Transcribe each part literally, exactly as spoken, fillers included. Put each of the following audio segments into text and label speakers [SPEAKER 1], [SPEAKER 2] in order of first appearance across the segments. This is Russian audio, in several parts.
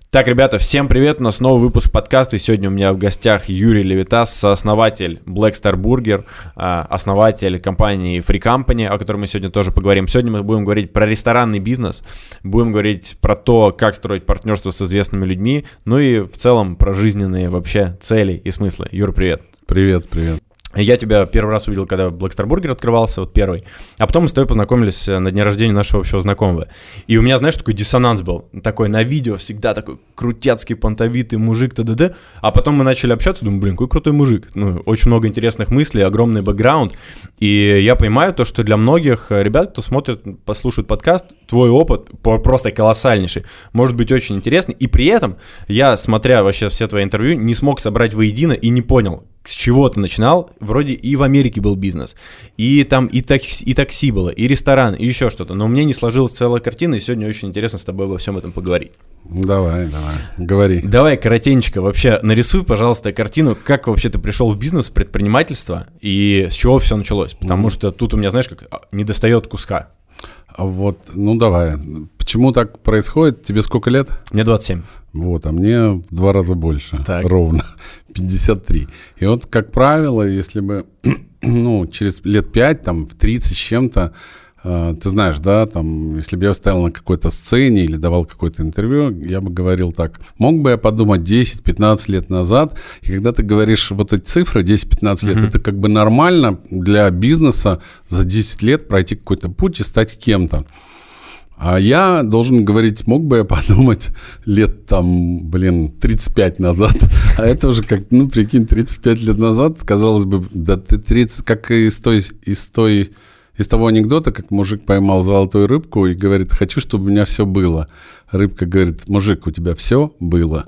[SPEAKER 1] Так, ребята, всем привет, у нас новый выпуск подкаста, и сегодня у меня в гостях Юрий Левитас, сооснователь Black Star Burger, основатель компании Free Company, о которой мы сегодня тоже поговорим. Сегодня мы будем говорить про ресторанный бизнес, будем говорить про то, как строить партнерство с известными людьми, ну и в целом про жизненные вообще цели и смыслы. Юр, привет.
[SPEAKER 2] Привет, привет.
[SPEAKER 1] Я тебя первый раз увидел, когда Black Star Burger открывался, вот первый. А потом мы с тобой познакомились на дне рождения нашего общего знакомого. И у меня, знаешь, такой диссонанс был. Такой на видео всегда такой крутяцкий, понтовитый мужик, т.д. А потом мы начали общаться, думаю, блин, какой крутой мужик. Ну, очень много интересных мыслей, огромный бэкграунд. И я понимаю то, что для многих ребят, кто смотрит, послушает подкаст, твой опыт просто колоссальнейший. Может быть очень интересный. И при этом я, смотря вообще все твои интервью, не смог собрать воедино и не понял, с чего ты начинал. Вроде и в Америке был бизнес, и там и такси, и такси было, и ресторан, и еще что-то. Но у меня не сложилась целая картина, и сегодня очень интересно с тобой обо всем этом поговорить.
[SPEAKER 2] Давай, давай, говори.
[SPEAKER 1] Давай, коротенько, вообще нарисуй, пожалуйста, картину, как вообще ты пришел в бизнес, в предпринимательство, и с чего все началось. Потому mm. что тут у меня, знаешь, как не достает куска.
[SPEAKER 2] Вот, ну давай. Почему так происходит? Тебе сколько лет?
[SPEAKER 1] Мне двадцать семь.
[SPEAKER 2] Вот, а мне в два раза больше,
[SPEAKER 1] так.
[SPEAKER 2] Ровно, пятьдесят три. И вот, как правило, если бы, ну, через лет пять, там, в тридцать с чем-то, э, ты знаешь, да, там, если бы я стоял на какой-то сцене или давал какое-то интервью, я бы говорил так, мог бы я подумать десять-пятнадцать лет назад, и когда ты говоришь вот эти цифры, десять-пятнадцать лет, mm-hmm. это как бы нормально для бизнеса за десять лет пройти какой-то путь и стать кем-то. А я должен говорить, мог бы я подумать лет там, блин, тридцать пять назад. А это уже как, ну, прикинь, тридцать пять лет назад, казалось бы, да ты тридцать, как из той, из той, из того анекдота, как мужик поймал золотую рыбку и говорит, хочу, чтобы у меня все было. Рыбка говорит, мужик, у тебя все было.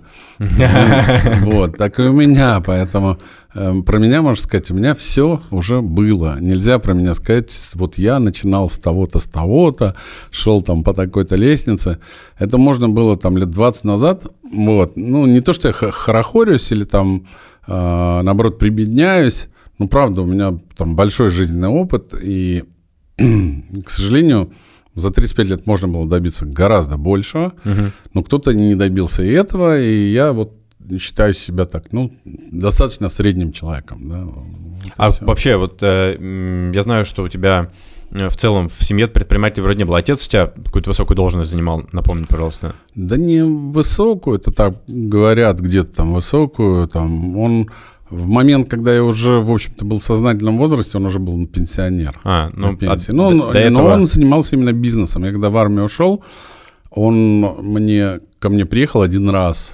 [SPEAKER 2] Вот, так и у меня, поэтому про меня можно сказать, у меня все уже было. Нельзя про меня сказать, вот я начинал с того-то, с того-то, шел там по такой-то лестнице. Это можно было там лет двадцать назад. Вот, ну, не то, что я хорохорюсь или там, наоборот, прибедняюсь. Ну, правда, у меня там большой жизненный опыт, и, к сожалению, за тридцать пять лет можно было добиться гораздо большего, uh-huh. но кто-то не добился и этого, и я вот считаю себя так, ну, достаточно средним человеком. Да, вот
[SPEAKER 1] а все. Вообще, вот э, я знаю, что у тебя в целом в семье предпринимателей вроде не было. Отец у тебя какую-то высокую должность занимал, напомни, пожалуйста.
[SPEAKER 2] Да не высокую, это так говорят, где-то там высокую, там он... В момент, когда я уже, в общем-то, был в сознательном возрасте, он уже был пенсионер.
[SPEAKER 1] А, ну,
[SPEAKER 2] на пенсии.
[SPEAKER 1] А,
[SPEAKER 2] но, он,
[SPEAKER 1] до этого...
[SPEAKER 2] но он занимался именно бизнесом. Я когда в армию ушел, он мне, ко мне приехал один раз.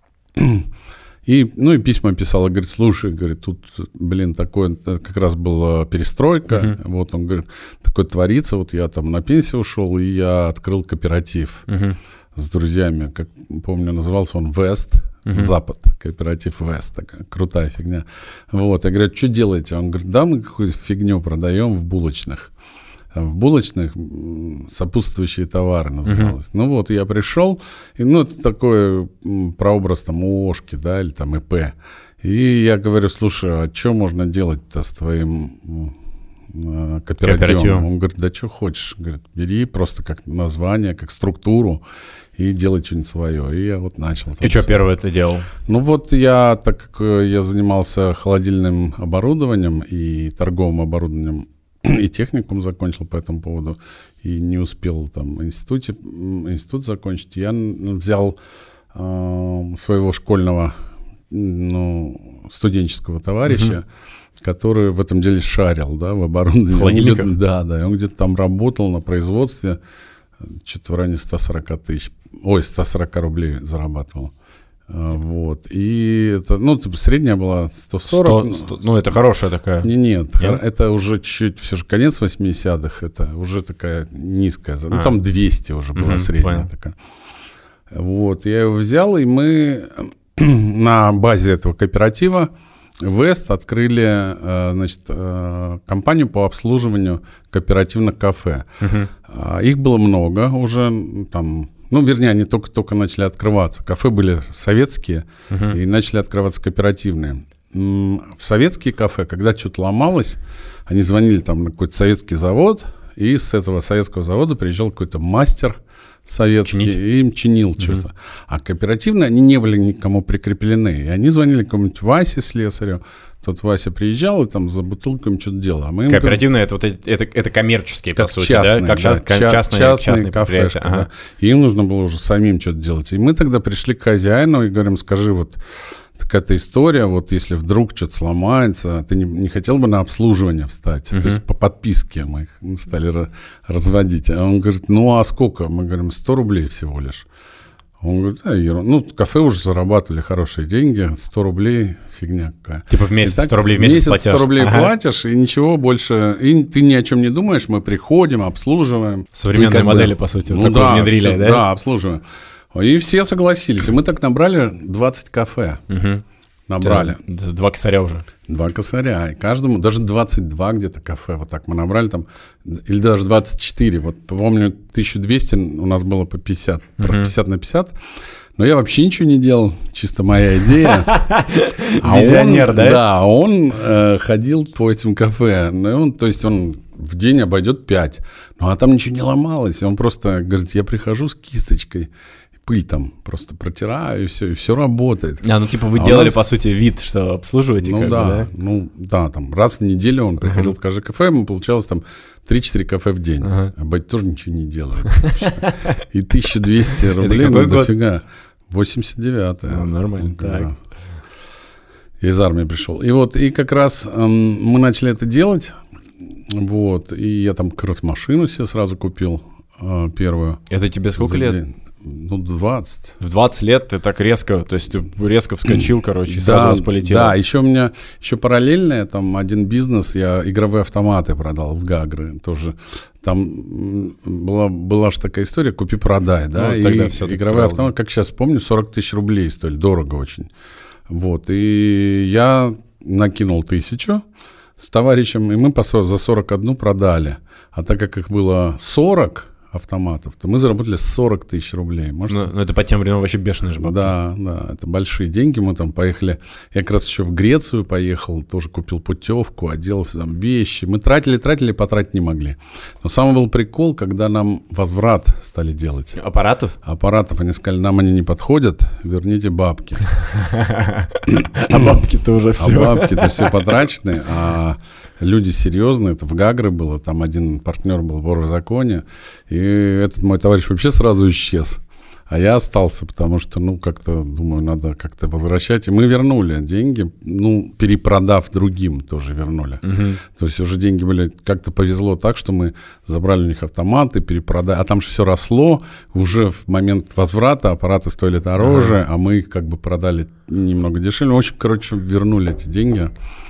[SPEAKER 2] И, ну, и письма писал. И говорит, слушай, говорит, тут, блин, такое, как раз была перестройка. Uh-huh. Вот он говорит, такое творится. Вот я там на пенсию ушел, и я открыл кооператив uh-huh. с друзьями. Как помню, назывался он «Вест». Uh-huh. Запад, кооператив Вест, такая крутая фигня. Вот, я говорю, что делаете? Он говорит, да, мы какую-то фигню продаем в булочных. В булочных сопутствующие товары называлось. Uh-huh. Ну вот, я пришел, и, ну, это такой прообраз там ООшки, да, или там ИП. И я говорю, слушай, а что можно делать-то с твоим кооперативом? Кооперативом. Он говорит, да что хочешь. Говорит, бери просто как название, как структуру и делай что-нибудь свое. И я вот начал.
[SPEAKER 1] И что первое ты делал?
[SPEAKER 2] Ну вот я, так как я занимался холодильным оборудованием и торговым оборудованием, и техникум закончил по этому поводу, и не успел там институте, институт закончить, я взял э, своего школьного, ну, студенческого товарища, угу. который в этом деле шарил, да, в оборудовании.
[SPEAKER 1] Холодильниках?
[SPEAKER 2] Да, да, и он где-то там работал на производстве, что-то в районе сто сорок тысяч, ой, сто сорок рублей зарабатывал. Вот, и это, ну, средняя была сто сорок.
[SPEAKER 1] сто, сто, ну, это хорошая такая.
[SPEAKER 2] Не, нет, нет, это уже чуть, все же конец восьмидесятых, это уже такая низкая, а. ну, там двести уже была угу, средняя понял. Такая. Вот, я его взял, и мы на базе этого кооператива Вест открыли, значит, компанию по обслуживанию кооперативных кафе. Угу. Их было много уже, там, ну, вернее, они только-только начали открываться. Кафе были советские, угу. и начали открываться кооперативные. В советские кафе, когда что-то ломалось, они звонили там на какой-то советский завод, и с этого советского завода приезжал какой-то мастер советский,
[SPEAKER 1] Чинить?
[SPEAKER 2] и им чинил mm-hmm. что-то. А кооперативные, они не были никому прикреплены. И они звонили какому-нибудь Васе слесарю, тот Вася приезжал и там за бутылками что-то делал. А мы им
[SPEAKER 1] кооперативные, это, вот, это, это коммерческие,
[SPEAKER 2] как
[SPEAKER 1] по сути,
[SPEAKER 2] частные,
[SPEAKER 1] да? Как
[SPEAKER 2] да,
[SPEAKER 1] ча-
[SPEAKER 2] ча-
[SPEAKER 1] частные,
[SPEAKER 2] частные,
[SPEAKER 1] частные
[SPEAKER 2] кафешки,
[SPEAKER 1] ага.
[SPEAKER 2] да. И им нужно было уже самим что-то делать. И мы тогда пришли к хозяину и говорим, скажи, вот такая-то история, вот если вдруг что-то сломается, ты не, не хотел бы на обслуживание встать? Uh-huh. То есть по подписке мы их стали р- разводить. А он говорит, ну а сколько? Мы говорим, сто рублей всего лишь. Он говорит, да, ерунда. Ну, кафе уже зарабатывали хорошие деньги, сто рублей, фигня какая.
[SPEAKER 1] Типа в месяц
[SPEAKER 2] так,
[SPEAKER 1] сто рублей в месяц,
[SPEAKER 2] месяц
[SPEAKER 1] платишь.
[SPEAKER 2] сто рублей
[SPEAKER 1] ага.
[SPEAKER 2] платишь, и ничего больше, и ты ни о чем не думаешь, мы приходим, обслуживаем.
[SPEAKER 1] Современные модели, бы, по сути, ну, такое
[SPEAKER 2] да,
[SPEAKER 1] внедрили,
[SPEAKER 2] все,
[SPEAKER 1] да?
[SPEAKER 2] Да, обслуживаем. И все согласились. И мы так набрали двадцать кафе.
[SPEAKER 1] Угу.
[SPEAKER 2] Набрали.
[SPEAKER 1] Это два косаря уже.
[SPEAKER 2] Два косаря. И каждому, даже двадцать два где-то кафе, вот так мы набрали там, или даже двадцать четыре. Вот помню, тысяча двести у нас было по пятьдесят, uh-huh. пятьдесят на пятьдесят. Но я вообще ничего не делал, чисто моя идея.
[SPEAKER 1] Визионер, да?
[SPEAKER 2] Да, он э, ходил по этим кафе. Ну, он, то есть он в день обойдет пять. Ну, а там ничего не ломалось. И он просто говорит, я прихожу с кисточкой, пыль там просто протираю, и все, и все работает.
[SPEAKER 1] А, ну типа вы
[SPEAKER 2] а
[SPEAKER 1] делали,
[SPEAKER 2] нас...
[SPEAKER 1] по сути, вид, что обслуживаете?
[SPEAKER 2] Ну
[SPEAKER 1] как
[SPEAKER 2] да,
[SPEAKER 1] бы, да,
[SPEAKER 2] ну да, там раз в неделю он приходил uh-huh. в каждое кафе, ему получалось там три-четыре кафе в день. Uh-huh. А бать тоже ничего не делает. И тысяча двести рублей, ну дофига. восемьдесят девятый.
[SPEAKER 1] Ну, нормально, так.
[SPEAKER 2] Я из армии пришел. И вот, и как раз эм, мы начали это делать, вот, и я там как раз машину себе сразу купил, э, первую.
[SPEAKER 1] Это тебе сколько лет?
[SPEAKER 2] День. Ну, двадцать.
[SPEAKER 1] В двадцать лет ты так резко, то есть ты резко вскочил, короче, и
[SPEAKER 2] да,
[SPEAKER 1] сразу вас полетел.
[SPEAKER 2] Да, еще у меня, еще параллельно, там один бизнес, я игровые автоматы продал в Гагры тоже. Там была, была же такая история, купи-продай, да, ну, и игровые автоматы, как сейчас помню, сорок тысяч рублей стоили, дорого очень. Вот, и я накинул тысячу с товарищем, и мы по, за сорок одну продали. А так как их было сорок автоматов, то мы заработали сорок тысяч рублей. Можете...
[SPEAKER 1] Ну, ну, это по тем временам вообще бешеные же бабки.
[SPEAKER 2] Да, да, это большие деньги. Мы там поехали, я как раз еще в Грецию поехал, тоже купил путевку, оделся там вещи. Мы тратили, тратили, потратить не могли. Но самый был прикол, когда нам возврат стали делать.
[SPEAKER 1] Аппаратов?
[SPEAKER 2] Аппаратов. Они сказали, нам они не подходят, верните бабки.
[SPEAKER 1] А бабки-то уже все.
[SPEAKER 2] А бабки-то все потрачены, а люди серьезные, это в Гагры было, там один партнер был вор в законе, и этот мой товарищ вообще сразу исчез. А я остался, потому что, ну, как-то, думаю, надо как-то возвращать. И мы вернули деньги, ну, перепродав другим, тоже вернули. Uh-huh. То есть уже деньги были, как-то повезло так, что мы забрали у них автоматы, перепродали. А там же все росло, уже в момент возврата аппараты стоили дороже, uh-huh. а мы их как бы продали немного дешевле. В общем, короче, вернули эти деньги.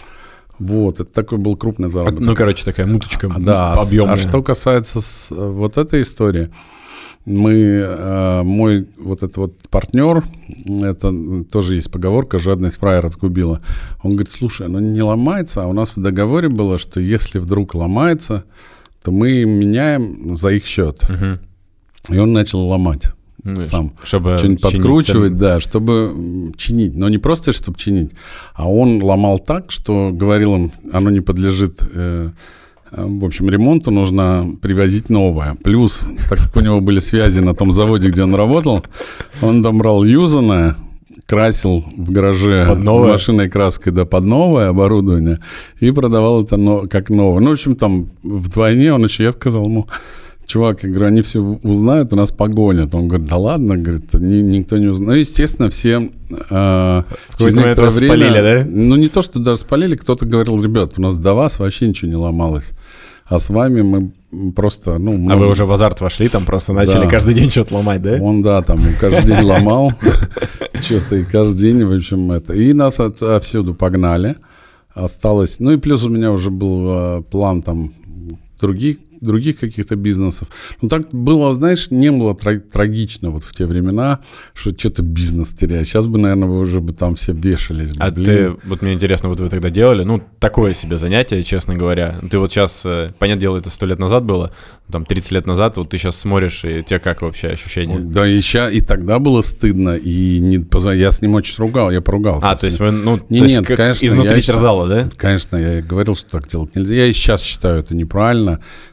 [SPEAKER 2] Вот, это такой был крупный заработок.
[SPEAKER 1] Ну, короче, такая муточка
[SPEAKER 2] а, да,
[SPEAKER 1] объемная.
[SPEAKER 2] А что касается с, вот этой истории, мы, э, мой вот этот вот партнер, это тоже есть поговорка, жадность фраера сгубила. Он говорит, слушай, оно не ломается, а у нас в договоре было, что если вдруг ломается, то мы меняем за их счет. Угу. И он начал ломать. Ну, сам
[SPEAKER 1] чтобы
[SPEAKER 2] что-нибудь подкручивать, да, чтобы чинить. Но не просто, чтобы чинить, а он ломал так, что говорил им, оно не подлежит, э, в общем, ремонту, нужно привозить новое. Плюс, так как у него были связи на том заводе, где он работал, он там брал юзанное, красил в гараже машинной краской, да, под новое оборудование и продавал это но, как новое. Ну, в общем, там вдвойне он еще, я сказал ему, чувак, я говорю, они все узнают, у нас погонят. Он говорит, да ладно, говорит, ни, никто не узнает. Ну, естественно, все э, через некоторое время...
[SPEAKER 1] спалили, да?
[SPEAKER 2] Ну, не то, что даже спалили, кто-то говорил, ребят, у нас до вас вообще ничего не ломалось. А с вами мы просто... ну мы...
[SPEAKER 1] А вы уже в азарт вошли, там просто начали да. каждый день что-то ломать, да?
[SPEAKER 2] Он, да, там каждый день ломал что-то, и каждый день, в общем, это... И нас отсюда погнали. Осталось... Ну, и плюс у меня уже был план там других других каких-то бизнесов. Ну, так было, знаешь, не было трагично вот в те времена, что что-то бизнес теряет. Сейчас бы, наверное, вы уже бы там все вешались.
[SPEAKER 1] А блин. Ты, вот мне интересно, вот вы тогда делали, ну, такое себе занятие, честно говоря. Ты вот сейчас, понятное дело, это сто лет назад было, там, тридцать лет назад, вот ты сейчас смотришь, и у тебя как вообще ощущение?
[SPEAKER 2] Да, и, ща, и тогда было стыдно, и не, я с ним очень ругал, я поругался.
[SPEAKER 1] А, то есть вы, ну,
[SPEAKER 2] не,
[SPEAKER 1] то есть
[SPEAKER 2] нет,
[SPEAKER 1] как
[SPEAKER 2] конечно,
[SPEAKER 1] изнутри
[SPEAKER 2] я
[SPEAKER 1] терзало, да?
[SPEAKER 2] Конечно, я говорил, что так делать нельзя. Я и сейчас считаю это неправильно.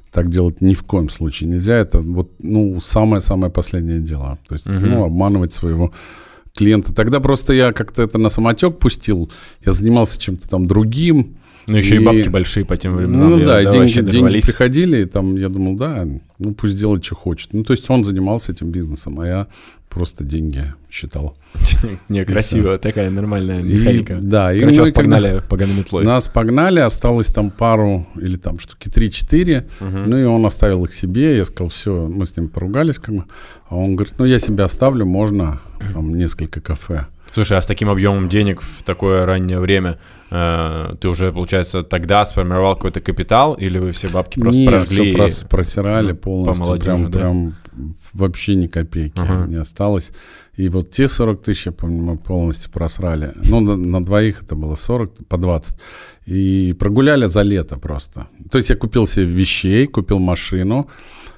[SPEAKER 2] Так делать ни в коем случае нельзя. Это вот, ну, самое-самое последнее дело. То есть, uh-huh. ну, обманывать своего клиента. Тогда просто я как-то это на самотек пустил. Я занимался чем-то там другим.
[SPEAKER 1] Ну, еще и, и бабки большие по тем временам.
[SPEAKER 2] Ну, да, и деньги, деньги приходили, и там я думал, да, ну, пусть делает, что хочет. Ну, то есть он занимался этим бизнесом, а я просто деньги считал.
[SPEAKER 1] Не, красиво, такая нормальная механика.
[SPEAKER 2] Да, и
[SPEAKER 1] короче, вас погнали поганой метлой.
[SPEAKER 2] Нас погнали, осталось там пару, или там штуки три-четыре, ну, и он оставил их себе, я сказал, все, мы с ним поругались, как бы, а он говорит, ну, я себе оставлю, можно там несколько кафе.
[SPEAKER 1] Слушай, а с таким объемом денег в такое раннее время э, ты уже, получается, тогда сформировал какой-то капитал, или вы все бабки просто
[SPEAKER 2] Нет,
[SPEAKER 1] прожгли?
[SPEAKER 2] Нет, все и... просирали полностью, прям, да? прям вообще ни копейки ага. не осталось. И вот те сорок тысяч, я помню, мы полностью просрали. Ну, на, на двоих это было сорок, по двадцать. И прогуляли за лето просто. То есть я купил себе вещей, купил машину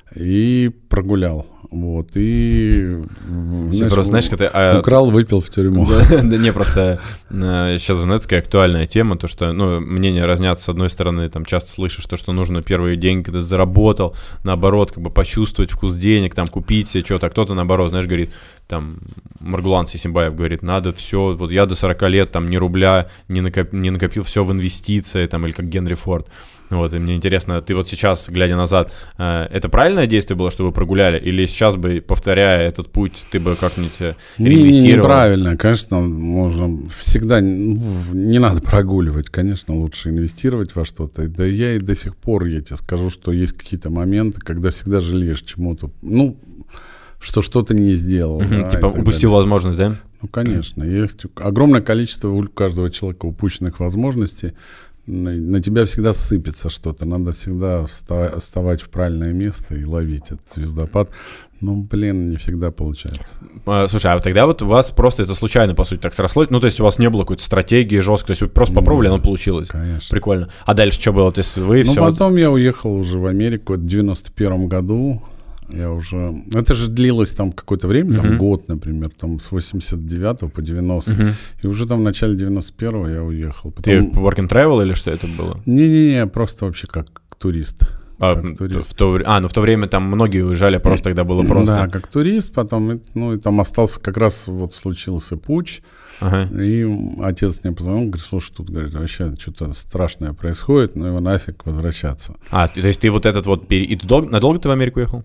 [SPEAKER 2] и прогулял. Вот, и...
[SPEAKER 1] Знаешь, просто, знаешь, когда... А...
[SPEAKER 2] Украл, выпил в тюрьму.
[SPEAKER 1] Да, да не, просто сейчас, знаете, такая актуальная тема, то, что, ну, мнения разнятся. С одной стороны, там, часто слышишь, то, что нужно первые деньги, когда заработал, наоборот, как бы почувствовать вкус денег, там, купить себе что-то, а кто-то, наоборот, знаешь, говорит, там, Маргулан Сисимбаев говорит, надо все, вот я до сорока лет, там, ни рубля не, накоп, не накопил, все в инвестиции, там, или как Генри Форд. Вот, и мне интересно, ты вот сейчас, глядя назад, это правильное действие было, что вы прогуляли, или сейчас бы, повторяя этот путь, ты бы как-нибудь реинвестировал?
[SPEAKER 2] Неправильно, конечно, можно всегда, не надо прогуливать, конечно, лучше инвестировать во что-то. Да я и до сих пор, я тебе скажу, что есть какие-то моменты, когда всегда жалеешь чему-то, ну, что что-то не сделал.
[SPEAKER 1] Угу,
[SPEAKER 2] да,
[SPEAKER 1] типа упустил далее. Возможность, да?
[SPEAKER 2] Ну, конечно, есть огромное количество у каждого человека упущенных возможностей. На, на тебя всегда сыпется что-то, надо всегда вста- вставать в правильное место и ловить этот звездопад. Ну, блин, не всегда получается.
[SPEAKER 1] Слушай, а тогда вот у вас просто это случайно, по сути, так срослось? Ну, то есть у вас не было какой-то стратегии жесткой, то есть вы просто попробовали, оно получилось?
[SPEAKER 2] Конечно.
[SPEAKER 1] Прикольно. А дальше что было? То есть вы
[SPEAKER 2] ну,
[SPEAKER 1] все...
[SPEAKER 2] потом я уехал уже в Америку в девяносто первом году. Я уже... Это же длилось там какое-то время, там uh-huh. год, например, там с восемьдесят девятого по девяностый. Uh-huh. И уже там в начале девяносто первого я уехал.
[SPEAKER 1] Потом... Ты work and travel или что это было?
[SPEAKER 2] Не-не-не, просто вообще как турист.
[SPEAKER 1] А,
[SPEAKER 2] как турист.
[SPEAKER 1] В то, а, ну в то время там многие уезжали, просто тогда было просто...
[SPEAKER 2] Да, как турист, потом, ну и там остался, как раз вот случился путч. Ага. И отец мне позвонил, говорит, слушай, тут, говорит, вообще что-то страшное происходит, но его нафиг возвращаться.
[SPEAKER 1] А, то есть ты вот этот вот... И ты дол... надолго ты в Америку ехал?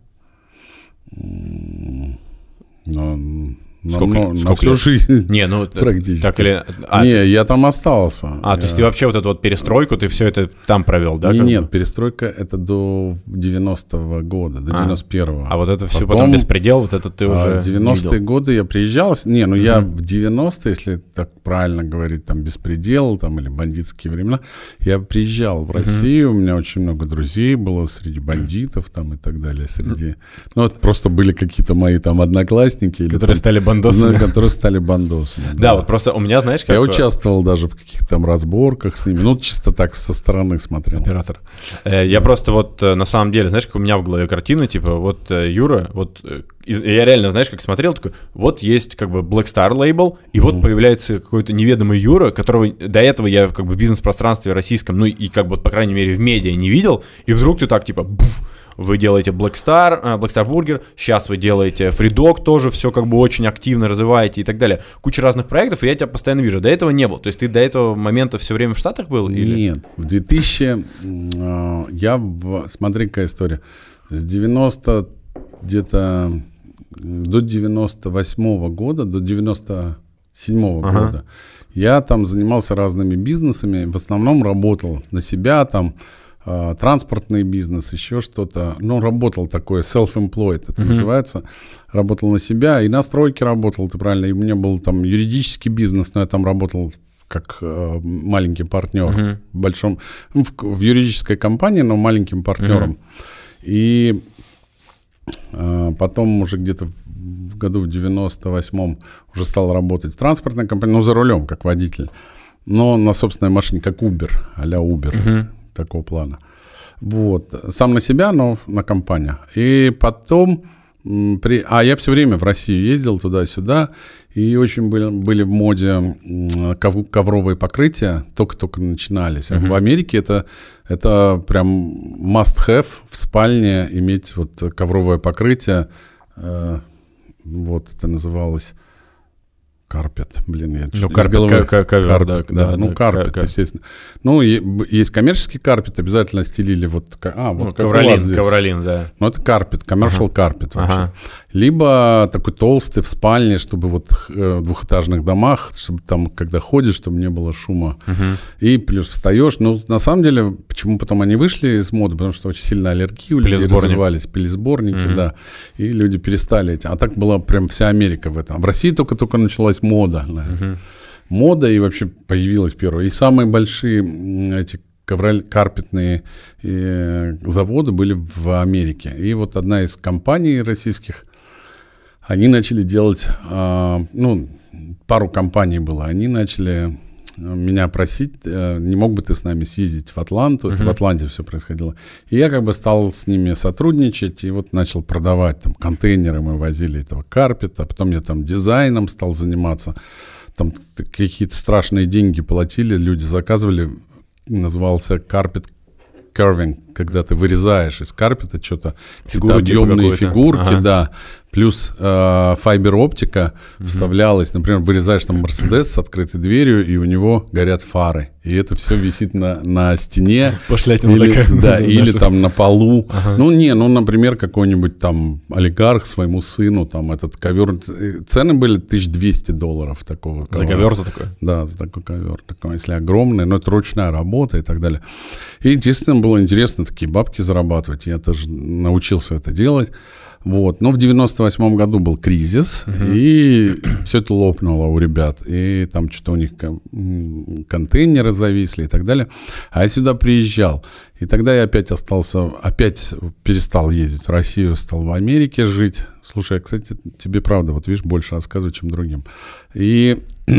[SPEAKER 2] Но,
[SPEAKER 1] сколько,
[SPEAKER 2] на,
[SPEAKER 1] сколько
[SPEAKER 2] на всю
[SPEAKER 1] лет?
[SPEAKER 2] жизнь.
[SPEAKER 1] Не, ну
[SPEAKER 2] практически.
[SPEAKER 1] Так или... а,
[SPEAKER 2] не, я там остался.
[SPEAKER 1] А,
[SPEAKER 2] я...
[SPEAKER 1] то есть ты вообще вот эту вот перестройку, ты все это там провел, да?
[SPEAKER 2] Не, нет, перестройка это до девяностого года, до девяносто первого.
[SPEAKER 1] А вот это все потом, потом беспредел, вот это ты уже
[SPEAKER 2] в девяностые годы я приезжал, не, ну mm-hmm. я в девяностые, если так правильно говорить, там беспредел, там или бандитские времена, я приезжал в Россию, mm-hmm. у меня очень много друзей было среди бандитов там и так далее, среди, mm-hmm. ну вот просто были какие-то мои там одноклассники. Или,
[SPEAKER 1] которые
[SPEAKER 2] там,
[SPEAKER 1] стали бандосами.
[SPEAKER 2] Ну, которые стали бандосами.
[SPEAKER 1] Да, да, вот просто у меня, знаешь, как...
[SPEAKER 2] Я участвовал даже в каких-то там разборках с ними, ну чисто так со стороны смотрел.
[SPEAKER 1] Оператор. Э, я да. просто вот на самом деле, знаешь, как у меня в голове картина, типа вот Юра, вот я реально, знаешь, как смотрел, такой, вот есть как бы Black Star лейбл, и mm-hmm. вот появляется какой-то неведомый Юра, которого до этого я как бы в бизнес-пространстве российском, ну и как бы, по крайней мере, в медиа не видел, и вдруг ты так, типа, буф, вы делаете Black Star, Black Star Burger, сейчас вы делаете Free Dog, тоже все как бы очень активно развиваете и так далее. Куча разных проектов, и я тебя постоянно вижу. До этого не было. То есть ты до этого момента все время в Штатах был? Или?
[SPEAKER 2] Нет, в двухтысячном я, в, смотри, какая история. С девяносто где-то до девяносто восьмого года, до девяносто седьмого ага. года я там занимался разными бизнесами, в основном работал на себя там, транспортный бизнес, еще что-то. Ну, работал такой, self-employed это uh-huh. называется. Работал на себя, и на стройке работал, ты правильно. И у меня был там юридический бизнес, но я там работал как э, маленький партнер uh-huh. в большом, в, в юридической компании, но маленьким партнером. Uh-huh. И э, потом уже где-то в году в девяносто восьмом уже стал работать в транспортной компании, ну, за рулем, как водитель. Но на собственной машине, как Uber, а-ля Uber. Uh-huh. Такого плана. Вот. Сам на себя, но на компанию. И потом При... А я все время в Россию ездил туда-сюда, и очень были, были в моде ков... ковровые покрытия, только-только начинались. А uh-huh. в Америке это, это прям must-have в спальне иметь вот ковровое покрытие. Э, вот это называлось... Карпет, блин, я
[SPEAKER 1] ну, карпет, головы... ковер,
[SPEAKER 2] карпет,
[SPEAKER 1] да,
[SPEAKER 2] да,
[SPEAKER 1] да,
[SPEAKER 2] ну,
[SPEAKER 1] да,
[SPEAKER 2] карпет,
[SPEAKER 1] кар-
[SPEAKER 2] естественно. Ну, есть коммерческий карпет, обязательно стелили вот, а, вот
[SPEAKER 1] ну, ковролин, ковролин, да.
[SPEAKER 2] Ну, это карпет, commercial карпет
[SPEAKER 1] ага.
[SPEAKER 2] вообще.
[SPEAKER 1] Ага.
[SPEAKER 2] Либо такой толстый в спальне, чтобы вот в двухэтажных домах, чтобы там, когда ходишь, чтобы не было шума.
[SPEAKER 1] Угу.
[SPEAKER 2] И плюс встаешь. Ну, на самом деле, почему потом они вышли из моды? Потому что очень сильно аллергии у людей развивались, пилесборники, угу. да. И люди перестали эти. А так была прям вся Америка в этом. А в России только-только началась мода на это. Угу. Мода, и вообще появилась первая. И самые большие эти ковроль, карпетные э, заводы были в Америке. И вот одна из компаний российских, они начали делать, э, ну, пару компаний было, они начали меня просить, э, не мог бы ты с нами съездить в Атланту, uh-huh. это в Атланте все происходило. И я как бы стал с ними сотрудничать, и вот начал продавать там контейнеры, мы возили этого карпета, потом я там дизайном стал заниматься, там какие-то страшные деньги платили, люди заказывали, назывался carpet carving, когда ты вырезаешь из карпета что-то, какие-то объемные фигурки, ага. да, плюс э, файбер-оптика угу. вставлялась, например, вырезаешь там Мерседес с открытой дверью, и у него горят фары, и это все висит на, на стене, или, такая, да, или там на полу, ага. ну не, ну, например, какой-нибудь там олигарх своему сыну, там этот ковер, цены были тысяча двести долларов такого ковра.
[SPEAKER 1] За ковер за такой?
[SPEAKER 2] Да, за такой ковер, такой, если огромный, но это ручная работа и так далее. И, естественно, было интересно такие бабки зарабатывать, я тоже научился это делать. Вот. Но в девяносто восьмом году был кризис, uh-huh. и все это лопнуло у ребят. И там что-то у них контейнеры зависли и так далее. А я сюда приезжал. И тогда я опять остался, опять перестал ездить в Россию, стал в Америке жить. Слушай, кстати, тебе правда, вот видишь, больше рассказываю, чем другим. И,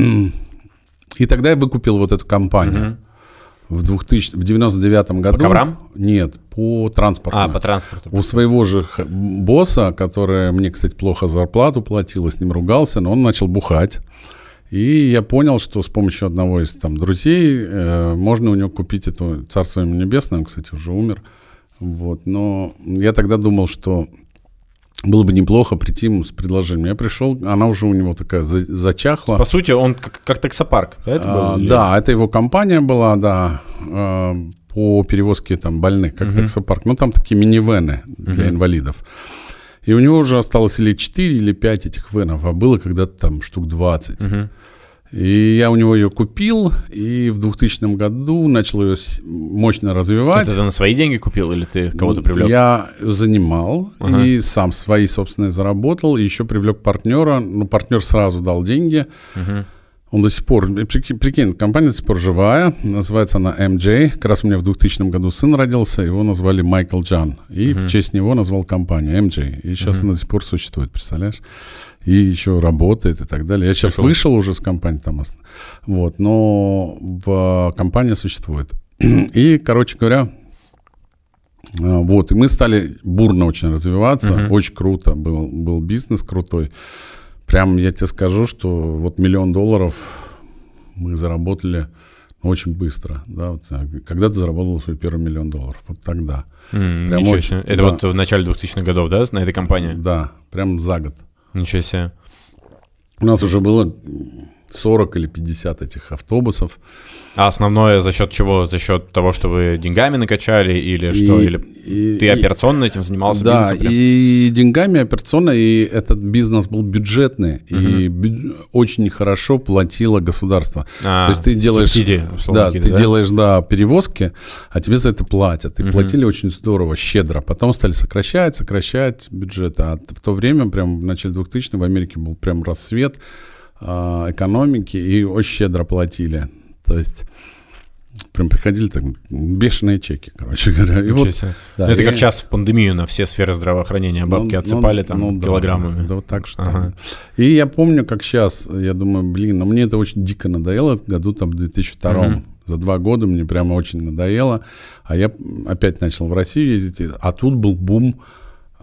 [SPEAKER 2] и тогда я выкупил вот эту компанию. Uh-huh. В, двухтысячном, в девяносто девятом году...
[SPEAKER 1] По коврам?
[SPEAKER 2] Нет, по транспорту.
[SPEAKER 1] А, по транспорту.
[SPEAKER 2] У своего же босса, который мне, кстати, плохо зарплату платил, с ним ругался, но он начал бухать. И я понял, что с помощью одного из там друзей э, можно у него купить эту «Царство ему небесное», он, кстати, уже умер. Вот. Но я тогда думал, что было бы неплохо прийти ему с предложением. Я пришел, она уже у него такая зачахла.
[SPEAKER 1] По сути, он как, как таксопарк, да, это
[SPEAKER 2] а,
[SPEAKER 1] был?
[SPEAKER 2] Да, это его компания была, да, по перевозке там больных, как uh-huh. таксопарк. Ну, там такие минивены для uh-huh. инвалидов. И у него уже осталось или четыре, или пять этих венов, а было когда-то там штук двадцать. Uh-huh. И я у него ее купил, и в двухтысячном году начал ее мощно развивать.
[SPEAKER 1] Это ты на свои деньги купил или ты кого-то привлек?
[SPEAKER 2] Я занимал ага. и сам свои собственные заработал, и еще привлек партнера. Ну, партнер сразу дал деньги. Ага. Он до сих пор, прикинь, прикинь, компания до сих пор живая, называется она эм джей. Как раз у меня в двухтысячном году сын родился, его назвали Майкл Джан. И ага. в честь него назвал компанию эм джей. И сейчас ага. она до сих пор существует, представляешь? И еще работает и так далее. Я сейчас Прикольно. Вышел уже с компании, там, вот, но в, компания существует. И, короче говоря, вот, и мы стали бурно очень развиваться, uh-huh. очень круто, был, был бизнес крутой. Прям я тебе скажу, что вот миллион долларов мы заработали очень быстро. Да, вот, когда ты заработал свой первый миллион долларов? Вот тогда.
[SPEAKER 1] Mm, прям очень, это да. вот в начале двухтысячных годов, да, на этой компании?
[SPEAKER 2] Да, прям за год.
[SPEAKER 1] Ничего себе.
[SPEAKER 2] У нас уже было сорок или пятьдесят этих автобусов.
[SPEAKER 1] А основное за счет чего? За счет того, что вы деньгами накачали или и, что? Или и, ты операционно и, этим занимался?
[SPEAKER 2] Да,
[SPEAKER 1] бизнесом прям?
[SPEAKER 2] И деньгами операционно, и этот бизнес был бюджетный, угу. и бю- очень хорошо платило государство. А, То есть ты делаешь,
[SPEAKER 1] субсидии,
[SPEAKER 2] да,
[SPEAKER 1] какие-то,
[SPEAKER 2] ты
[SPEAKER 1] да?
[SPEAKER 2] делаешь да, перевозки, а тебе за это платят. И угу. платили очень здорово, щедро. Потом стали сокращать, сокращать бюджет. А в то время, прям в начале двухтысячных, в Америке был прям расцвет э, экономики, и очень щедро платили. То есть прям приходили так бешеные чеки, короче говоря. И вот,
[SPEAKER 1] да, это и... как сейчас в пандемию на все сферы здравоохранения бабки ну, отсыпали ну, там ну, килограммами.
[SPEAKER 2] Да, да, вот так что. Ага. И я помню, как сейчас, я думаю, блин, ну мне это очень дико надоело в году там в две тысячи втором. Угу. За два года мне прямо очень надоело. А я опять начал в Россию ездить, а тут был бум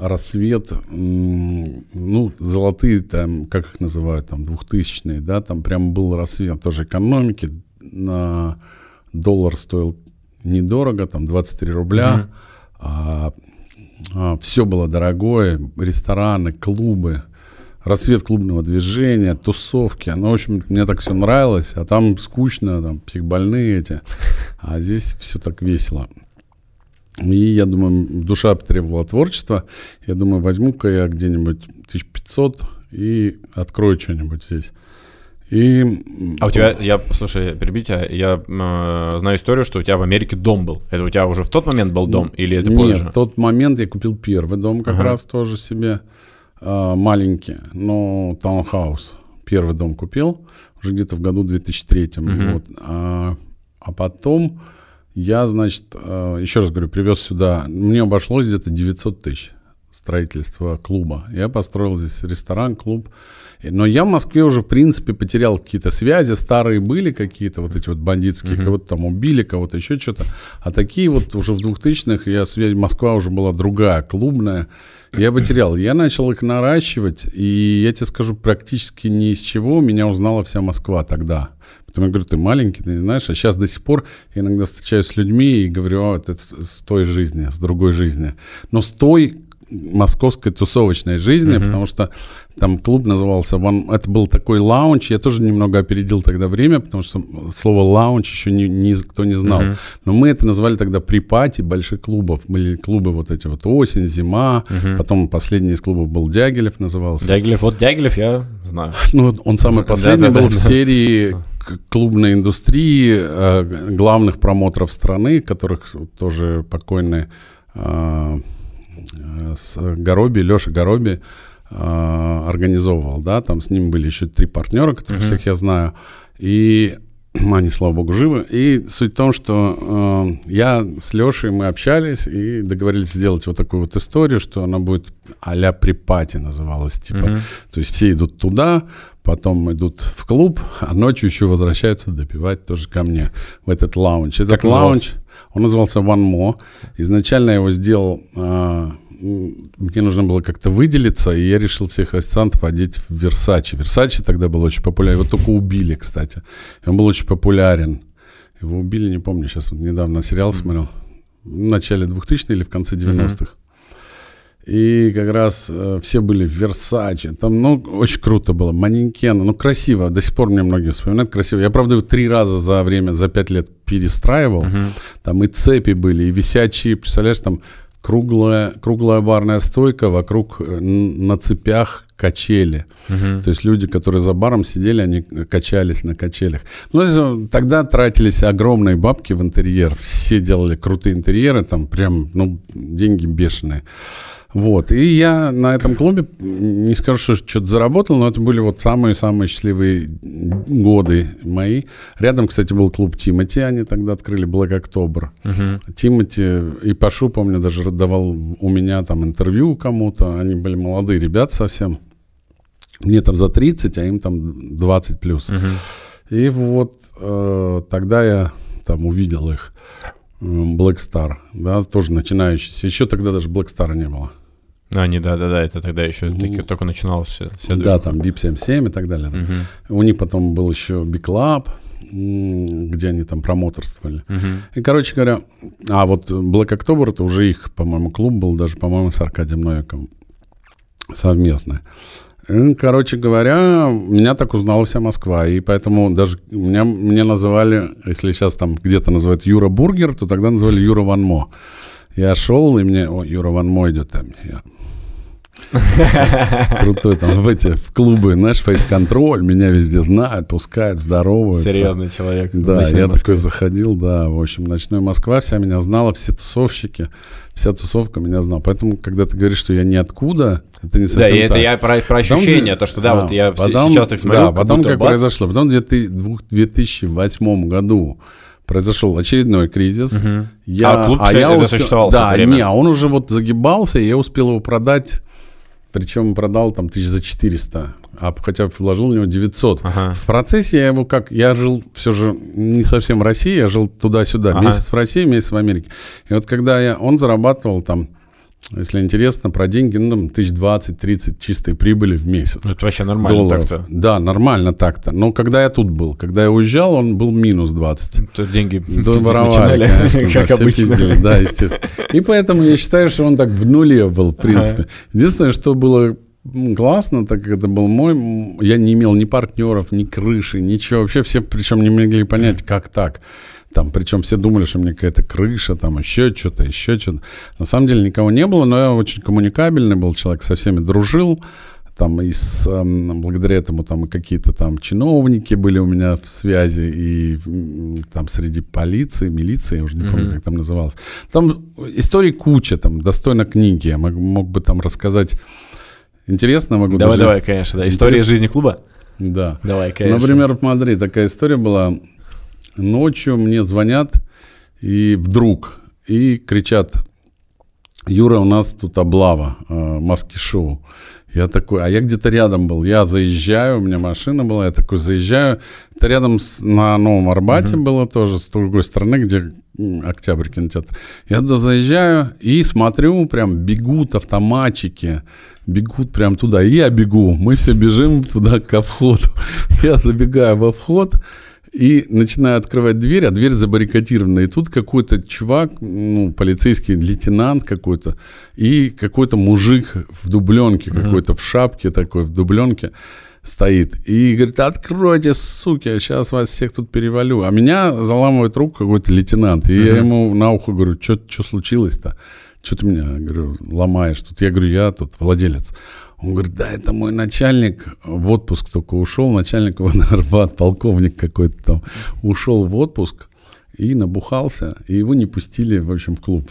[SPEAKER 2] рассвет, ну, золотые, там, как их называют, там, двухтысячные, да, там прям был рассвет тоже экономики, на доллар стоил недорого, там, двадцать три рубля, mm-hmm. а, а, все было дорогое, рестораны, клубы, рассвет клубного движения, тусовки, ну, в общем, мне так все нравилось, а там скучно, там, психбольные эти, а здесь все так весело. И я думаю, душа потребовала творчества. Я думаю, возьму-ка я где-нибудь тысяча пятьсот и открою что-нибудь здесь. И...
[SPEAKER 1] А у тебя, я, слушай, перебить тебя, я э, знаю историю, что у тебя в Америке дом был. Это у тебя уже в тот момент был дом или это позже?
[SPEAKER 2] Нет, в тот момент я купил первый дом как ага. раз тоже себе, э, маленький, но таунхаус. Первый дом купил уже где-то в году две тысячи третьем. Угу. Вот. А, а потом... Я, значит, еще раз говорю, привез сюда, мне обошлось где-то девятьсот тысяч строительства клуба. Я построил здесь ресторан, клуб. Но я в Москве уже, в принципе, потерял какие-то связи, старые были какие-то, вот эти вот бандитские, uh-huh. кого-то там убили, кого-то еще что-то. А такие вот уже в двухтысячных, я связь, Москва уже была другая, клубная. Я потерял. Я начал их наращивать, и я тебе скажу, практически ни из чего меня узнала вся Москва тогда. Потом я говорю, ты маленький, ты не знаешь, а сейчас до сих пор я иногда встречаюсь с людьми и говорю, о, это с той жизни, с другой жизни. Но с той московской тусовочной жизни, uh-huh. потому что там клуб назывался, это был такой лаунж, я тоже немного опередил тогда время, потому что слово лаунж еще ни, никто не знал. Uh-huh. Но мы это назвали тогда при-пати больших клубов. Были клубы вот эти вот осень, зима, uh-huh. потом последний из клубов был Дягилев назывался.
[SPEAKER 1] Дягилев, вот Дягилев я знаю.
[SPEAKER 2] Ну, он самый последний был в серии клубной индустрии, главных промоутеров страны, которых тоже покойный Гороби, Леша Гороби э, организовывал, да, там с ним были еще три партнера, которых uh-huh. всех я знаю, и они, слава богу, живы. И суть в том, что э, я с Лешей, мы общались и договорились сделать вот такую вот историю, что она будет а-ля при-пати называлась, типа, uh-huh. то есть все идут туда, потом идут в клуб, а ночью еще возвращаются допивать тоже ко мне в этот лаунж. Этот как лаунж... Назывался? Он назывался One More. Изначально я его сделал, э, мне нужно было как-то выделиться, и я решил всех официантов одеть в Versace. Versace тогда был очень популярен. Его только убили, кстати. И он был очень популярен. Его убили, не помню, сейчас вот недавно сериал смотрел. В начале двухтысячных или в конце девяностых. Mm-hmm. И как раз э, все были в Versace. Там, ну, очень круто было. Манекены, ну, красиво. До сих пор мне многие вспоминают красиво. Я, правда, его три раза за время, за пять лет перестраивал. Uh-huh. Там и цепи были, и висячие. Представляешь, там круглая, круглая барная стойка, вокруг на цепях качели. Uh-huh. То есть люди, которые за баром сидели, они качались на качелях. Ну, тогда тратились огромные бабки в интерьер. Все делали крутые интерьеры, там прям, ну, деньги бешеные. Вот, и я на этом клубе, не скажу, что что-то заработал, но это были вот самые-самые счастливые годы мои. Рядом, кстати, был клуб Тимати, они тогда открыли Black October. Uh-huh. Тимати и Пашу, помню, даже давал у меня там интервью кому-то, они были молодые ребята совсем. Мне там за тридцать, а им там двадцать плюс. Uh-huh. И вот э, тогда я там увидел их. Black Star, да, тоже начинающийся. Еще тогда даже Black Star не было.
[SPEAKER 1] А, не, да-да-да, это тогда еще mm-hmm. таки, только начиналось все. все
[SPEAKER 2] да, там би ай пи семьдесят семь и так далее. Mm-hmm. У них потом был еще Big Club, где они там промоутерствовали. Mm-hmm. И, короче говоря, а вот Black October, это уже их, по-моему, клуб был, даже, по-моему, с Аркадием Новиковым совместно. И, короче говоря, меня так узнала вся Москва, и поэтому даже меня, меня называли, если сейчас там где-то называют Юра Бургер, то тогда называли Юра Ван Мо. Я шел, и мне, о, Юра Ван Мо идет там. Я... Крутой там в эти в клубы, знаешь, фейс-контроль, меня везде знают, пускают, здороваются.
[SPEAKER 1] Серьезный человек.
[SPEAKER 2] Да, я такой заходил, да, в общем, ночной Москва, вся меня знала, все тусовщики, вся тусовка меня знала. Поэтому, когда ты говоришь, что я ниоткуда, это не совсем
[SPEAKER 1] да,
[SPEAKER 2] так.
[SPEAKER 1] Да, это я про, про ощущение, потом, то, что да, а, вот я потом, сейчас так смотрю.
[SPEAKER 2] Да, потом как бац. произошло, потом в две тысячи восьмом году произошел очередной кризис. Угу. Я,
[SPEAKER 1] а клуб,
[SPEAKER 2] а я
[SPEAKER 1] это
[SPEAKER 2] успел,
[SPEAKER 1] существовал
[SPEAKER 2] да,
[SPEAKER 1] все время?
[SPEAKER 2] Не, он уже вот загибался, и я успел его продать. Причем продал там тысяч за четыреста, а хотя бы вложил в него девятьсот. Ага. В процессе я его как... Я жил все же не совсем в России, я жил туда-сюда. Ага. Месяц в России, месяц в Америке. И вот когда я, он зарабатывал там Если интересно, про деньги, ну, тысяч двадцать-тридцать чистой прибыли в месяц.
[SPEAKER 1] Это вообще нормально
[SPEAKER 2] долларов.
[SPEAKER 1] так-то.
[SPEAKER 2] Да, нормально так-то. Но когда я тут был, когда я уезжал, он был минус двадцать.
[SPEAKER 1] Это деньги
[SPEAKER 2] воровали, конечно,
[SPEAKER 1] как
[SPEAKER 2] да,
[SPEAKER 1] обычно.
[SPEAKER 2] Пиздили, да, естественно. И поэтому я считаю, что он так в нуле был, в принципе. Ага. Единственное, что было классно, так как это был мой, я не имел ни партнеров, ни крыши, ничего. Вообще все, причем не могли понять, как так. Там, причем все думали, что у меня какая-то крыша, там еще что-то, еще что-то. На самом деле никого не было, но я очень коммуникабельный был человек, со всеми дружил. Там и с, благодаря этому там и какие-то там чиновники были у меня в связи, и там среди полиции, милиции, я уже не помню, mm-hmm. как там называлось. Там историй куча, там, достойно книги. Я мог, мог бы там рассказать. Интересно могу
[SPEAKER 1] Давай,
[SPEAKER 2] даже...
[SPEAKER 1] давай, конечно, да. История Интерес... жизни клуба?
[SPEAKER 2] Да.
[SPEAKER 1] Давай, конечно.
[SPEAKER 2] Например, смотри, такая история была. Ночью мне звонят, и вдруг, и кричат: Юра, у нас тут облава, э, маски-шоу. Я такой, а я где-то рядом был, я заезжаю, у меня машина была, я такой заезжаю, это рядом с, на Новом Арбате uh-huh. было тоже, с другой стороны, где Октябрь кинотеатр. Я туда заезжаю и смотрю, прям бегут автоматчики, бегут прям туда, и я бегу, мы все бежим туда ко входу. Я забегаю во вход и начинаю открывать дверь, а дверь забаррикадирована. И тут какой-то чувак, ну, полицейский лейтенант какой-то, и какой-то мужик в дубленке, uh-huh. какой-то в шапке такой, в дубленке стоит. И говорит: откройте, суки, я сейчас вас всех тут перевалю. А меня заламывает руку какой-то лейтенант. И uh-huh. я ему на ухо говорю: что случилось-то? Что ты меня, говорю, ломаешь тут? Я говорю: я тут владелец. Он говорит: да, это мой начальник в отпуск только ушел, начальник Арбат, полковник какой-то там, ушел в отпуск и набухался, и его не пустили, в общем, в клуб.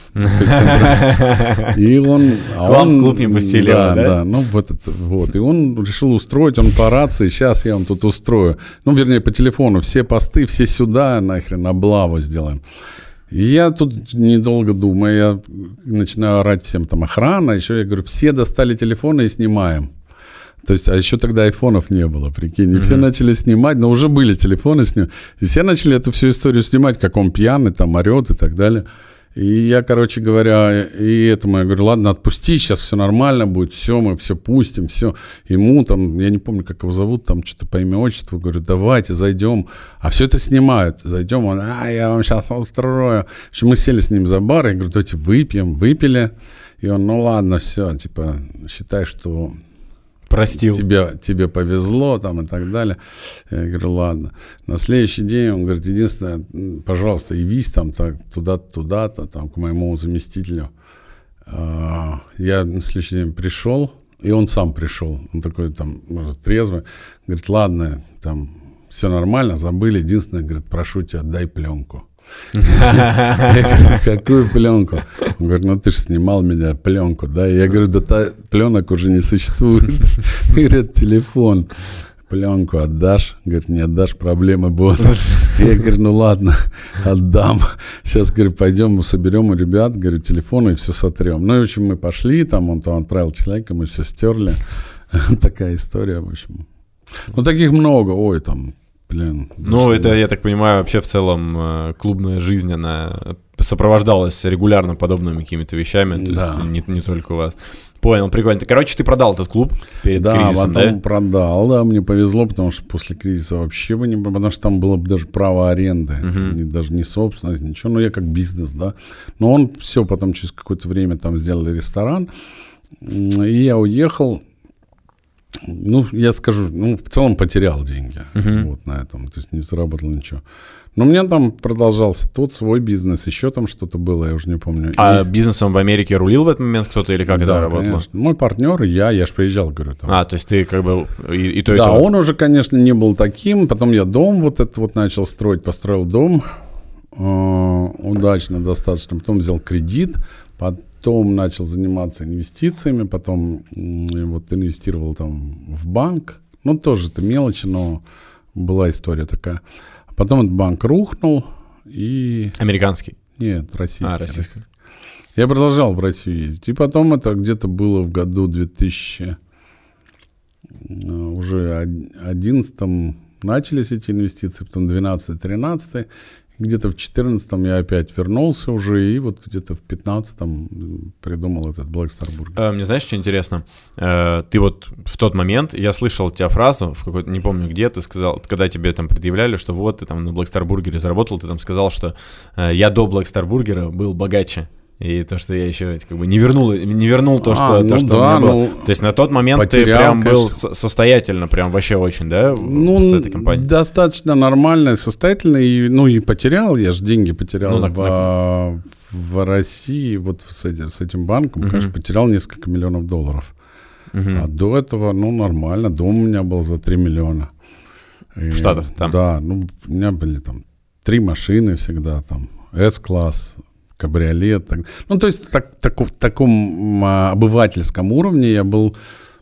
[SPEAKER 2] И он...
[SPEAKER 1] А он в клуб не пустили,
[SPEAKER 2] да? Да, да, ну вот, вот. И он решил устроить, он по рации, сейчас я вам тут устрою. Ну, вернее, по телефону, все посты, все сюда, нахрен, облаву сделаем. И я тут, недолго думаю, я начинаю орать всем, там, охрана, еще я говорю: все достали телефоны и снимаем. То есть, а еще тогда айфонов не было, прикинь. И mm-hmm. все начали снимать, но уже были телефоны с ним. И все начали эту всю историю снимать, как он пьяный, там, орет и так далее. И я, короче говоря, и этому я говорю: ладно, отпусти, сейчас все нормально будет, все, мы все пустим, все. Ему там, я не помню, как его зовут, там что-то по имени отчеству, говорю: давайте, зайдем. А все это снимают, зайдем, он: а, я вам сейчас устрою. В общем, мы сели с ним за бар, я говорю: давайте выпьем, выпили. И он: ну ладно, все, типа, считай, что...
[SPEAKER 1] Простил.
[SPEAKER 2] Тебе, тебе повезло, там, и так далее. Я говорю: ладно. На следующий день он говорит: единственное, пожалуйста, явись там так, туда-то, туда-то, там, к моему заместителю. Я на следующий день пришел, и он сам пришел. Он такой, там, может, трезвый. Говорит: ладно, там, все нормально, забыли. Единственное, говорит, прошу тебя, дай пленку. Я говорю: какую пленку? Он говорит: ну ты же снимал меня, пленку, да? Я говорю: да та пленок уже не существует. Говорит: телефон. Пленку отдашь? Говорит: не отдашь, проблемы будут. Я говорю: ну ладно, отдам. Сейчас, говорю, пойдем соберем у ребят, говорю, телефоны и все сотрем. Ну, и в общем, мы пошли, там он там отправил человека, мы все стерли. Такая история, в общем. Ну, таких много, ой, там. Блин,
[SPEAKER 1] ну, это, я так понимаю, вообще в целом клубная жизнь, она сопровождалась регулярно подобными какими-то вещами, то да. есть не, не только у вас. Понял, прикольно. Короче, ты продал этот клуб перед
[SPEAKER 2] да,
[SPEAKER 1] кризисом,
[SPEAKER 2] потом
[SPEAKER 1] да?
[SPEAKER 2] продал, да, мне повезло, потому что после кризиса вообще бы не... Потому что там было даже право аренды, uh-huh. не, даже не собственность, ничего, но я как бизнес, да. Но он все, потом через какое-то время там сделали ресторан, и я уехал. Ну, я скажу, ну, в целом потерял деньги uh-huh. вот на этом, то есть не заработал ничего. Но у меня там продолжался тот свой бизнес, еще там что-то было, я уже не помню.
[SPEAKER 1] А
[SPEAKER 2] и...
[SPEAKER 1] бизнесом в Америке рулил в этот момент кто-то или как да, это работало?
[SPEAKER 2] Конечно. Мой партнер и я, я же приезжал, говорю. Там.
[SPEAKER 1] А, то есть ты как бы и, и то, и
[SPEAKER 2] да,
[SPEAKER 1] то.
[SPEAKER 2] Да, он уже, конечно, не был таким, потом я дом вот этот вот начал строить, построил дом э, удачно достаточно, потом взял кредит, потом начал заниматься инвестициями, потом э, вот инвестировал там в банк, ну тоже это мелочи, но была история такая. Потом этот банк рухнул и...
[SPEAKER 1] Американский?
[SPEAKER 2] Нет, российский.
[SPEAKER 1] А, российский.
[SPEAKER 2] Я продолжал в Россию ездить. И потом это где-то было в году две тысячи уже одиннадцатом начались эти инвестиции, потом двенадцатый-тринадцатый. Где-то в четырнадцатом я опять вернулся уже, и вот где-то в пятнадцатом придумал этот Black Star Burger.
[SPEAKER 1] Мне знаешь, что интересно? Ты вот в тот момент, я слышал у тебя фразу, в какой-то, не помню где, ты сказал, когда тебе там предъявляли, что вот ты там на Black Star Burger заработал, ты там сказал, что я до Black Star Burger был богаче. И то, что я еще как бы не вернул, не вернул то, что,
[SPEAKER 2] а,
[SPEAKER 1] то,
[SPEAKER 2] ну
[SPEAKER 1] что
[SPEAKER 2] да,
[SPEAKER 1] у меня было.
[SPEAKER 2] ну,
[SPEAKER 1] то есть на тот момент
[SPEAKER 2] потерял,
[SPEAKER 1] ты прям
[SPEAKER 2] конечно.
[SPEAKER 1] был состоятельно, прям вообще очень, да,
[SPEAKER 2] ну,
[SPEAKER 1] с этой компанией?
[SPEAKER 2] Достаточно нормально, состоятельно, и, ну и потерял, я же деньги потерял ну, в, на... в России, вот с этим, с этим банком, uh-huh. конечно, потерял несколько миллионов долларов. Uh-huh. А до этого, ну, нормально, дом у меня был за три миллиона.
[SPEAKER 1] И, в Штатах? Там?
[SPEAKER 2] Да, ну, у меня были там три машины всегда, там, С-класс, кабриолет. Так. Ну, то есть так, так, в таком а, обывательском уровне я был,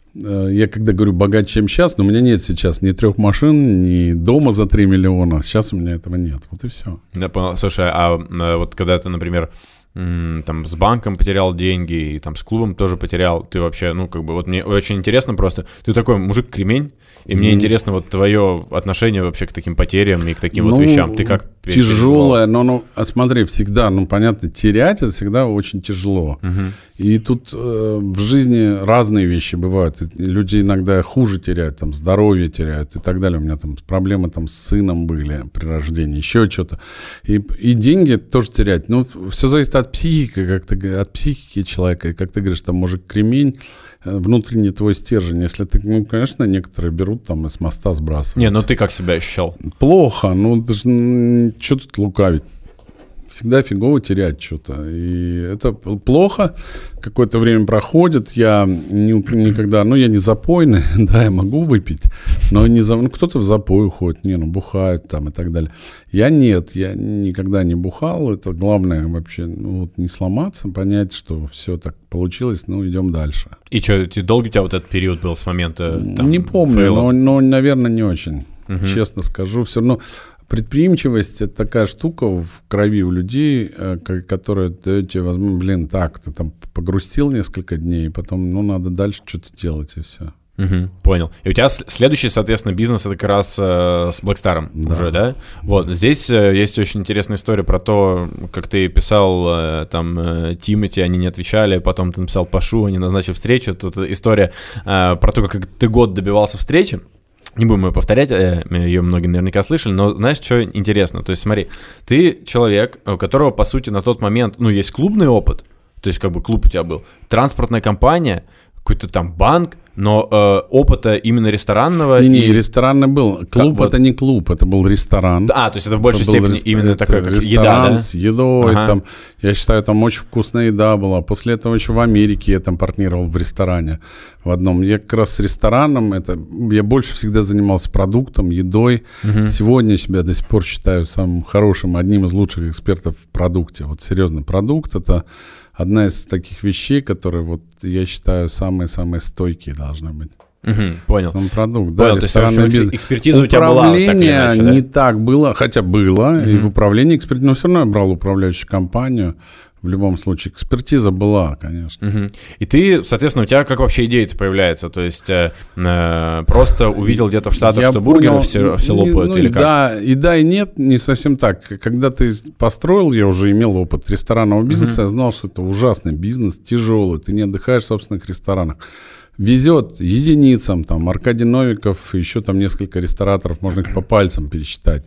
[SPEAKER 2] э, я когда говорю богаче, чем сейчас, но у меня нет сейчас ни трех машин, ни дома за три миллиона. Сейчас у меня этого нет. Вот и все.
[SPEAKER 1] Я понял. Слушай, а, а вот когда ты, например, м, там с банком потерял деньги и там с клубом тоже потерял, ты вообще, ну, как бы, вот мне очень интересно просто, ты такой мужик-кремень, и мне mm. интересно вот твое отношение вообще к таким потерям и к таким ну, вот вещам. Ты как
[SPEAKER 2] тяжелое, но, ну, а смотри, всегда, ну, понятно, терять это всегда очень тяжело. Uh-huh. И тут э, в жизни разные вещи бывают. И люди иногда хуже теряют, там, здоровье теряют и так далее. У меня там проблемы там с сыном были при рождении, еще что-то. И, и деньги тоже терять. Ну, все зависит от психики, как ты, от психики человека. И как ты говоришь, там, может, кремень, внутренний твой стержень. Если ты, ну, конечно, некоторые берут там и с моста сбрасывают.
[SPEAKER 1] Не, ну ты как себя ощущал?
[SPEAKER 2] Плохо, ну, даже, что тут лукавить? Всегда фигово терять что-то. И это плохо. Какое-то время проходит. Я не, никогда... Ну, я не запойный. Да, я могу выпить. Но не за, ну, кто-то в запой уходит. Не, ну, бухают там и так далее. Я нет. Я никогда не бухал. Это главное вообще, ну, вот не сломаться, понять, что все так получилось. Ну, идем дальше.
[SPEAKER 1] И что, долго у тебя вот этот период был с момента... Там,
[SPEAKER 2] не помню, но, но, наверное, не очень.
[SPEAKER 1] Угу.
[SPEAKER 2] Честно скажу. Все равно... Предприимчивость – это такая штука в крови у людей, которая дает тебе возможность, блин, так, ты там погрустил несколько дней, и потом, ну, надо дальше что-то делать, и все.
[SPEAKER 1] Угу, понял. И у тебя следующий, соответственно, бизнес это как раз э, с Black Star да. уже, да? Вот, здесь э, есть очень интересная история про то, как ты писал э, там э, Тимати, они не отвечали, потом ты написал Пашу, они назначили встречу. Тут история э, про то, как ты год добивался встречи. Не будем ее повторять, ее многие наверняка слышали, но знаешь, что интересно? То есть смотри, ты человек, у которого, по сути, на тот момент, ну, есть клубный опыт, то есть как бы клуб у тебя был, транспортная компания, какой-то там банк, но э, опыта именно ресторанного...
[SPEAKER 2] Не-не,
[SPEAKER 1] и...
[SPEAKER 2] ресторанный был. Клуб
[SPEAKER 1] как,
[SPEAKER 2] это вот... не клуб, это был ресторан.
[SPEAKER 1] А, то есть это в большей
[SPEAKER 2] это
[SPEAKER 1] степени
[SPEAKER 2] рес...
[SPEAKER 1] именно такой, как
[SPEAKER 2] ресторан
[SPEAKER 1] еда, да?
[SPEAKER 2] с едой.
[SPEAKER 1] Ага.
[SPEAKER 2] Там, я считаю, там очень вкусная еда была. После этого еще в Америке я там партнировал в ресторане в одном. Я как раз с рестораном, это, я больше всегда занимался продуктом, едой. Угу. Сегодня я себя до сих пор считаю самым хорошим, одним из лучших экспертов в продукте. Вот серьезно, продукт это... Одна из таких вещей, которые, вот, я считаю, самые-самые стойкие должны быть.
[SPEAKER 1] Угу, понял.
[SPEAKER 2] Там продукт,
[SPEAKER 1] понял,
[SPEAKER 2] да, ресторанный бизнес.
[SPEAKER 1] Экспертиза у тебя была так или иначе, да?
[SPEAKER 2] Не так было, хотя было, угу. И в управлении экспертизы, но все равно я брал управляющую компанию. В любом случае, экспертиза была, конечно.
[SPEAKER 1] Угу. И ты, соответственно, у тебя как вообще идея-то появляется? То есть э, э, просто увидел где-то в Штатах, я что понял, бургеры все, все лопают, ну, или как?
[SPEAKER 2] Да, и да, и нет, не совсем так. Когда ты построил, я уже имел опыт ресторанного бизнеса, угу. Я знал, что это ужасный бизнес, тяжелый, ты не отдыхаешь в собственных ресторанах. Везет единицам, там, Аркадий Новиков, еще там несколько рестораторов, можно их по пальцам пересчитать.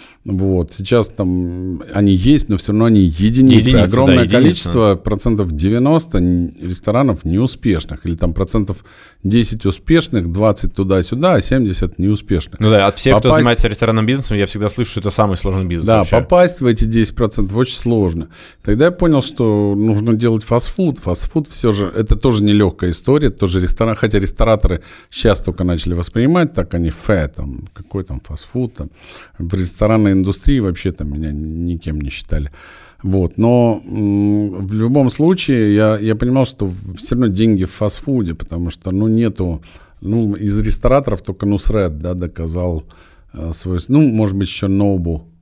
[SPEAKER 2] Вот. Сейчас там они есть, но все равно они единицы. единицы Огромное да, количество, процентов девяносто ресторанов неуспешных. Или там процентов десять успешных, двадцать туда-сюда, а семьдесят неуспешных.
[SPEAKER 1] Ну да, от всех, попасть... кто занимается ресторанным бизнесом, я всегда слышу, что это самый сложный бизнес.
[SPEAKER 2] Да,
[SPEAKER 1] вообще.
[SPEAKER 2] Попасть в эти десять процентов очень сложно. Тогда я понял, что нужно делать фастфуд. Фастфуд все же, это тоже нелегкая история, это тоже ресторан. Хотя рестораторы сейчас только начали воспринимать, так они фэ, там, какой там фастфуд, там, в ресторанной индустрии вообще там меня никем не считали. Вот. Но м- в любом случае я, я понимал, что все равно деньги в фастфуде, потому что ну, нету, ну, из рестораторов только Нусрет, да, доказал э, свой, ну, может быть, еще Нобу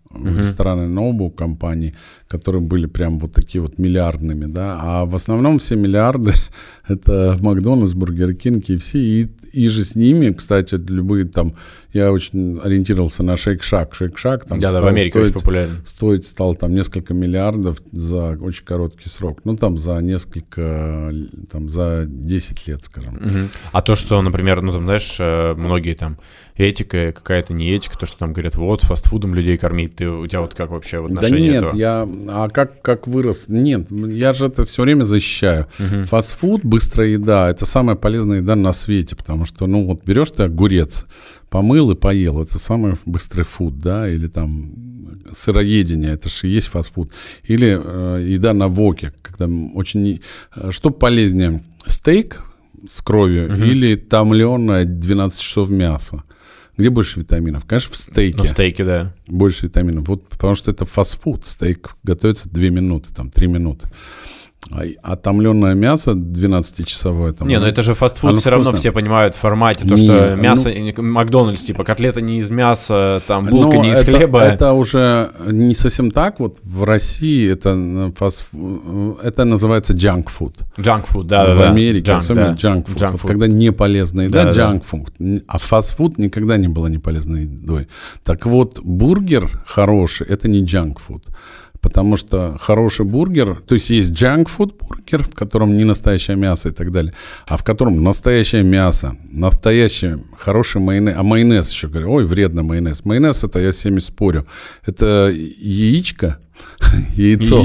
[SPEAKER 2] uh-huh. рестораны Nobu компаний, которые были прям вот такие вот миллиардными, да, а в основном все миллиарды это Макдональдс, Бургер Кинг, кей эф си, и, и же с ними, кстати, любые там, я очень ориентировался на Shake Shack, Shake Shack там
[SPEAKER 1] да,
[SPEAKER 2] стал
[SPEAKER 1] да, в Америке
[SPEAKER 2] стоить,
[SPEAKER 1] очень популярен.
[SPEAKER 2] стоить стал там несколько миллиардов за очень короткий срок, ну там за несколько, там за десять лет, скажем.
[SPEAKER 1] Uh-huh. А то, что, например, ну там, знаешь, многие там этика, какая-то не этика, то, что там говорят, вот, фастфудом людей кормить, ты, у тебя вот как вообще в отношении
[SPEAKER 2] Да нет,
[SPEAKER 1] этого?
[SPEAKER 2] я, а как, как вырос? Нет, я же это все время защищаю. Uh-huh. Фастфуд, быстрая еда, это самая полезная еда на свете, потому что, ну, вот берешь ты огурец, помыл и поел, это самый быстрый фуд, да, или там сыроедение, это же и есть фастфуд, или э, еда на воке, когда очень, что полезнее, стейк с кровью uh-huh. или томленое двенадцать часов мясо? Где больше витаминов? Конечно, в стейке.
[SPEAKER 1] Ну, в стейке, да.
[SPEAKER 2] Больше витаминов. Вот, потому что это фастфуд. Стейк готовится две минуты, там, три минуты. А, а томленое мясо двенадцатичасовое... Там,
[SPEAKER 1] не, ну это же фастфуд, все равно все понимают в формате, то,
[SPEAKER 2] не,
[SPEAKER 1] что мясо,
[SPEAKER 2] ну,
[SPEAKER 1] Макдональдс, типа, котлета не из мяса, там, булка не из
[SPEAKER 2] это,
[SPEAKER 1] хлеба.
[SPEAKER 2] Это уже не совсем так. Вот в России это, фастфуд, это называется junk food.
[SPEAKER 1] Junk food, да,
[SPEAKER 2] в
[SPEAKER 1] да.
[SPEAKER 2] В Америке
[SPEAKER 1] junk,
[SPEAKER 2] особенно
[SPEAKER 1] да.
[SPEAKER 2] junk food.
[SPEAKER 1] Junk
[SPEAKER 2] Вот
[SPEAKER 1] food.
[SPEAKER 2] когда не полезная еда,
[SPEAKER 1] да,
[SPEAKER 2] junk
[SPEAKER 1] да.
[SPEAKER 2] food. А фастфуд никогда не было неполезной едой. Так вот, бургер хороший, это не junk food. Потому что хороший бургер, то есть есть junk food бургер, в котором не настоящее мясо и так далее, а в котором настоящее мясо, настоящий хороший майонез, а майонез еще говорю, ой, вредно майонез. Майонез это, я с всеми спорю, это яичко, яйцо.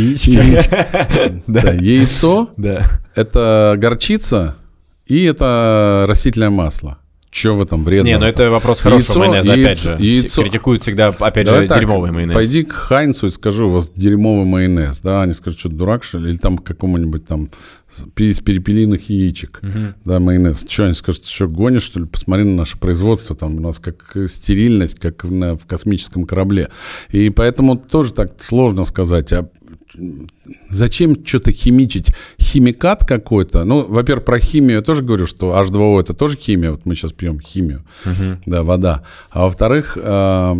[SPEAKER 1] Яичко.
[SPEAKER 2] Да, яйцо,
[SPEAKER 1] Да.
[SPEAKER 2] это горчица и это растительное масло. Че в этом вредно?
[SPEAKER 1] Не, ну это вопрос хорошего
[SPEAKER 2] яйцо,
[SPEAKER 1] майонеза, опять
[SPEAKER 2] яйцо,
[SPEAKER 1] же.
[SPEAKER 2] яйцо.
[SPEAKER 1] Критикуют всегда, опять
[SPEAKER 2] Давай
[SPEAKER 1] же,
[SPEAKER 2] так,
[SPEAKER 1] дерьмовый майонез.
[SPEAKER 2] Пойди к Хайнцу и скажи, у вас дерьмовый майонез, да, они скажут, что ты дурак, что ли, или там к какому-нибудь там из перепелиных яичек, угу. да, майонез. Что, они скажут, что гонишь, что ли, посмотри на наше производство, там у нас как стерильность, как в, на, в космическом корабле. И поэтому тоже так сложно сказать, а зачем что-то химичить? Химикат какой-то. Ну, во-первых, про химию я тоже говорю, что эйч два о это тоже химия. Вот мы сейчас пьем химию, uh-huh. да, вода. А во-вторых, э,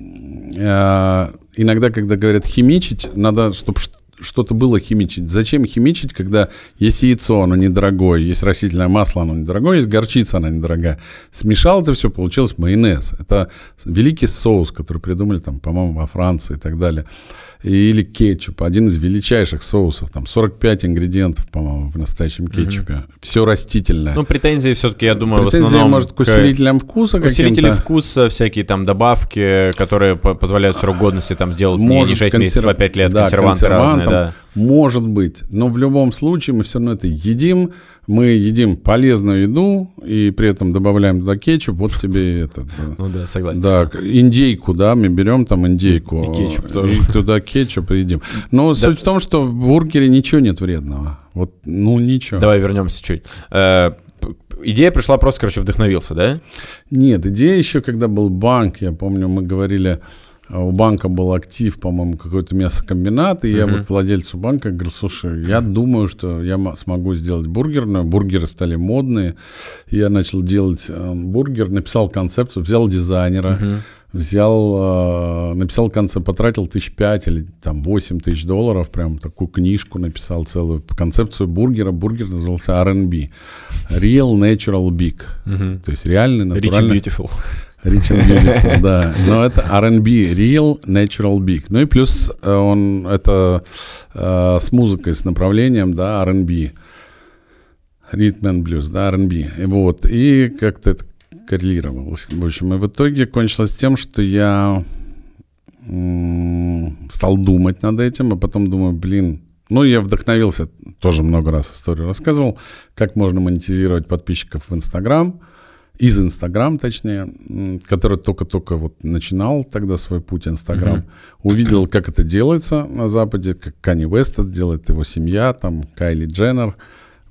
[SPEAKER 2] э, иногда, когда говорят химичить, надо, чтобы что-то было химичить. Зачем химичить, когда есть яйцо, оно недорогое, есть растительное масло, оно недорогое, есть горчица, она недорогая. Смешал это все, получилось майонез. Это великий соус, который придумали, там, по-моему, во Франции и так далее. Или кетчуп, один из величайших соусов, там сорок пять ингредиентов, по-моему, в настоящем кетчупе. Mm-hmm. Все растительное.
[SPEAKER 1] Ну, претензии все-таки, я думаю,
[SPEAKER 2] претензии,
[SPEAKER 1] в основном...
[SPEAKER 2] может, к усилителям вкуса каким-то.
[SPEAKER 1] Усилители вкуса, всякие там добавки, которые позволяют срок годности там сделать может, не шесть консерв... месяцев, а пять лет,
[SPEAKER 2] да,
[SPEAKER 1] консерванты разные, да.
[SPEAKER 2] Может быть, но в любом случае мы все равно это едим. Мы едим полезную еду и при этом добавляем туда кетчуп. Вот тебе это. Да.
[SPEAKER 1] Ну да, согласен.
[SPEAKER 2] Да, индейку, да, мы берем там индейку.
[SPEAKER 1] И кетчуп тоже.
[SPEAKER 2] И туда кетчуп и едим. Но да. Суть в том, что в бургере ничего нет вредного. Вот, ну ничего.
[SPEAKER 1] Давай вернемся чуть. Идея пришла просто, короче, вдохновился, да?
[SPEAKER 2] Нет, идея еще, когда был банк, я помню, мы говорили... У банка был актив, по-моему, какой-то мясокомбинат, и uh-huh. я вот владельцу банка говорю, слушай, я думаю, что я смогу сделать бургерную, бургеры стали модные, и я начал делать э, бургер, написал концепцию, взял дизайнера, uh-huh. взял, э, написал концепцию, потратил тысяч пять или там восемь тысяч долларов, прям такую книжку написал целую, концепцию бургера, бургер назывался ар энд би, Real Natural Big, uh-huh. то есть реальный, натуральный.
[SPEAKER 1] Rich and Beautiful.
[SPEAKER 2] Rich and Beautiful, да. Но это ар энд би, Real Natural Big. Ну и плюс он, это э, с музыкой, с направлением, да, ар энд би. Rhythm and Blues, да, ар энд би. И вот, и как-то это коррелировалось. В общем, и в итоге кончилось тем, что я м- стал думать над этим, а потом думаю, блин, ну, я вдохновился, тоже много раз историю рассказывал, как можно монетизировать подписчиков в Инстаграм, из Инстаграм, точнее, который только-только вот начинал тогда свой путь Инстаграм. Uh-huh. Увидел, как это делается на Западе, как Канье Уэст это делает, его семья, там, Кайли Дженнер.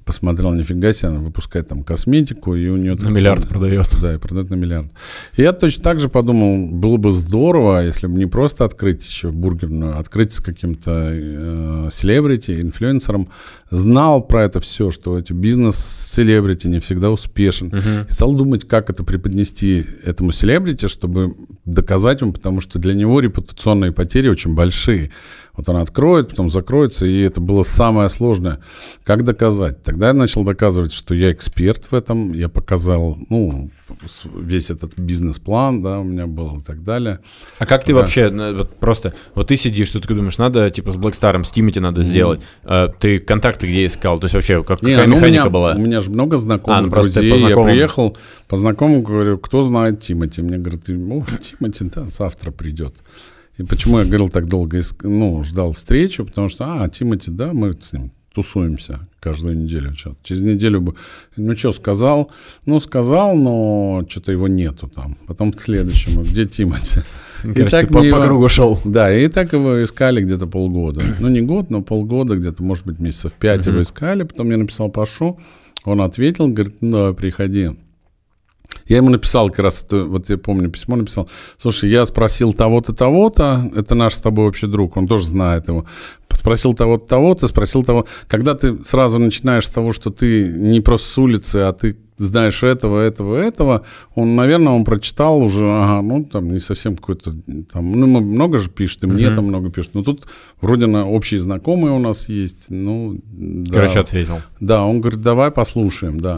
[SPEAKER 2] посмотрел, нифига себе, она выпускает там косметику, и у нее...
[SPEAKER 1] На
[SPEAKER 2] такой,
[SPEAKER 1] миллиард продает.
[SPEAKER 2] Да, и продает на миллиард. И я точно так же подумал, было бы здорово, если бы не просто открыть еще бургерную, открыть с каким-то э, селебрити, инфлюенсером, знал про это все, что эти бизнес-селебрити не всегда успешен. Uh-huh. И стал думать, как это преподнести этому селебрити, чтобы доказать ему, потому что для него репутационные потери очень большие. Вот он откроет, потом закроется, и это было самое сложное. Как доказать? Тогда я начал доказывать, что я эксперт в этом, я показал, ну, весь этот бизнес-план, да, у меня был и так далее.
[SPEAKER 1] А как ты да. вообще, вот просто, вот ты сидишь, ты такой думаешь, надо, типа, с Blackstar, с Тимати надо mm-hmm. сделать, а, ты контакты где искал? То есть вообще, как,
[SPEAKER 2] Не,
[SPEAKER 1] какая
[SPEAKER 2] ну
[SPEAKER 1] механика
[SPEAKER 2] у меня,
[SPEAKER 1] была?
[SPEAKER 2] У меня же много знакомых, а, ну, друзей,
[SPEAKER 1] по
[SPEAKER 2] я приехал, по знакомым говорю, кто знает Тимати? Мне говорят, ну, Тимати, да, завтра придет. И почему я говорил так долго, ну, ждал встречу, потому что, а, Тимати, да, мы с ним тусуемся каждую неделю. Через неделю бы, ну, что, сказал? Ну, сказал, но что-то его нету там. Потом к следующему, где Тимати?
[SPEAKER 1] Короче, и так ты по, его, по кругу шел.
[SPEAKER 2] Да, и так его искали где-то полгода. Ну, не год, но полгода, где-то, может быть, месяцев пять uh-huh. его искали. Потом я написал Пашу, он ответил, говорит, ну, давай, приходи. Я ему написал как раз, это, вот я помню, письмо написал, слушай, я спросил того-то, того-то, это наш с тобой общий друг, он тоже знает его, спросил того-то, того-то, спросил того, когда ты сразу начинаешь с того, что ты не просто с улицы, а ты знаешь этого, этого, этого, он, наверное, он прочитал уже, ага, ну, там, не совсем какой-то, там, ну, много же пишет, и мне uh-huh. там много пишет, но тут вроде на общие знакомые у нас есть, ну, да.
[SPEAKER 1] Короче, ответил.
[SPEAKER 2] Да, он говорит, давай послушаем, да.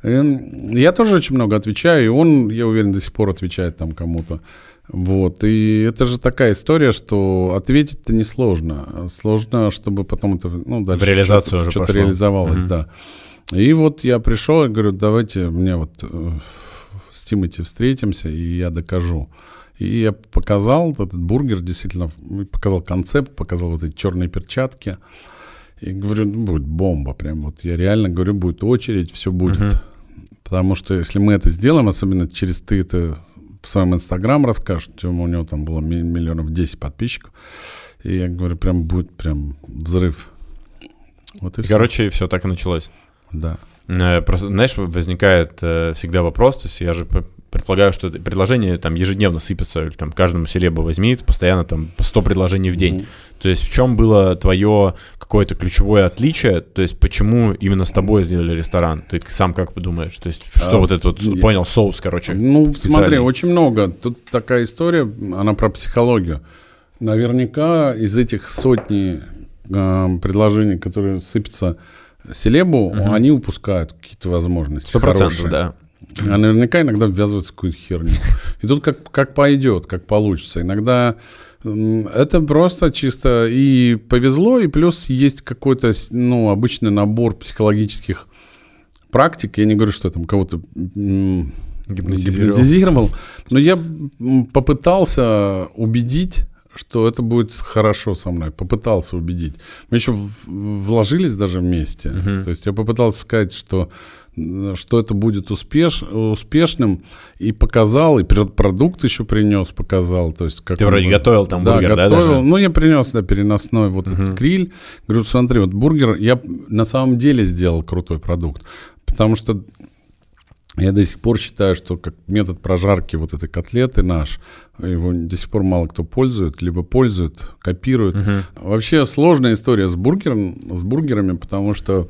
[SPEAKER 2] Я тоже очень много отвечаю, и он, я уверен, до сих пор отвечает там кому-то. Вот. И это же такая история, что ответить-то несложно. Сложно, чтобы потом это, ну, дальше
[SPEAKER 1] в реализацию
[SPEAKER 2] что-то,
[SPEAKER 1] уже
[SPEAKER 2] что-то реализовалось, mm-hmm. да. И вот я пришел и говорю, давайте мне вот э, с Тимати встретимся, и я докажу. И я показал этот бургер, действительно, показал концепт, показал вот эти черные перчатки. И говорю, ну, будет бомба прям. Вот я реально говорю, будет очередь, все будет. Uh-huh. Потому что если мы это сделаем, особенно через ты это в своем Инстаграм расскажешь, у него там было миллионов десять подписчиков. И я говорю, прям будет прям взрыв.
[SPEAKER 1] Вот и, и все. Короче, все так и началось.
[SPEAKER 2] Да.
[SPEAKER 1] Просто, знаешь, возникает э, всегда вопрос, то есть я же предполагаю, что предложения там ежедневно сыпятся, или там каждому селебу возьми, постоянно там по сто предложений в день. Mm-hmm. То есть в чем было твое какое-то ключевое отличие, то есть почему именно с тобой сделали ресторан? Ты сам как подумаешь? То есть что а, вот этот вот, я... понял, соус, короче?
[SPEAKER 2] Ну, смотри, очень много. Тут такая история, она про психологию. Наверняка из этих сотни э, предложений, которые сыпятся селебу, угу. они упускают какие-то возможности.
[SPEAKER 1] Сто процентов, да.
[SPEAKER 2] А наверняка иногда ввязываются в какую-то херню. И тут как, как пойдет, как получится. Иногда это просто чисто и повезло, и плюс есть какой-то, ну, обычный набор психологических практик. Я не говорю, что я там кого-то
[SPEAKER 1] гипнотизировал.
[SPEAKER 2] гипнотизировал, но я попытался убедить, что это будет хорошо со мной. Попытался убедить. Мы еще вложились даже вместе. Uh-huh. То есть я попытался сказать, что, что это будет успеш, успешным, и показал, и продукт еще принес, показал. То есть, как
[SPEAKER 1] ты вроде был. Готовил там
[SPEAKER 2] да,
[SPEAKER 1] бургер,
[SPEAKER 2] готовил.
[SPEAKER 1] да? Даже?
[SPEAKER 2] Ну, я принес, да, переносной вот uh-huh. этот гриль. Говорю, смотри, вот бургер, я на самом деле сделал крутой продукт. Потому что я до сих пор считаю, что как метод прожарки вот этой котлеты наш, его до сих пор мало кто пользует, либо пользует, копирует. Uh-huh. Вообще сложная история с бургером, с бургерами, потому что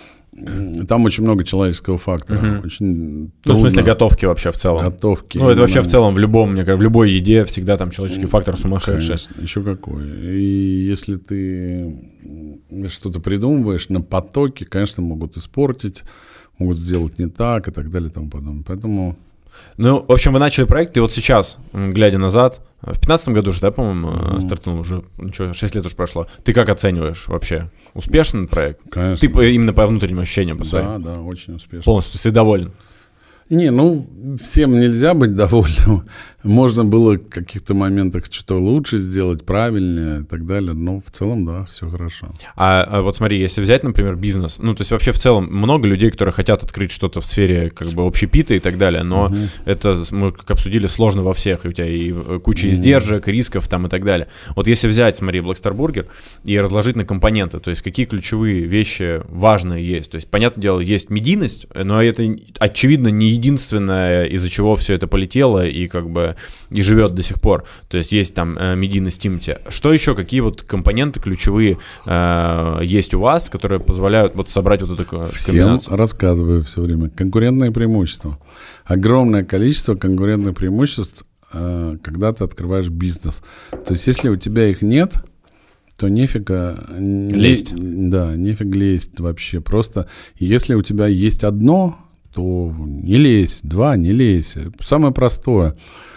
[SPEAKER 2] там очень много человеческого фактора. Uh-huh. Очень
[SPEAKER 1] ну, в смысле готовки вообще в целом.
[SPEAKER 2] Готовки.
[SPEAKER 1] Ну, это вообще в целом в любом, мне кажется, в любой еде всегда там человеческий фактор сумасшедший.
[SPEAKER 2] Конечно, еще какой. И если ты что-то придумываешь на потоке, конечно, могут испортить, могут сделать не так и так далее и тому подобное. Поэтому...
[SPEAKER 1] Ну, в общем, вы начали проект, и вот сейчас, глядя назад, в пятнадцатом году же, да, по-моему, mm-hmm. стартанул уже, ничего, шесть лет уже прошло. Ты как оцениваешь вообще? Успешный проект?
[SPEAKER 2] Конечно.
[SPEAKER 1] Ты по, именно по внутренним ощущениям, по своим?
[SPEAKER 2] Да, да, очень успешно.
[SPEAKER 1] Полностью, ты доволен?
[SPEAKER 2] Не, ну, всем нельзя быть довольным. Можно было в каких-то моментах что-то лучше сделать, правильнее и так далее, но в целом, да, все хорошо.
[SPEAKER 1] А, а вот смотри, если взять, например, бизнес, ну, то есть вообще в целом много людей, которые хотят открыть что-то в сфере как бы общепита и так далее, но угу. это, мы как обсудили, сложно во всех, и у тебя и куча угу. издержек, рисков там и так далее. Вот если взять, смотри, Black Star Burger и разложить на компоненты, то есть какие ключевые вещи важные есть, то есть, понятное дело, есть медийность, но это, очевидно, не единственное, из-за чего все это полетело и как бы и живет до сих пор. То есть есть там э, медийность Тимати. Что еще, какие вот компоненты ключевые э, есть у вас, которые позволяют вот собрать вот эту комбинацию?
[SPEAKER 2] Всем рассказываю все время. Конкурентное преимущество. Огромное количество конкурентных преимуществ, э, когда ты открываешь бизнес. То есть если у тебя их нет, то нефига
[SPEAKER 1] лезть.
[SPEAKER 2] Не, да, нефиг лезть вообще. Просто если у тебя есть одно, то не лезь. Два, не лезь. Самое простое.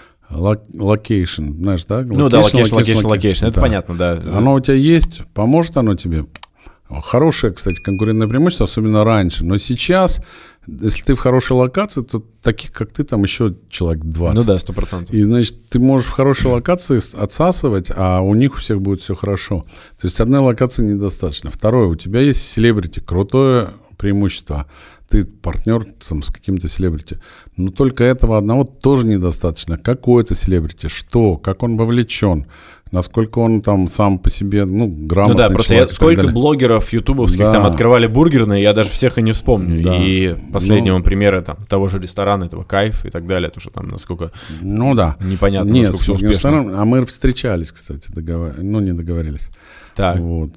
[SPEAKER 2] Локейшн, знаешь, да?
[SPEAKER 1] Ну да, локейшн, локейшн, локейшн, это понятно, да.
[SPEAKER 2] Оно у тебя есть, поможет оно тебе? Хорошее, кстати, конкурентное преимущество, особенно раньше. Но сейчас, если ты в хорошей локации, то таких, как ты, там еще человек двадцать.
[SPEAKER 1] Ну да, сто процентов.
[SPEAKER 2] И, значит, ты можешь в хорошей локации отсасывать, а у них у всех будет все хорошо. То есть одной локации недостаточно. Второе, у тебя есть селебрити, крутое преимущество. Ты партнер там, с каким-то селебрити. Но только этого одного тоже недостаточно. Какой это селебрити, что, как он вовлечен, насколько он там сам по себе, ну, грамотный.
[SPEAKER 1] Ну да, просто я, сколько блогеров ютубовских да. там открывали бургерные, я даже всех и не вспомню. Да. И последнего ну, примера там того же ресторана, этого Кайф и так далее, то что там насколько
[SPEAKER 2] ну, да.
[SPEAKER 1] непонятно,
[SPEAKER 2] Нет,
[SPEAKER 1] насколько все успешно.
[SPEAKER 2] Ресторан, а мы встречались, кстати, договор... ну не договорились.
[SPEAKER 1] Так.
[SPEAKER 2] Вот.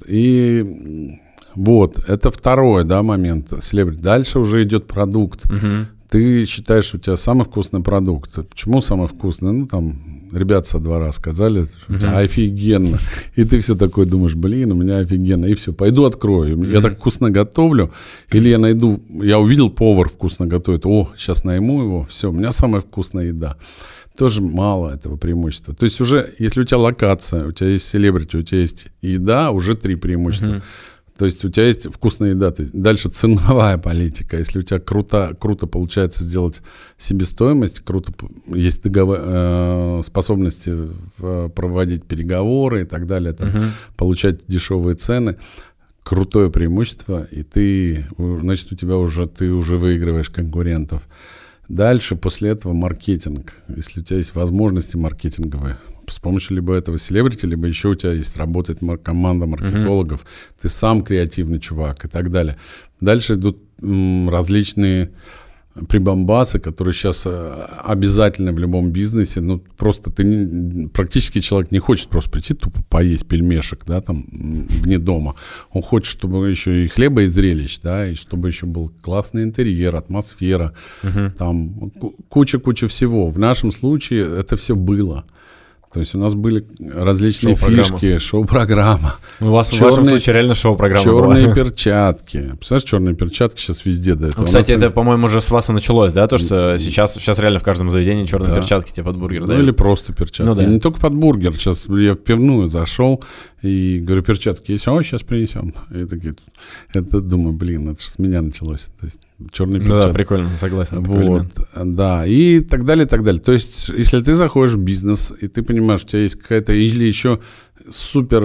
[SPEAKER 2] И... Вот, это второй, да, момент. Селебрити. Дальше уже идет продукт.
[SPEAKER 1] Угу.
[SPEAKER 2] Ты считаешь, что у тебя самый вкусный продукт. Почему самый вкусный? Ну, там, ребята со двора сказали, что у тебя офигенно. И ты все такое думаешь, блин, у меня офигенно. И все, пойду открою. Я так вкусно готовлю. Или я найду, я увидел, повар вкусно готовит. О, сейчас найму его. Все, у меня самая вкусная еда. Тоже мало этого преимущества. То есть уже, если у тебя локация, у тебя есть селебрити, у тебя есть еда, уже три преимущества.
[SPEAKER 1] Угу.
[SPEAKER 2] То есть у тебя есть вкусная еда. То есть дальше ценовая политика. Если у тебя круто, круто получается сделать себестоимость, круто есть договор, э, способности в, проводить переговоры и так далее, там, uh-huh. получать дешевые цены, крутое преимущество, и ты, значит, у тебя уже, ты уже выигрываешь конкурентов. Дальше, после этого маркетинг. Если у тебя есть возможности маркетинговые, с помощью либо этого селебрити, либо еще у тебя есть, работает мар- команда маркетологов, uh-huh. ты сам креативный чувак и так далее. Дальше идут м, различные прибамбасы, которые сейчас обязательны в любом бизнесе. Ну, просто ты не, практически человек не хочет просто прийти тупо поесть пельмешек, да, там, вне дома. Он хочет, чтобы еще и хлеба, и зрелищ, да, и чтобы еще был классный интерьер, атмосфера, uh-huh. там куча-куча всего. В нашем случае это все было. То есть у нас были различные шоу-программа. Фишки, шоу-программа.
[SPEAKER 1] У вас черные, в вашем случае реально шоу-программа
[SPEAKER 2] черные
[SPEAKER 1] была.
[SPEAKER 2] перчатки. Представляешь, черные перчатки сейчас везде до этого.
[SPEAKER 1] Ну, кстати, это, по-моему, уже с вас и началось, да? То, что сейчас, сейчас реально в каждом заведении черные да. перчатки тебе под бургер
[SPEAKER 2] ну,
[SPEAKER 1] дают.
[SPEAKER 2] или просто перчатки. Ну, да. Не только под бургер. Сейчас я в пивную зашел и говорю, перчатки есть? О, сейчас принесем. И такие, это думаю, блин, это же с меня началось. То есть черные перчатки.
[SPEAKER 1] Ну да, прикольно, согласен.
[SPEAKER 2] Вот, да, и так далее, и так далее. То есть, если ты заходишь в бизнес, и ты понимаешь, у тебя есть какая-то, или еще супер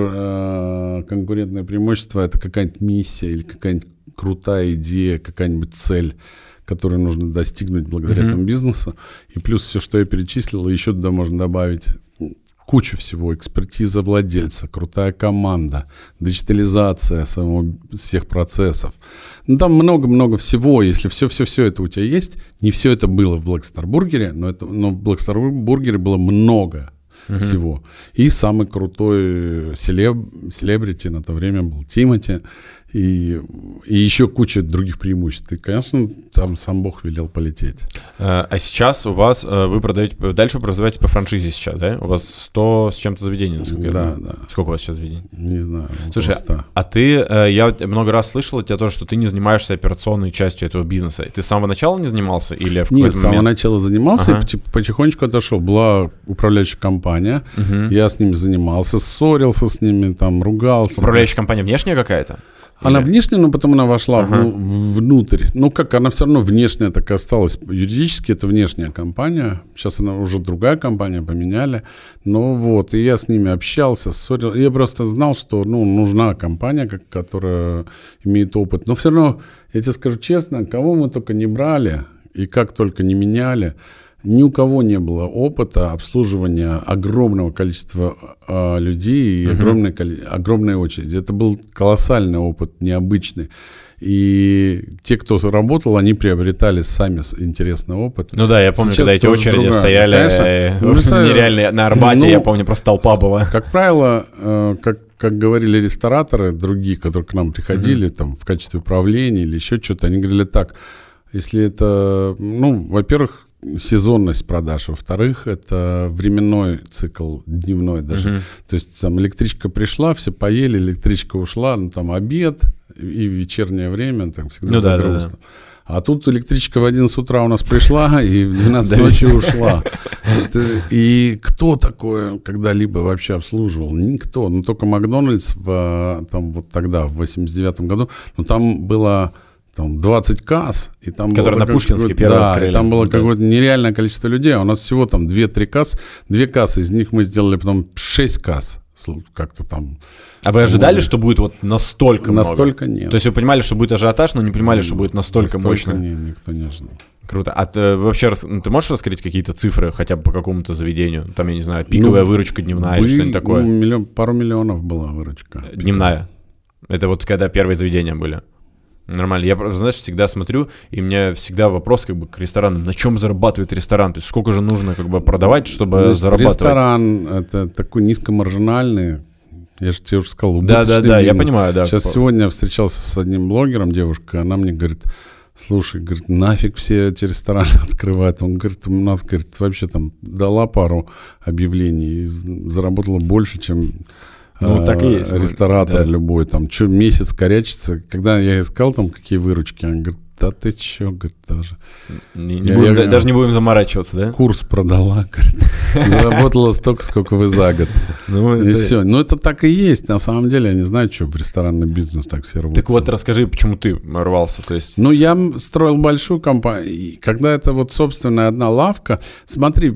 [SPEAKER 2] э, конкурентное преимущество, это какая-нибудь миссия, или какая-нибудь крутая идея, какая-нибудь цель, которую нужно достигнуть благодаря mm-hmm. этому бизнесу, и плюс все, что я перечислил, еще туда можно добавить кучу всего, экспертиза владельца, крутая команда, диджитализация самого, всех процессов. Ну, там много-много всего, если все-все-все это у тебя есть. Не все это было в Black Star Burger, но, это, но в Black Star Burger было много uh-huh. всего. И самый крутой селеб, селебрити на то время был Тимати. И, и еще куча других преимуществ. И, конечно, там сам Бог велел полететь.
[SPEAKER 1] А, а сейчас у вас, вы продаете, дальше вы продаваете по франшизе сейчас, да? У вас сто с чем-то заведений, насколько я
[SPEAKER 2] знаю.
[SPEAKER 1] Да,
[SPEAKER 2] да.
[SPEAKER 1] Сколько у вас сейчас заведений?
[SPEAKER 2] Не знаю.
[SPEAKER 1] Слушай, а ты, я много раз слышал от тебя то, что ты не занимаешься операционной частью этого бизнеса. Ты с самого начала не занимался или в какой-то
[SPEAKER 2] Нет, с самого
[SPEAKER 1] момент?
[SPEAKER 2] начала занимался
[SPEAKER 1] ага.
[SPEAKER 2] и потихонечку отошел. Была управляющая компания, угу. я с ними занимался, ссорился с ними, там, ругался.
[SPEAKER 1] Управляющая компания внешняя какая-то?
[SPEAKER 2] Она
[SPEAKER 1] Или...
[SPEAKER 2] внешне, но потом она вошла
[SPEAKER 1] ага.
[SPEAKER 2] в, внутрь. Ну как, она все равно внешняя так и осталась. Юридически это внешняя компания. Сейчас она уже другая компания, поменяли. Ну вот, и я с ними общался, ссорил. Я просто знал, что ну, нужна компания, как, которая имеет опыт. Но все равно, я тебе скажу честно, кого мы только не брали и как только не меняли, ни у кого не было опыта обслуживания огромного количества э, людей и uh-huh. огромной, огромной очереди. Это был колоссальный опыт, необычный. И те, кто работал, они приобретали сами интересный опыт.
[SPEAKER 1] Ну да, я помню, сейчас когда эти очереди другая. стояли Конечно, э, нереальные. На Арбате, ну, я помню, просто толпа была.
[SPEAKER 2] Как правило, э, как, как говорили рестораторы, другие, которые к нам приходили uh-huh. там, в качестве управления или еще что-то, они говорили так, если это, ну, во-первых, сезонность продаж, во-вторых, это временной цикл, дневной даже. Uh-huh. То есть там электричка пришла, все поели, электричка ушла, ну там обед и вечернее время, там всегда ну, загрузка. Да, да, да. А тут электричка в одиннадцать утра у нас пришла и в двенадцать ночи ушла. И кто такое когда-либо вообще обслуживал? Никто. Ну только Макдональдс в, там вот тогда, в восемьдесят девятом году, ну там было... Там двадцать касс, и там
[SPEAKER 1] Который
[SPEAKER 2] было
[SPEAKER 1] на Пушкинске первый
[SPEAKER 2] да,
[SPEAKER 1] открыли.
[SPEAKER 2] И там было
[SPEAKER 1] да.
[SPEAKER 2] какое-то нереальное количество людей. А у нас всего там две-три кассы. Две кассы, из них мы сделали потом шесть касс. Как-то там.
[SPEAKER 1] А вы ожидали, что будет вот настолько много?
[SPEAKER 2] Настолько нет.
[SPEAKER 1] То есть вы понимали, что будет ажиотаж, но не понимали, что будет настолько, настолько мощно?
[SPEAKER 2] Нет, никто не ожидал.
[SPEAKER 1] Круто. А ты вообще ты можешь раскрыть какие-то цифры хотя бы по какому-то заведению? Там, я не знаю, пиковая ну, выручка дневная были, или что-нибудь такое?
[SPEAKER 2] Ну, миллион, пару миллионов была выручка.
[SPEAKER 1] Дневная? Это вот когда первые заведения были? Нормально. Я, знаешь, всегда смотрю, и у меня всегда вопрос как бы к ресторанам. На чем зарабатывает ресторан? То есть сколько же нужно как бы продавать, чтобы Значит, зарабатывать?
[SPEAKER 2] Ресторан – это такой низкомаржинальный, я же тебе уже сказал,
[SPEAKER 1] убыточный Да, да, да,
[SPEAKER 2] бизнес.
[SPEAKER 1] Я понимаю, да.
[SPEAKER 2] Сейчас сегодня я встречался с одним блогером, девушкой, она мне говорит, слушай, говорит, нафиг все эти рестораны открывают. Он говорит, у нас, говорит, вообще там дала пару объявлений и заработала больше, чем...
[SPEAKER 1] Ну, так и есть.
[SPEAKER 2] Ресторатор
[SPEAKER 1] да.
[SPEAKER 2] любой, там, что, месяц корячится. Когда я искал там какие выручки, он говорит, да ты чё, говорит, даже.
[SPEAKER 1] Не, не я, будем, я, даже не будем заморачиваться, да?
[SPEAKER 2] Курс продала, говорит, заработала столько, сколько вы за год. Ну, и это... все. Ну, это так и есть. На самом деле, я не знаю, что в ресторанный бизнес так все рвутся.
[SPEAKER 1] Так вот, расскажи, почему ты рвался? То есть...
[SPEAKER 2] Ну, я строил большую компанию. Когда это вот собственная одна лавка, смотри,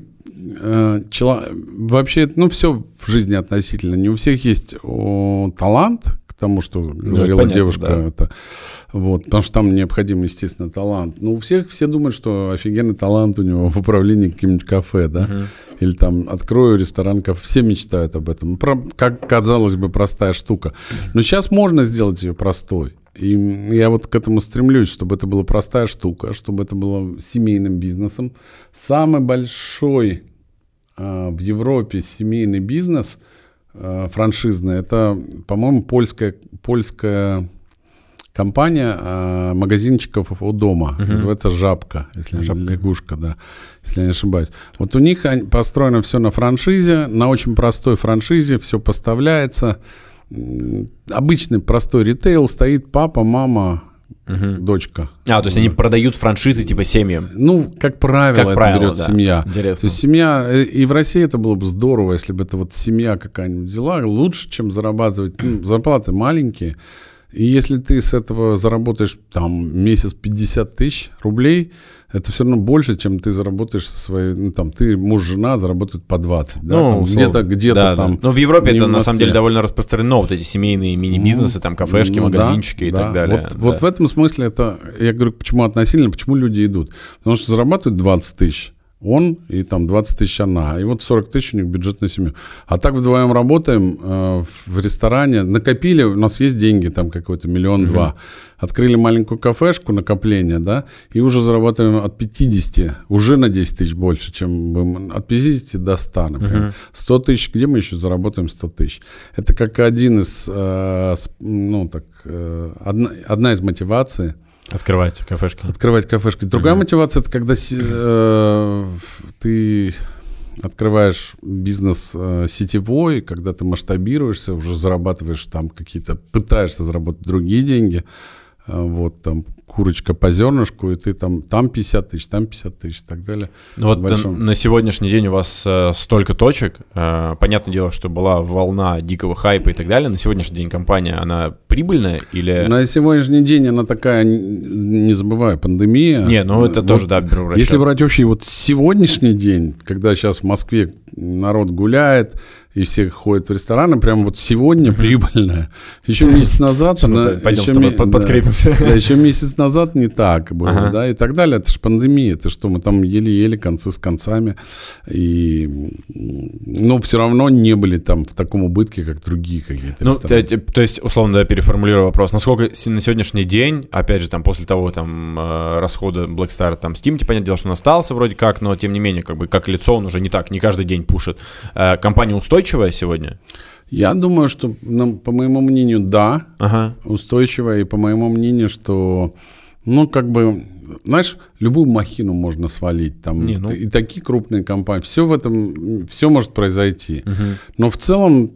[SPEAKER 2] Чело... вообще, ну, все в жизни относительно. Не у всех есть о, талант к тому, что ну, говорила понятно, девушка. Да. Это, вот, потому что там необходим, естественно, талант. Но у всех все думают, что офигенный талант у него в управлении каким-нибудь кафе, да? Uh-huh. Или там открою ресторан, кафе. Все мечтают об этом. Про, как казалось бы, простая штука. Но сейчас можно сделать ее простой. И я вот к этому стремлюсь, чтобы это была простая штука, чтобы это было семейным бизнесом. Самый большой э, в Европе семейный бизнес э, франшизный, это, по-моему, польская, польская компания э, магазинчиков у дома. Uh-huh. Называется «Жабка», если Жабка. лягушка, да, если я не ошибаюсь. Вот у них построено все на франшизе, на очень простой франшизе, все поставляется. Обычный простой ритейл, стоит папа, мама, угу. дочка.
[SPEAKER 1] А, то есть они продают франшизы типа семьям?
[SPEAKER 2] Ну, как правило, как это правило, берет да. семья.
[SPEAKER 1] Интересно.
[SPEAKER 2] То есть семья, и в России это было бы здорово, если бы это вот семья какая-нибудь взяла, лучше, чем зарабатывать, ну, зарплаты маленькие. И если ты с этого заработаешь там месяц пятьдесят тысяч рублей, это все равно больше, чем ты заработаешь со своей, ну там ты муж, жена заработают по двадцать, да,
[SPEAKER 1] ну,
[SPEAKER 2] там, где-то, где-то
[SPEAKER 1] да,
[SPEAKER 2] там.
[SPEAKER 1] Да. Но в Европе это на самом деле довольно распространено, вот эти семейные мини-бизнесы, там кафешки, ну, магазинчики да, и да. так далее.
[SPEAKER 2] Вот,
[SPEAKER 1] да.
[SPEAKER 2] вот в этом смысле это, я говорю, почему относительно, почему люди идут. Потому что зарабатывают двадцать тысяч. Он и там двадцать тысяч она. И вот сорок тысяч у них бюджет на семью. А так вдвоем работаем э, в ресторане. Накопили, у нас есть деньги, там какой-то миллион-два. Mm-hmm. Открыли маленькую кафешку, накопление, да, и уже зарабатываем от пятидесяти, уже на десять тысяч больше, чем мы, от пятидесяти до ста, например. Mm-hmm. сто тысяч, где мы еще заработаем сто тысяч? Это как один из, э, ну так, э, одна, одна из мотиваций.
[SPEAKER 1] Открывать кафешки.
[SPEAKER 2] Открывать кафешки. Другая mm-hmm. мотивация – это когда э, ты открываешь бизнес э, сетевой, когда ты масштабируешься, уже зарабатываешь там какие-то, пытаешься заработать другие деньги, э, вот там курочка по зернышку, и ты там, там пятьдесят тысяч, там пятьдесят тысяч и так далее.
[SPEAKER 1] Ну вот большом... на сегодняшний день у вас э, столько точек. Э, понятное дело, что была волна дикого хайпа и так далее. На сегодняшний день компания, она прибыльная или...
[SPEAKER 2] На сегодняшний день она такая, не забывай, пандемия.
[SPEAKER 1] Не, ну это вот, тоже, да, беру в расчет.
[SPEAKER 2] Если брать вообще вот сегодняшний день, когда сейчас в Москве народ гуляет, и все ходят в рестораны, прям вот сегодня mm-hmm. прибыльная. Еще месяц назад... она,
[SPEAKER 1] пойдем
[SPEAKER 2] еще,
[SPEAKER 1] с тобой ми- подкрепимся.
[SPEAKER 2] Да, да, еще месяц назад не так было, ага. да, и так далее. Это же пандемия, это что, мы там еле-еле концы с концами. И, но все равно не были там в таком убытке, как другие какие-то
[SPEAKER 1] ну,
[SPEAKER 2] рестораны.
[SPEAKER 1] То, то есть, условно, да, переформулирую вопрос. Насколько на сегодняшний день, опять же, там, после того там расхода Black Star, там, Steam, понятное дело, что он остался вроде как, но, тем не менее, как бы, как лицо он уже не так, не каждый день пушит. Компания устойчивая сегодня?
[SPEAKER 2] Я думаю, что, ну, по моему мнению, да,
[SPEAKER 1] ага.
[SPEAKER 2] устойчивая, и по моему мнению, что, ну, как бы, знаешь, любую махину можно свалить, там, Не, ну... и такие крупные компании, все в этом, все может произойти. Угу. Но в целом,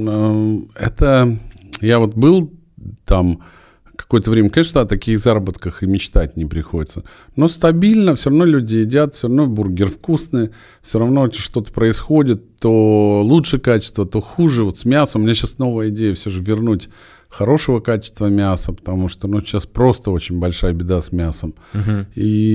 [SPEAKER 2] э, это, я вот был там какое-то время, конечно, о таких заработках и мечтать не приходится. Но стабильно, все равно люди едят, все равно бургер вкусный, все равно что-то происходит, то лучше качество, то хуже. Вот с мясом, у меня сейчас новая идея все же вернуть хорошего качества мяса, потому что ну, сейчас просто очень большая беда с мясом. Uh-huh.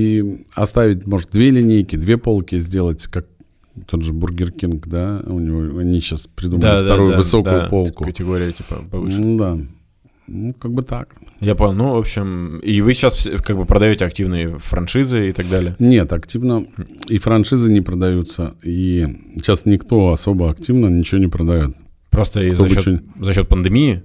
[SPEAKER 2] И оставить, может, две линейки, две полки сделать, как тот же Бургер Кинг, да, у него, они сейчас придумали да, вторую да, высокую да, полку.
[SPEAKER 1] Категория типа повыше.
[SPEAKER 2] Да. Ну, как бы так.
[SPEAKER 1] Я понял. Ну, в общем, и вы сейчас как бы продаете активные франшизы и так далее?
[SPEAKER 2] Нет, активно и франшизы не продаются, и сейчас никто особо активно ничего не продает.
[SPEAKER 1] Просто за счет, что... за счет пандемии?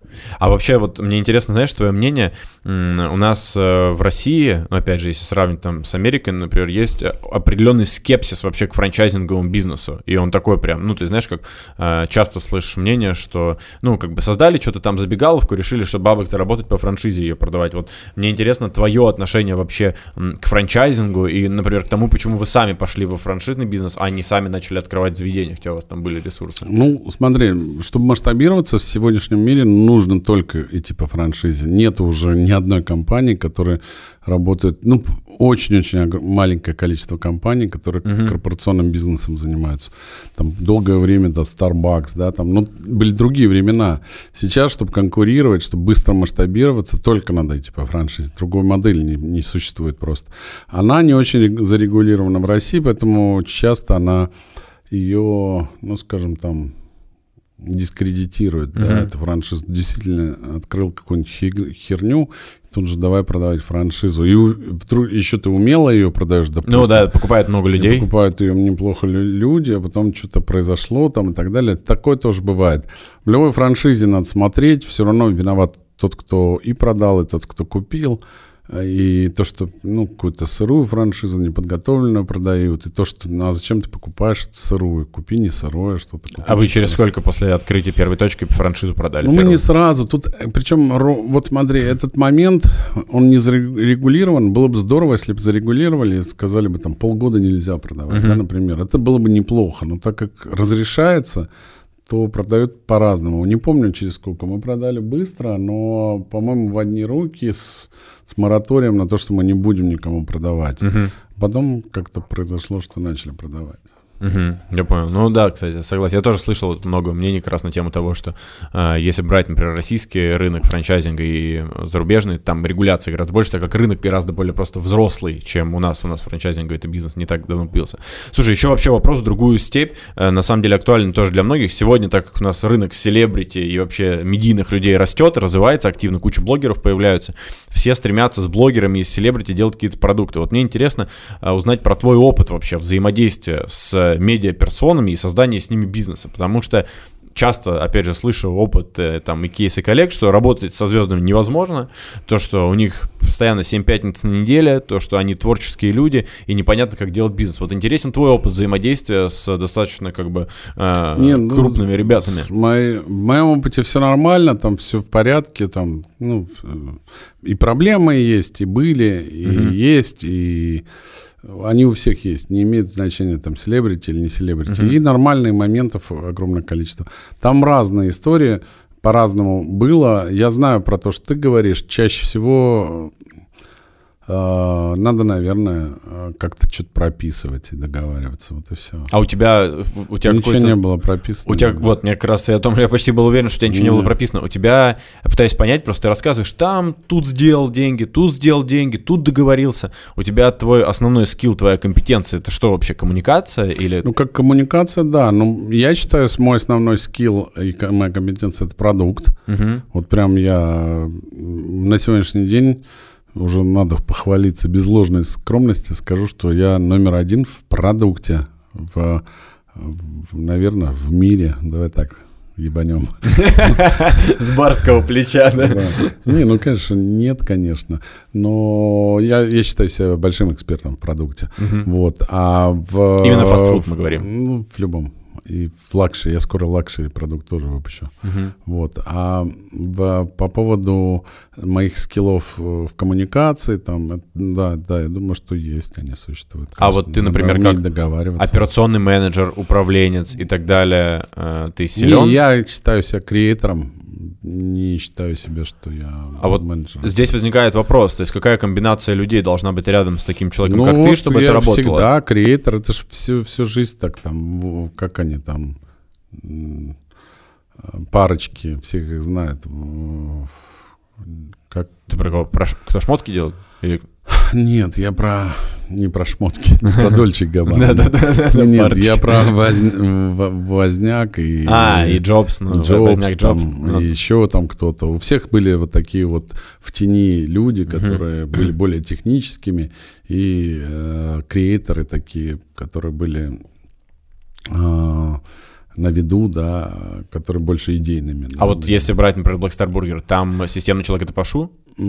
[SPEAKER 1] А вообще, вот мне интересно, знаешь, твое мнение. У нас в России, ну, опять же, если сравнить там с Америкой, например, есть определенный скепсис вообще к франчайзинговому бизнесу. И он такой прям, ну, ты знаешь, как часто слышишь мнение, что, ну, как бы создали что-то там забегаловку, решили, что бабок заработать по франшизе ее продавать. Вот мне интересно твое отношение вообще к франчайзингу и, например, к тому, почему вы сами пошли во франшизный бизнес, а не сами начали открывать заведения, хотя у вас там были ресурсы.
[SPEAKER 2] Ну, смотри, чтобы масштабироваться в сегодняшнем мире, нужно Нужно только идти по франшизе. Нет уже ни одной компании, которая работает... Ну, очень-очень маленькое количество компаний, которые uh-huh. корпорационным бизнесом занимаются. Там долгое время, да, Starbucks, да, там... Ну, были другие времена. Сейчас, чтобы конкурировать, чтобы быстро масштабироваться, только надо идти по франшизе. Другой модели не, не существует просто. Она не очень зарегулирована в России, поэтому часто она ее, ну, скажем, там... дискредитирует, uh-huh. да, эту франшизу. Действительно открыл какую-нибудь херню, тут же давай продавать франшизу. И вдруг еще ты умело ее продаешь, допустим.
[SPEAKER 1] Ну да, покупают много людей.
[SPEAKER 2] Покупают ее неплохо люди, а потом что-то произошло там и так далее. Такое тоже бывает. В любой франшизе надо смотреть, все равно виноват тот, кто и продал, и тот, кто купил. И то, что, ну, какую-то сырую франшизу неподготовленную продают, и то, что, ну, а зачем ты покупаешь сырую? Купи не сырое, что-то. Купи,
[SPEAKER 1] а вы через сколько после открытия первой точки франшизу продали?
[SPEAKER 2] Ну, первую? Мы не сразу. Тут, причем, вот смотри, этот момент, он не зарегулирован. Было бы здорово, если бы зарегулировали, сказали бы, там, полгода нельзя продавать, uh-huh. да, например. Это было бы неплохо. Но так как разрешается, то продают по-разному. Не помню, через сколько. Мы продали быстро, но, по-моему, в одни руки с, с мораторием на то, что мы не будем никому продавать. Угу. Потом как-то произошло, что начали продавать.
[SPEAKER 1] Угу, я понял. Ну да, кстати, согласен. Я тоже слышал вот много мнений как раз на тему того, что э, если брать, например, российский рынок франчайзинга и зарубежный, там регуляция гораздо больше, так как рынок гораздо более просто взрослый, чем у нас. У нас франчайзинговый это бизнес не так давно появился. Слушай, еще вообще вопрос в другую степь. Э, на самом деле актуален тоже для многих. Сегодня, так как у нас рынок селебрити и вообще медийных людей растет, развивается активно, куча блогеров появляются, все стремятся с блогерами и с селебрити делать какие-то продукты. Вот мне интересно э, узнать про твой опыт вообще взаимодействия с медиаперсонами и создание с ними бизнеса, потому что часто, опять же, слышу опыт там и кейсы коллег, что работать со звездами невозможно, то, что у них постоянно семь пятниц на неделе, то, что они творческие люди, и непонятно, как делать бизнес. Вот интересен твой опыт взаимодействия с достаточно как бы э, Нет, крупными ну, ребятами.
[SPEAKER 2] С моей, в моем опыте все нормально, там все в порядке, там, ну, и проблемы есть, и были, и uh-huh. есть, и они у всех есть, не имеет значения, там, селебрити или не селебрити. Uh-huh. И нормальные моментов огромное количество. Там разные истории, по-разному было. Я знаю про то, что ты говоришь. Чаще всего э, надо, наверное, как-то что-то прописывать и договариваться, вот и все.
[SPEAKER 1] А у тебя, у тебя
[SPEAKER 2] ничего не было прописано.
[SPEAKER 1] У тебя, вот, мне как раз я о том, я почти был уверен, что у тебя ничего не было прописано. У тебя, я пытаюсь понять, просто ты рассказываешь, там, тут сделал деньги, тут сделал деньги, тут договорился. У тебя твой основной скилл, твоя компетенция, это что вообще, коммуникация или...
[SPEAKER 2] Ну, как коммуникация, да. Ну, я считаю, мой основной скилл и моя компетенция — это продукт.
[SPEAKER 1] Угу.
[SPEAKER 2] Вот прям я на сегодняшний день уже надо похвалиться без ложной скромности, скажу, что я номер один в продукте, в, в, наверное, в мире. Давай так ебанем.
[SPEAKER 1] С барского плеча, да?
[SPEAKER 2] Не, ну, конечно, нет, конечно. Но я, я считаю себя большим экспертом в продукте. Вот. А в...
[SPEAKER 1] Именно фастфуд мы говорим.
[SPEAKER 2] Ну, в любом. И в лакшери. Я скоро лакшери продукт тоже выпущу. Uh-huh. Вот. А в, по поводу моих скиллов в коммуникации, там, да, да, я думаю, что есть, они существуют.
[SPEAKER 1] Конечно. А вот ты, например, как
[SPEAKER 2] договариваться.
[SPEAKER 1] Операционный менеджер, управленец и так далее, ты силен?
[SPEAKER 2] Не, я считаю себя креатором. Не считаю себя, что я
[SPEAKER 1] а
[SPEAKER 2] менеджер.
[SPEAKER 1] Вот здесь возникает вопрос, то есть какая комбинация людей должна быть рядом с таким человеком,
[SPEAKER 2] ну
[SPEAKER 1] как
[SPEAKER 2] вот
[SPEAKER 1] ты, чтобы это работало?
[SPEAKER 2] Всегда креатор, это же всю, всю жизнь так там, как они там, парочки, всех их знают. Как...
[SPEAKER 1] Ты про кого? Про, кто шмотки делает? Или...
[SPEAKER 2] Нет, я про не про шмотки, про Дольче Габбана.
[SPEAKER 1] Да-да-да.
[SPEAKER 2] Нет, я про Возняк и...
[SPEAKER 1] А, и Джобс.
[SPEAKER 2] Джобс там, и еще там кто-то. У всех были вот такие вот в тени люди, которые были более техническими, и креаторы такие, которые были на виду, да, которые больше идейными.
[SPEAKER 1] А вот если брать, например, Black Star Burger, там системный человек — это Пашу?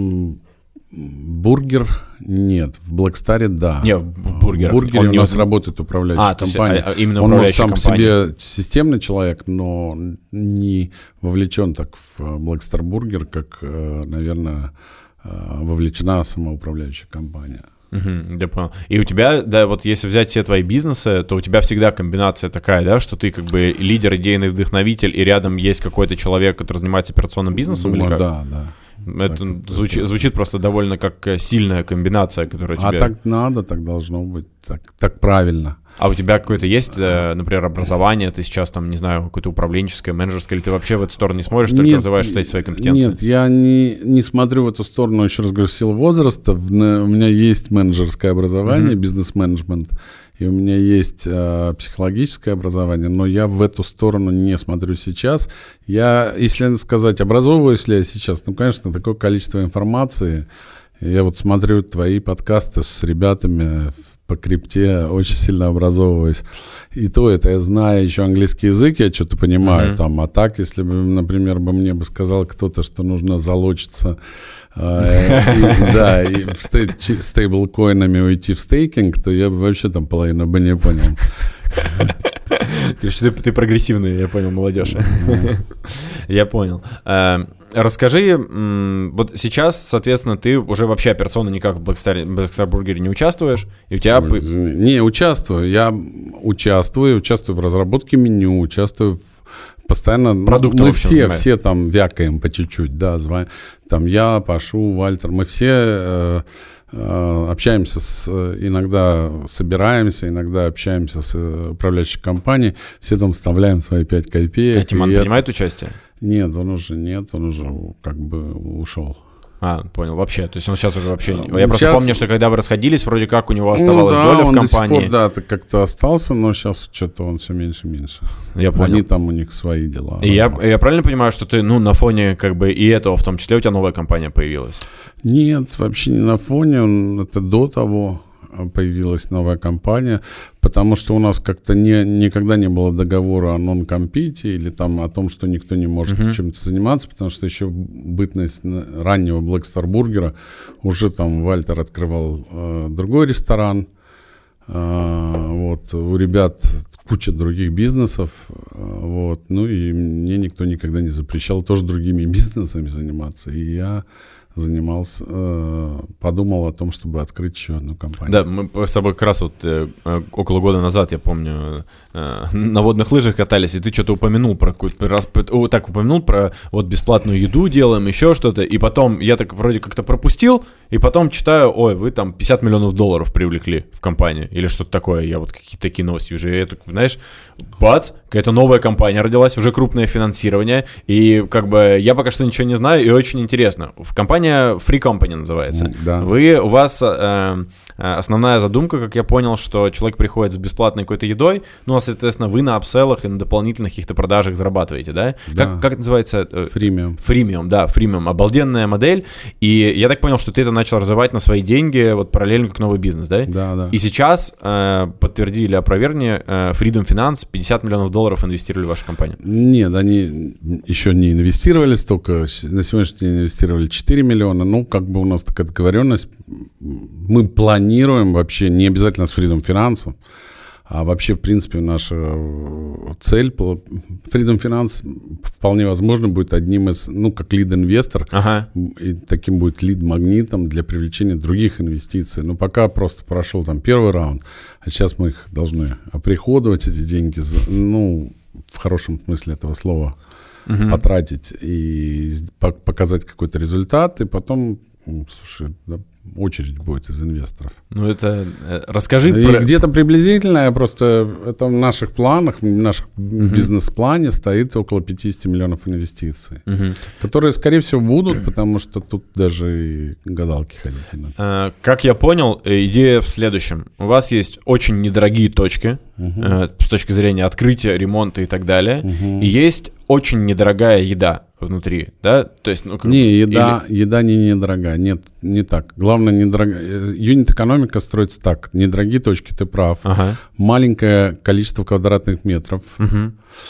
[SPEAKER 2] Бургер нет, в Blackstar да.
[SPEAKER 1] Нет, в бургере.
[SPEAKER 2] В бургере
[SPEAKER 1] он
[SPEAKER 2] у
[SPEAKER 1] не...
[SPEAKER 2] нас работает управляющая
[SPEAKER 1] а,
[SPEAKER 2] компания.
[SPEAKER 1] То есть, а, именно
[SPEAKER 2] он может сам
[SPEAKER 1] компания.
[SPEAKER 2] по себе системный человек, но не вовлечен так в Blackstar Burger, как, наверное, вовлечена самоуправляющая компания.
[SPEAKER 1] Угу, я понял. И у тебя, да, вот если взять все твои бизнесы, то у тебя всегда комбинация такая, да, что ты как бы лидер, идейный вдохновитель, и рядом есть какой-то человек, который занимается операционным бизнесом?
[SPEAKER 2] Думаю,
[SPEAKER 1] или как?
[SPEAKER 2] Да, да.
[SPEAKER 1] Это так, звучит, это... звучит просто довольно как сильная комбинация, которая тебе...
[SPEAKER 2] А так надо, так должно быть, так, так правильно.
[SPEAKER 1] А у тебя какое-то есть, например, образование, ты сейчас там, не знаю, какое-то управленческое, менеджерское, или ты вообще в эту сторону не смотришь, только
[SPEAKER 2] нет,
[SPEAKER 1] развиваешь эти свои компетенции?
[SPEAKER 2] Нет, я не, не смотрю в эту сторону, еще раз говорю, в силу возраста. У меня есть менеджерское образование, mm-hmm. бизнес-менеджмент, и у меня есть э, психологическое образование, но я в эту сторону не смотрю сейчас. Я, если сказать, образовываюсь ли я сейчас, ну, конечно, такое количество информации. Я вот смотрю твои подкасты с ребятами по крипте, очень сильно образовываюсь. И то это я знаю еще английский язык, я что-то понимаю mm-hmm. там. А так, если бы, например, бы мне бы сказал кто-то, что нужно залочиться, да, и стейблкоинами уйти в стейкинг, то я бы вообще там половину бы не понял.
[SPEAKER 1] Ты, ты прогрессивный, я понял, молодежь. Я понял. Расскажи, вот сейчас, соответственно, ты уже вообще операционно никак в Blackstar, Blackstar Burger не участвуешь, и у тебя...
[SPEAKER 2] Не, участвую, я участвую, участвую в разработке меню, участвую в постоянно...
[SPEAKER 1] Продукты,
[SPEAKER 2] мы
[SPEAKER 1] общем,
[SPEAKER 2] все,
[SPEAKER 1] понимаешь.
[SPEAKER 2] все там вякаем по чуть-чуть, да, звон, там я, Пашу, Вальтер, мы все... Э, общаемся с, иногда собираемся, иногда общаемся с управляющей компанией, все там вставляем свои пять копеек.
[SPEAKER 1] А Тиман принимает участие?
[SPEAKER 2] Нет, он уже нет, он уже как бы ушел.
[SPEAKER 1] А, понял, вообще, то есть он сейчас уже вообще... Я
[SPEAKER 2] сейчас...
[SPEAKER 1] просто помню, что когда вы расходились, вроде как у него оставалась
[SPEAKER 2] ну, да,
[SPEAKER 1] доля
[SPEAKER 2] он
[SPEAKER 1] в компании.
[SPEAKER 2] До сих пор, да, как-то остался, но сейчас что-то он все меньше и меньше.
[SPEAKER 1] Я понял.
[SPEAKER 2] Они там, у них свои дела.
[SPEAKER 1] И я, я правильно понимаю, что ты, ну, на фоне как бы и этого, в том числе, у тебя новая компания появилась?
[SPEAKER 2] Нет, вообще не на фоне, он, это до того появилась новая компания, потому что у нас как-то не, никогда не было договора о нон-компите или там о том, что никто не может uh-huh. чем-то заниматься, потому что еще бытность раннего Blackstar Burger уже там Вальтер открывал э, другой ресторан, э, вот, у ребят куча других бизнесов, э, вот, ну и мне никто никогда не запрещал тоже другими бизнесами заниматься. И я занимался, э, подумал о том, чтобы открыть еще одну компанию.
[SPEAKER 1] Да, мы с тобой как раз вот э, около года назад, я помню, э, на водных лыжах катались, и ты что-то упомянул про какую-то раз, о, так упомянул про вот бесплатную еду делаем, еще что-то, и потом я так вроде как-то пропустил, и потом читаю, ой, вы там пятьдесят миллионов долларов привлекли в компанию, или что-то такое, я вот какие-то такие новости вижу, и я так, знаешь, бац, какая-то новая компания родилась, уже крупное финансирование, и как бы я пока что ничего не знаю, и очень интересно. В компании Free Company называется.
[SPEAKER 2] Да.
[SPEAKER 1] Вы, у вас э, основная задумка, как я понял, что человек приходит с бесплатной какой-то едой, ну, а, соответственно, вы на апселлах и на дополнительных каких-то продажах зарабатываете, да?
[SPEAKER 2] Да.
[SPEAKER 1] Как, как это называется?
[SPEAKER 2] Фримиум.
[SPEAKER 1] Фримиум, да, фримиум. Обалденная модель. И я так понял, что ты это начал развивать на свои деньги, вот параллельно как новый бизнес, да?
[SPEAKER 2] Да, да.
[SPEAKER 1] И сейчас, э, подтверди или опровергни, э, Freedom Finance пятьдесят миллионов долларов инвестировали в вашу компанию.
[SPEAKER 2] Нет, они еще не инвестировали столько. На сегодняшний день инвестировали четыре миллиона. Ну, как бы у нас такая договоренность. Мы планируем вообще, не обязательно с Freedom Finance, а вообще, в принципе, наша цель, Freedom Finance вполне возможно будет одним из, ну, как лид-инвестор,
[SPEAKER 1] ага.
[SPEAKER 2] и таким будет лид-магнитом для привлечения других инвестиций. Но пока просто прошел там первый раунд, а сейчас мы их должны оприходовать, эти деньги, ну, в хорошем смысле этого слова, угу. потратить и показать какой-то результат, и потом, слушай, да, очередь будет из инвесторов.
[SPEAKER 1] Ну, это... Расскажи
[SPEAKER 2] и
[SPEAKER 1] про...
[SPEAKER 2] где-то приблизительно, просто это в наших планах, в нашем uh-huh. бизнес-плане стоит около пятьдесят миллионов инвестиций, uh-huh. которые, скорее всего, будут, потому что тут даже и гадалки ходить не надо.
[SPEAKER 1] А, как я понял, идея в следующем. У вас есть очень недорогие точки uh-huh. э, с точки зрения открытия, ремонта и так далее, uh-huh. и есть очень недорогая еда внутри, да? То есть, ну, как...
[SPEAKER 2] Не, еда, или... еда не недорогая, нет, не так. Главное, недорогая. Юнит-экономика строится так. Недорогие точки, ты прав. Ага. Маленькое количество квадратных метров. Угу.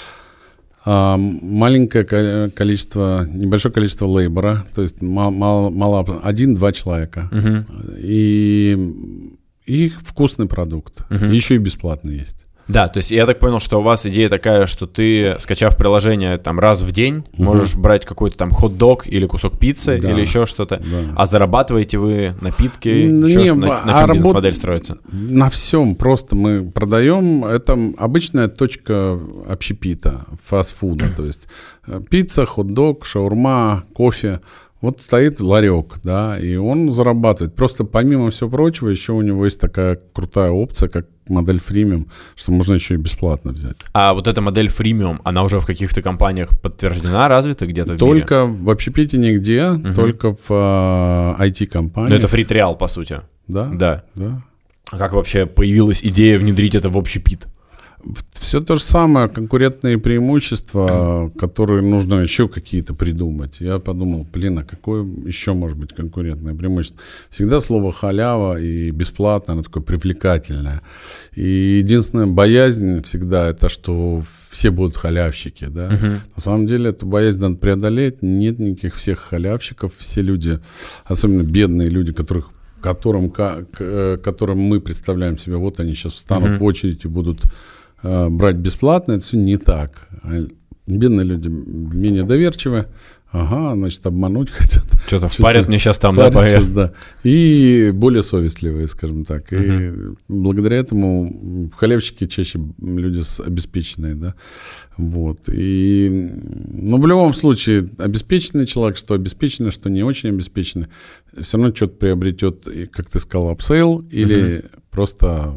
[SPEAKER 2] А, маленькое количество, небольшое количество лейбора, то есть мало, мало, мало один-два человека. Угу. И, и вкусный продукт. Угу. И еще и бесплатный есть.
[SPEAKER 1] Да, то есть я так понял, что у вас идея такая, что ты, скачав приложение там раз в день, угу. можешь брать какой-то там хот-дог или кусок пиццы, да. или еще что-то, да. а зарабатываете вы напитки,
[SPEAKER 2] не,
[SPEAKER 1] еще что, на,
[SPEAKER 2] а
[SPEAKER 1] на чем
[SPEAKER 2] работ...
[SPEAKER 1] бизнес-модель строится?
[SPEAKER 2] На всем, просто мы продаем, это обычная точка общепита, фастфуда, то есть пицца, хот-дог, шаурма, кофе. Вот стоит ларек, да, и он зарабатывает. Просто помимо всего прочего, еще у него есть такая крутая опция, как модель фримиум, что можно еще и бесплатно взять.
[SPEAKER 1] А вот эта модель фримиум, она уже в каких-то компаниях подтверждена, развита где-то в
[SPEAKER 2] Только
[SPEAKER 1] мире?
[SPEAKER 2] в общепите нигде, угу. только в э, ай ти-компаниях.
[SPEAKER 1] Но это фри-триал, по сути.
[SPEAKER 2] Да,
[SPEAKER 1] да.
[SPEAKER 2] да.
[SPEAKER 1] А как вообще появилась идея внедрить это в общепит?
[SPEAKER 2] Все то же самое, конкурентные преимущества, которые нужно еще какие-то придумать. Я подумал, блин, а какое еще может быть конкурентное преимущество? Всегда слово халява и бесплатно, оно такое привлекательное. И единственная боязнь всегда это, что все будут халявщики, да. Uh-huh. На самом деле эту боязнь надо преодолеть. Нет никаких всех халявщиков. Все люди, особенно бедные люди, которых которым, которым мы представляем себя, вот они сейчас встанут uh-huh. в очередь и будут э, брать бесплатно, это все не так. Бедные люди менее доверчивы, ага, значит, обмануть хотят.
[SPEAKER 1] Что-то впарят мне сейчас там, да,
[SPEAKER 2] да. И более совестливые, скажем так. Uh-huh. И благодаря этому халявщики чаще люди обеспеченные, да. Вот. И, но в любом случае, обеспеченный человек, что обеспеченный, что не очень обеспеченный, все равно что-то приобретет, как ты сказал, апсейл, или uh-huh. просто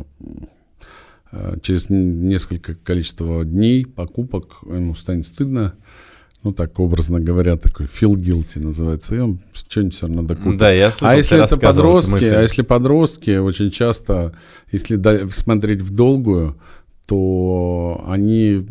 [SPEAKER 2] через несколько количество дней покупок ему станет стыдно. Ну, так образно говоря, такой feel guilty называется. И он что-нибудь все равно докупит.
[SPEAKER 1] Да, я слышал,
[SPEAKER 2] а если это подростки, а если подростки, очень часто, если смотреть в долгую, то они,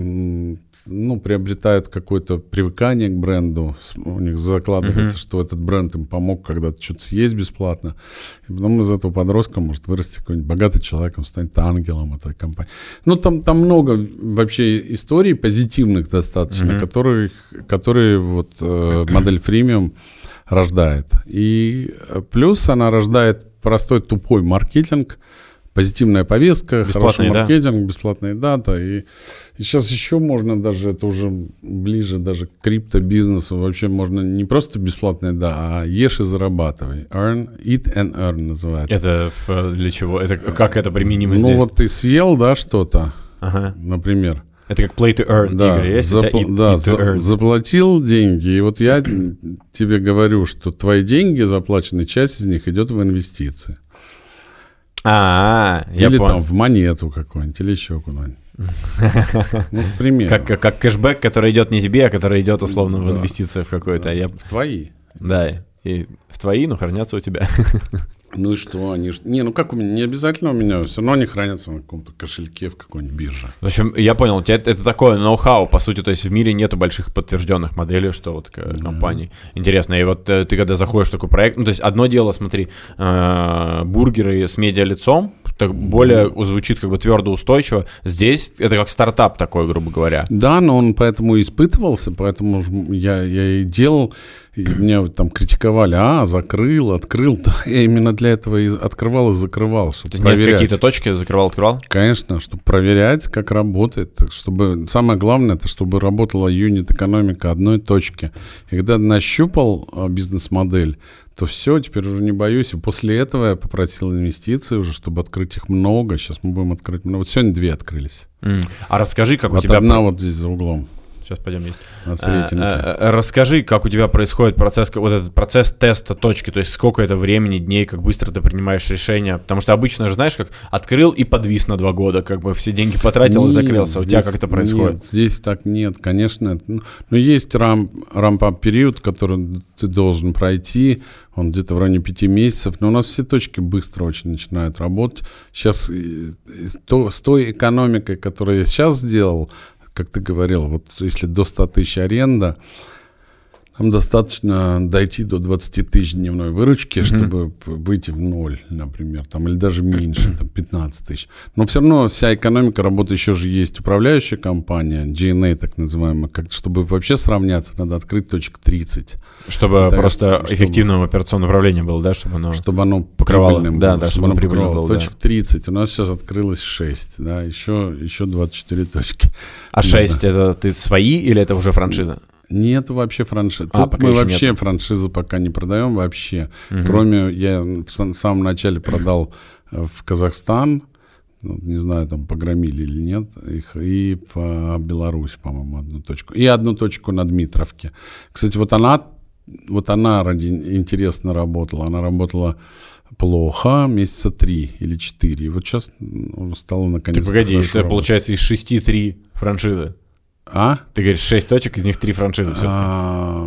[SPEAKER 2] ну, приобретают какое-то привыкание к бренду, у них закладывается, uh-huh. что этот бренд им помог когда-то что-то съесть бесплатно, и потом из этого подростка может вырасти какой-нибудь богатый человек, он станет ангелом этой компании. Ну, там, там много вообще историй позитивных достаточно, uh-huh. которые, которые вот э, модель фримиум рождает. И плюс она рождает простой тупой маркетинг, позитивная повестка,
[SPEAKER 1] бесплатная
[SPEAKER 2] хороший маркетинг, еда. Бесплатная дата. И, и сейчас еще можно даже, это уже ближе даже к криптобизнесу, вообще можно не просто бесплатная еда, а ешь и зарабатывай. Earn, eat and earn называется.
[SPEAKER 1] Это для чего? Это как это применимо
[SPEAKER 2] ну,
[SPEAKER 1] здесь?
[SPEAKER 2] Ну вот ты съел, да, что-то,
[SPEAKER 1] ага.
[SPEAKER 2] например.
[SPEAKER 1] Это как play to earn
[SPEAKER 2] да,
[SPEAKER 1] игры есть?
[SPEAKER 2] Запл-
[SPEAKER 1] eat,
[SPEAKER 2] да,
[SPEAKER 1] eat to earn.
[SPEAKER 2] заплатил деньги, и вот я тебе говорю, что твои деньги заплаченные, часть из них идет в инвестиции.
[SPEAKER 1] А, я
[SPEAKER 2] или
[SPEAKER 1] понял.
[SPEAKER 2] там в монету какую-нибудь, или еще куда-нибудь. Ну, к примеру.
[SPEAKER 1] Как, как кэшбэк, который идет не тебе, а который идет условно да. в инвестиции в какой-то.
[SPEAKER 2] Да,
[SPEAKER 1] я...
[SPEAKER 2] В твои.
[SPEAKER 1] Да, и в твои, но хранятся у тебя.
[SPEAKER 2] Ну и что? Они... Не, ну как у меня? Не обязательно у меня. Все равно они хранятся на каком-то кошельке в какой-нибудь бирже.
[SPEAKER 1] В общем, я понял, у тебя это, это такое ноу-хау, по сути. То есть в мире нету больших подтвержденных моделей, что вот mm-hmm. компаний. Интересно. И вот ты когда заходишь в такой проект, ну то есть одно дело, смотри, э, бургеры с медиалицом, так более mm-hmm. звучит как бы твердо устойчиво. Здесь это как стартап такой, грубо говоря.
[SPEAKER 2] Да, но он поэтому и испытывался, поэтому я, я и делал. И меня там критиковали, а, закрыл, открыл. Да, я именно для этого и открывал и закрывал, чтобы
[SPEAKER 1] То
[SPEAKER 2] проверять.
[SPEAKER 1] Есть какие-то точки закрывал, открывал?
[SPEAKER 2] Конечно, чтобы проверять, как работает. Чтобы самое главное, это чтобы работала юнит-экономика одной точки. И когда нащупал бизнес-модель, то все, теперь уже не боюсь. И после этого я попросил инвестиции уже, чтобы открыть их много. Сейчас мы будем открыть много. Вот сегодня две открылись.
[SPEAKER 1] Mm. А расскажи, как
[SPEAKER 2] вот
[SPEAKER 1] у тебя...
[SPEAKER 2] одна вот здесь за углом.
[SPEAKER 1] Сейчас пойдем есть.
[SPEAKER 2] А,
[SPEAKER 1] а, расскажи, как у тебя происходит процесс, вот этот процесс теста точки, то есть сколько это времени, дней, как быстро ты принимаешь решения, потому что обычно же, знаешь, как открыл и подвис на два года, как бы все деньги потратил нет, и закрылся. У здесь, тебя как это происходит?
[SPEAKER 2] Нет, здесь так нет, конечно. Ну, но есть рам, рамп-ап период, который ты должен пройти, он где-то в районе пяти месяцев, но у нас все точки быстро очень начинают работать. Сейчас то, с той экономикой, которую я сейчас сделал, как ты говорил, вот если до ста тысяч аренда, нам достаточно дойти до двадцати тысяч дневной выручки, mm-hmm. чтобы выйти в ноль, например, там, или даже меньше, там, пятнадцать тысяч. Но все равно вся экономика работы, еще же есть управляющая компания, джи эн эй так называемая, как, чтобы вообще сравняться, надо открыть точек тридцать.
[SPEAKER 3] Чтобы да, просто чтобы, эффективным операционным управлением было, да, чтобы оно,
[SPEAKER 2] чтобы оно
[SPEAKER 1] покрывало,
[SPEAKER 2] да,
[SPEAKER 1] было,
[SPEAKER 2] да,
[SPEAKER 1] чтобы,
[SPEAKER 2] чтобы
[SPEAKER 1] оно
[SPEAKER 2] покрывало.
[SPEAKER 1] Было,
[SPEAKER 2] точек
[SPEAKER 1] да.
[SPEAKER 2] тридцать, у нас сейчас открылось шесть, да, еще, еще двадцать четыре точки.
[SPEAKER 1] А шесть да. это ты свои или это уже франшиза?
[SPEAKER 2] Нет вообще франшизы.
[SPEAKER 1] А,
[SPEAKER 2] Тут мы вообще нет. франшизы пока не продаем вообще. Угу. Кроме, я в самом начале продал в Казахстан, не знаю, там погромили или нет, их, и в Беларусь, по-моему, одну точку. И одну точку на Дмитровке. Кстати, вот она, вот она ради интересно работала. Она работала плохо месяца три или четыре. И вот сейчас уже стало наконец-то.
[SPEAKER 1] Ты погоди, это
[SPEAKER 2] работать.
[SPEAKER 1] Получается из шести три франшизы.
[SPEAKER 2] А?
[SPEAKER 1] Ты говоришь, шесть точек, из них три франшизы все-таки.
[SPEAKER 2] А,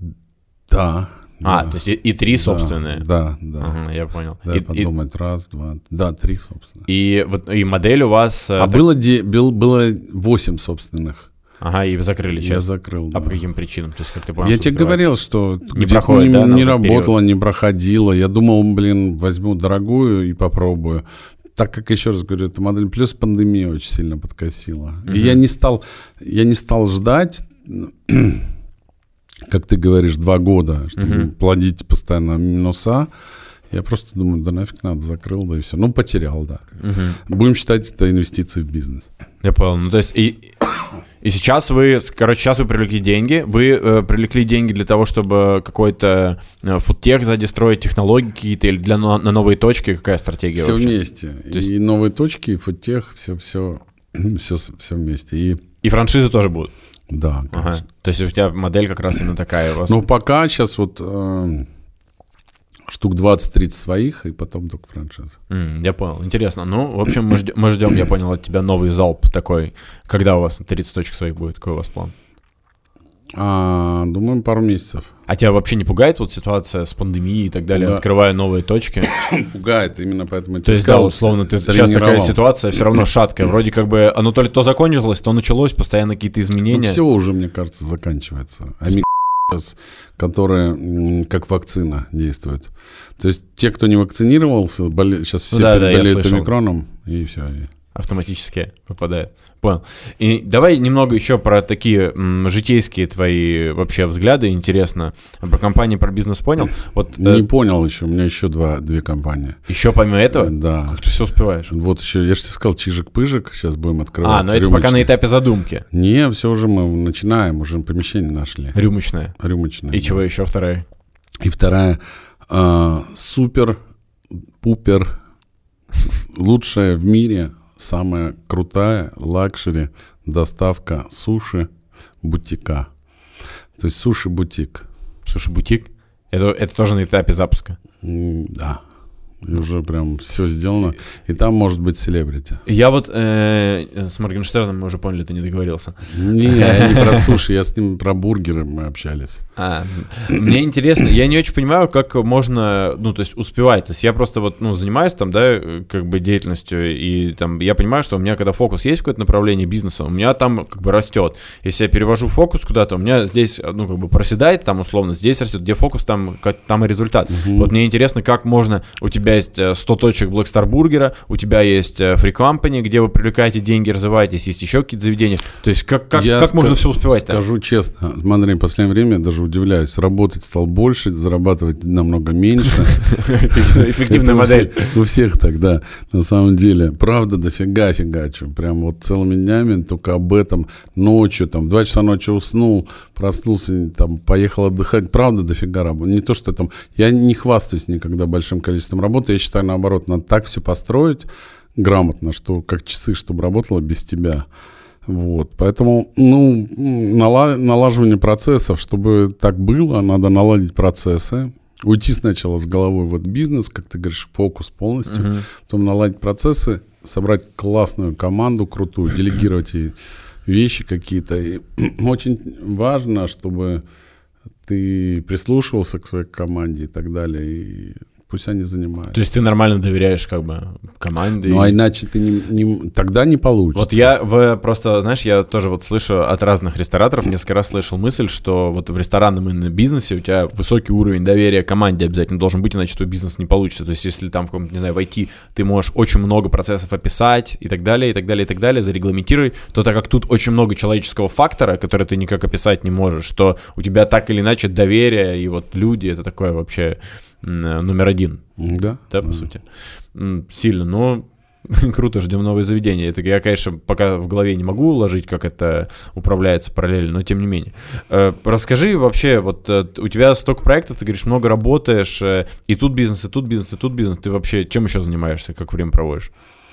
[SPEAKER 2] да.
[SPEAKER 1] А,
[SPEAKER 2] да.
[SPEAKER 1] то есть и, и три собственные.
[SPEAKER 2] Да, да.
[SPEAKER 1] Ага, я понял.
[SPEAKER 2] Да,
[SPEAKER 1] и,
[SPEAKER 2] подумать, и, раз, два, да, три собственных.
[SPEAKER 1] И, вот, и модель у вас...
[SPEAKER 2] А так... было, де, был, было восемь собственных.
[SPEAKER 1] Ага, и закрыли часть.
[SPEAKER 2] Я закрыл,
[SPEAKER 1] А
[SPEAKER 2] да.
[SPEAKER 1] по каким причинам? То есть, как ты понял,
[SPEAKER 2] я тебе говорил, что
[SPEAKER 1] не, проходит,
[SPEAKER 2] не,
[SPEAKER 1] да,
[SPEAKER 2] не работало, не проходило. Я думал, блин, возьму дорогую и попробую. Так как, еще раз говорю, эта модель плюс пандемия очень сильно подкосила. Uh-huh. И я не стал, я не стал ждать, как ты говоришь, два года, чтобы uh-huh. плодить постоянно минуса. Я просто думаю, да нафиг надо, закрыл, да и все. Ну, потерял, да. Uh-huh. Будем считать это инвестиции в бизнес.
[SPEAKER 1] Я понял. Ну, то есть, и, и сейчас вы, короче, сейчас вы привлекли деньги. Вы э, привлекли деньги для того, чтобы какой-то э, фудтех сзади строить, технологии какие-то, или для, на, на новые точки? Какая стратегия
[SPEAKER 2] все
[SPEAKER 1] вообще?
[SPEAKER 2] Вместе. То есть... И новые точки, и фудтех, все, все, все, все вместе. И...
[SPEAKER 1] и франшизы тоже будут?
[SPEAKER 2] Да,
[SPEAKER 1] ага. То есть у тебя модель как раз именно такая у вас?
[SPEAKER 2] Ну, пока сейчас вот... Э... штук двадцать-тридцать своих, и потом только франшиза.
[SPEAKER 1] Mm, я понял. Интересно. Ну, в общем, мы ждем, мы ждем, я понял, от тебя новый залп такой. Когда у вас тридцать точек своих будет? Какой у вас план?
[SPEAKER 2] А, думаю, пару месяцев.
[SPEAKER 1] А тебя вообще не пугает вот ситуация с пандемией и так далее,
[SPEAKER 2] Пуга...
[SPEAKER 1] открывая новые точки?
[SPEAKER 2] Пугает, именно поэтому...
[SPEAKER 1] То есть, сказал, да, условно, ты, сейчас такая ситуация все равно шаткая. Вроде как бы оно то ли то закончилось, то началось, постоянно какие-то изменения.
[SPEAKER 2] Ну, все уже, мне кажется, заканчивается. А сейчас, которые как вакцина действуют. То есть те, кто не вакцинировался, боле... сейчас все
[SPEAKER 1] ну, да,
[SPEAKER 2] болеют
[SPEAKER 1] да,
[SPEAKER 2] омикроном, и все.
[SPEAKER 1] автоматически попадает. Понял. И давай немного еще про такие м, житейские твои вообще взгляды. Интересно. Про компании, про бизнес понял? Вот,
[SPEAKER 2] Не
[SPEAKER 1] э,
[SPEAKER 2] понял еще, у меня еще два, две компании.
[SPEAKER 1] еще помимо этого?
[SPEAKER 2] Да.
[SPEAKER 1] Как ты все успеваешь?
[SPEAKER 2] Вот еще, я же тебе сказал, Чижик-Пыжик, сейчас будем открывать.
[SPEAKER 1] А, но это пока на этапе задумки.
[SPEAKER 2] Не, все уже мы начинаем, уже помещение нашли.
[SPEAKER 1] Рюмочная.
[SPEAKER 2] Рюмочная.
[SPEAKER 1] И
[SPEAKER 2] да.
[SPEAKER 1] чего еще вторая?
[SPEAKER 2] И вторая, э, супер-пупер, лучшая в мире, самая крутая лакшери доставка суши бутика. То есть суши-бутик.
[SPEAKER 1] Суши-бутик? Это, это тоже на этапе запуска?
[SPEAKER 2] М, Да. И уже прям все сделано. И там может быть селебрити.
[SPEAKER 1] Я вот э, с Моргенштерном, мы уже поняли, ты не договорился.
[SPEAKER 2] Не, я не про суши, я с ним про бургеры мы общались.
[SPEAKER 1] А, мне интересно, я не очень понимаю, как можно, ну, то есть успевать. То есть я просто вот, ну, занимаюсь там, да, как бы деятельностью, и там я понимаю, что у меня, когда фокус есть в какое-то направление бизнеса, у меня там как бы растет. Если я перевожу фокус куда-то, у меня здесь, ну, как бы проседает там условно, здесь растет, где фокус, там, как, там и результат.
[SPEAKER 2] Угу.
[SPEAKER 1] Вот мне интересно, как можно, у тебя есть сто точек Black Star Burger, у тебя есть Free Company, где вы привлекаете деньги, развиваетесь, есть еще какие-то заведения. То есть как, как, как
[SPEAKER 2] ска-
[SPEAKER 1] можно все успевать-то?
[SPEAKER 2] Скажу честно, смотри, в последнее время даже удивляюсь. Работать стал больше, зарабатывать намного меньше.
[SPEAKER 1] Эффективная модель.
[SPEAKER 2] У всех так, да, на самом деле. Правда, дофига фигачу. Прям вот целыми днями только об этом. Ночью, там, в два часа ночи уснул, проснулся, там, поехал отдыхать. Правда, дофига работы. Не то, что там... Я не хвастаюсь никогда большим количеством работы. Я считаю, наоборот, надо так все построить грамотно, что как часы, чтобы работало без тебя. Вот, поэтому, ну, нала- налаживание процессов, чтобы так было, надо наладить процессы, уйти сначала с головой в этот бизнес, как ты говоришь, фокус полностью, uh-huh. потом наладить процессы, собрать классную команду крутую, делегировать ей вещи какие-то. И очень важно, чтобы ты прислушивался к своей команде и так далее, и пусть они занимаются.
[SPEAKER 1] То есть ты нормально доверяешь как бы команде?
[SPEAKER 2] Ну,
[SPEAKER 1] и...
[SPEAKER 2] а иначе ты не, не, тогда не получится.
[SPEAKER 1] Вот я в, просто, знаешь, я тоже вот слышу от разных рестораторов, несколько раз слышал мысль, что вот в ресторанном именно бизнесе у тебя высокий уровень доверия команде обязательно должен быть, иначе твой бизнес не получится. То есть если там, не знаю, в ай ти ты можешь очень много процессов описать и так далее, и так далее, и так далее, зарегламентировать, то так как тут очень много человеческого фактора, который ты никак описать не можешь, что у тебя так или иначе доверие и вот люди, это такое вообще... номер один,
[SPEAKER 2] да,
[SPEAKER 1] да, по
[SPEAKER 2] да.
[SPEAKER 1] сути. Сильно, но круто, ждем новые заведения. Это я, конечно, пока в голове не могу уложить, как это управляется параллельно, но тем не менее. Расскажи вообще, вот у тебя столько проектов, ты говоришь, много работаешь, и тут бизнес, и тут бизнес, и тут бизнес. Ты вообще чем еще занимаешься, как время проводишь?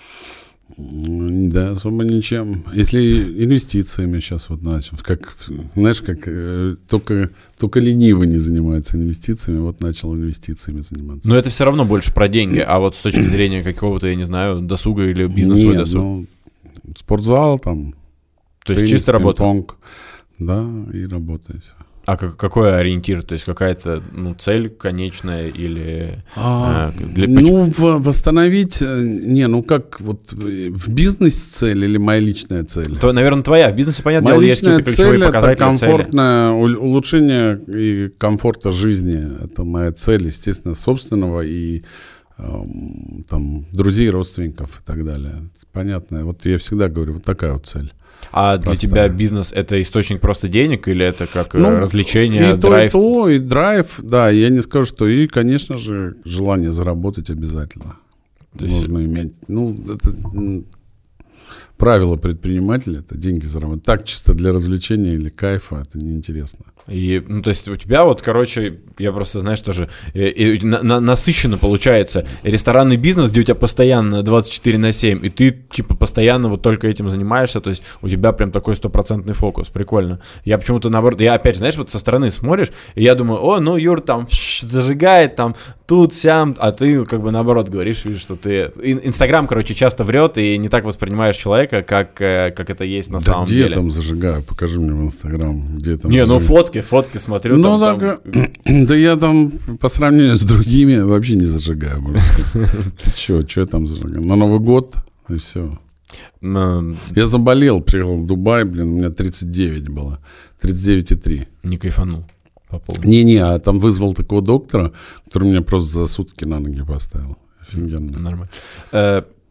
[SPEAKER 2] Да, особо ничем. Если инвестициями сейчас вот начал, как, знаешь, как э, только, только ленивый не занимается инвестициями, вот начал инвестициями заниматься.
[SPEAKER 1] Но это все равно больше про деньги, а вот с точки зрения какого-то, я не знаю, досуга или бизнес твой досуг?
[SPEAKER 2] Ну, спортзал там,
[SPEAKER 1] то есть
[SPEAKER 2] теннис,
[SPEAKER 1] чисто работа?
[SPEAKER 2] пинг-понг, да, и работаю все.
[SPEAKER 1] А как, какой ориентир? То есть какая-то ну, цель конечная или...
[SPEAKER 2] А,
[SPEAKER 1] а, для...
[SPEAKER 2] Ну, в, восстановить... Не, ну как, вот в бизнесе цель или моя личная цель?
[SPEAKER 1] То, наверное, твоя. В бизнесе, понятно,
[SPEAKER 2] моя
[SPEAKER 1] дело, есть какие-то ключевые
[SPEAKER 2] цель
[SPEAKER 1] показатели.
[SPEAKER 2] Это комфортное цели. Улучшение и комфорта жизни. Это моя цель, естественно, собственного и эм, там, друзей, родственников и так далее. Понятно. Вот я всегда говорю, вот такая вот цель.
[SPEAKER 1] А
[SPEAKER 2] Простая.
[SPEAKER 1] Для тебя бизнес — это источник просто денег или это как
[SPEAKER 2] ну,
[SPEAKER 1] развлечение,
[SPEAKER 2] и
[SPEAKER 1] драйв?
[SPEAKER 2] То, и то, и драйв, да, я не скажу, что и, конечно же, желание заработать обязательно. То есть... Нужно иметь, ну, это правило предпринимателя, это деньги заработать. Так чисто для развлечения или кайфа, это неинтересно.
[SPEAKER 1] И, ну, то есть у тебя вот, короче, я просто, знаешь, тоже и, и, на, на, насыщенно получается ресторанный бизнес, где у тебя постоянно двадцать четыре на семь, и ты, типа, постоянно вот только этим занимаешься, то есть у тебя прям такой стопроцентный фокус, прикольно. Я почему-то, наоборот, я опять, знаешь, вот со стороны смотришь, и я думаю, о, ну, Юр там зажигает, там, тут, сям, а ты, как бы, наоборот говоришь, видишь, что ты... Инстаграм, короче, часто врет, и не так воспринимаешь человека, как, как это есть на
[SPEAKER 2] да
[SPEAKER 1] самом
[SPEAKER 2] где
[SPEAKER 1] деле.
[SPEAKER 2] Где там зажигаю? Покажи мне в Инстаграм, где там
[SPEAKER 1] Не,
[SPEAKER 2] зажигаю.
[SPEAKER 1] ну, фотки, фотки смотрю.
[SPEAKER 2] Ну,
[SPEAKER 1] там,
[SPEAKER 2] так,
[SPEAKER 1] там...
[SPEAKER 2] да я там по сравнению с другими вообще не зажигаю. Ты что, что я там зажигаю? На Новый год и все. Я заболел, приехал в Дубай, блин, у меня тридцать девять было. тридцать девять и три.
[SPEAKER 1] Не кайфанул.
[SPEAKER 2] Не-не, а там вызвал такого доктора, который меня просто за сутки на ноги поставил. Офигенно.
[SPEAKER 1] Нормально.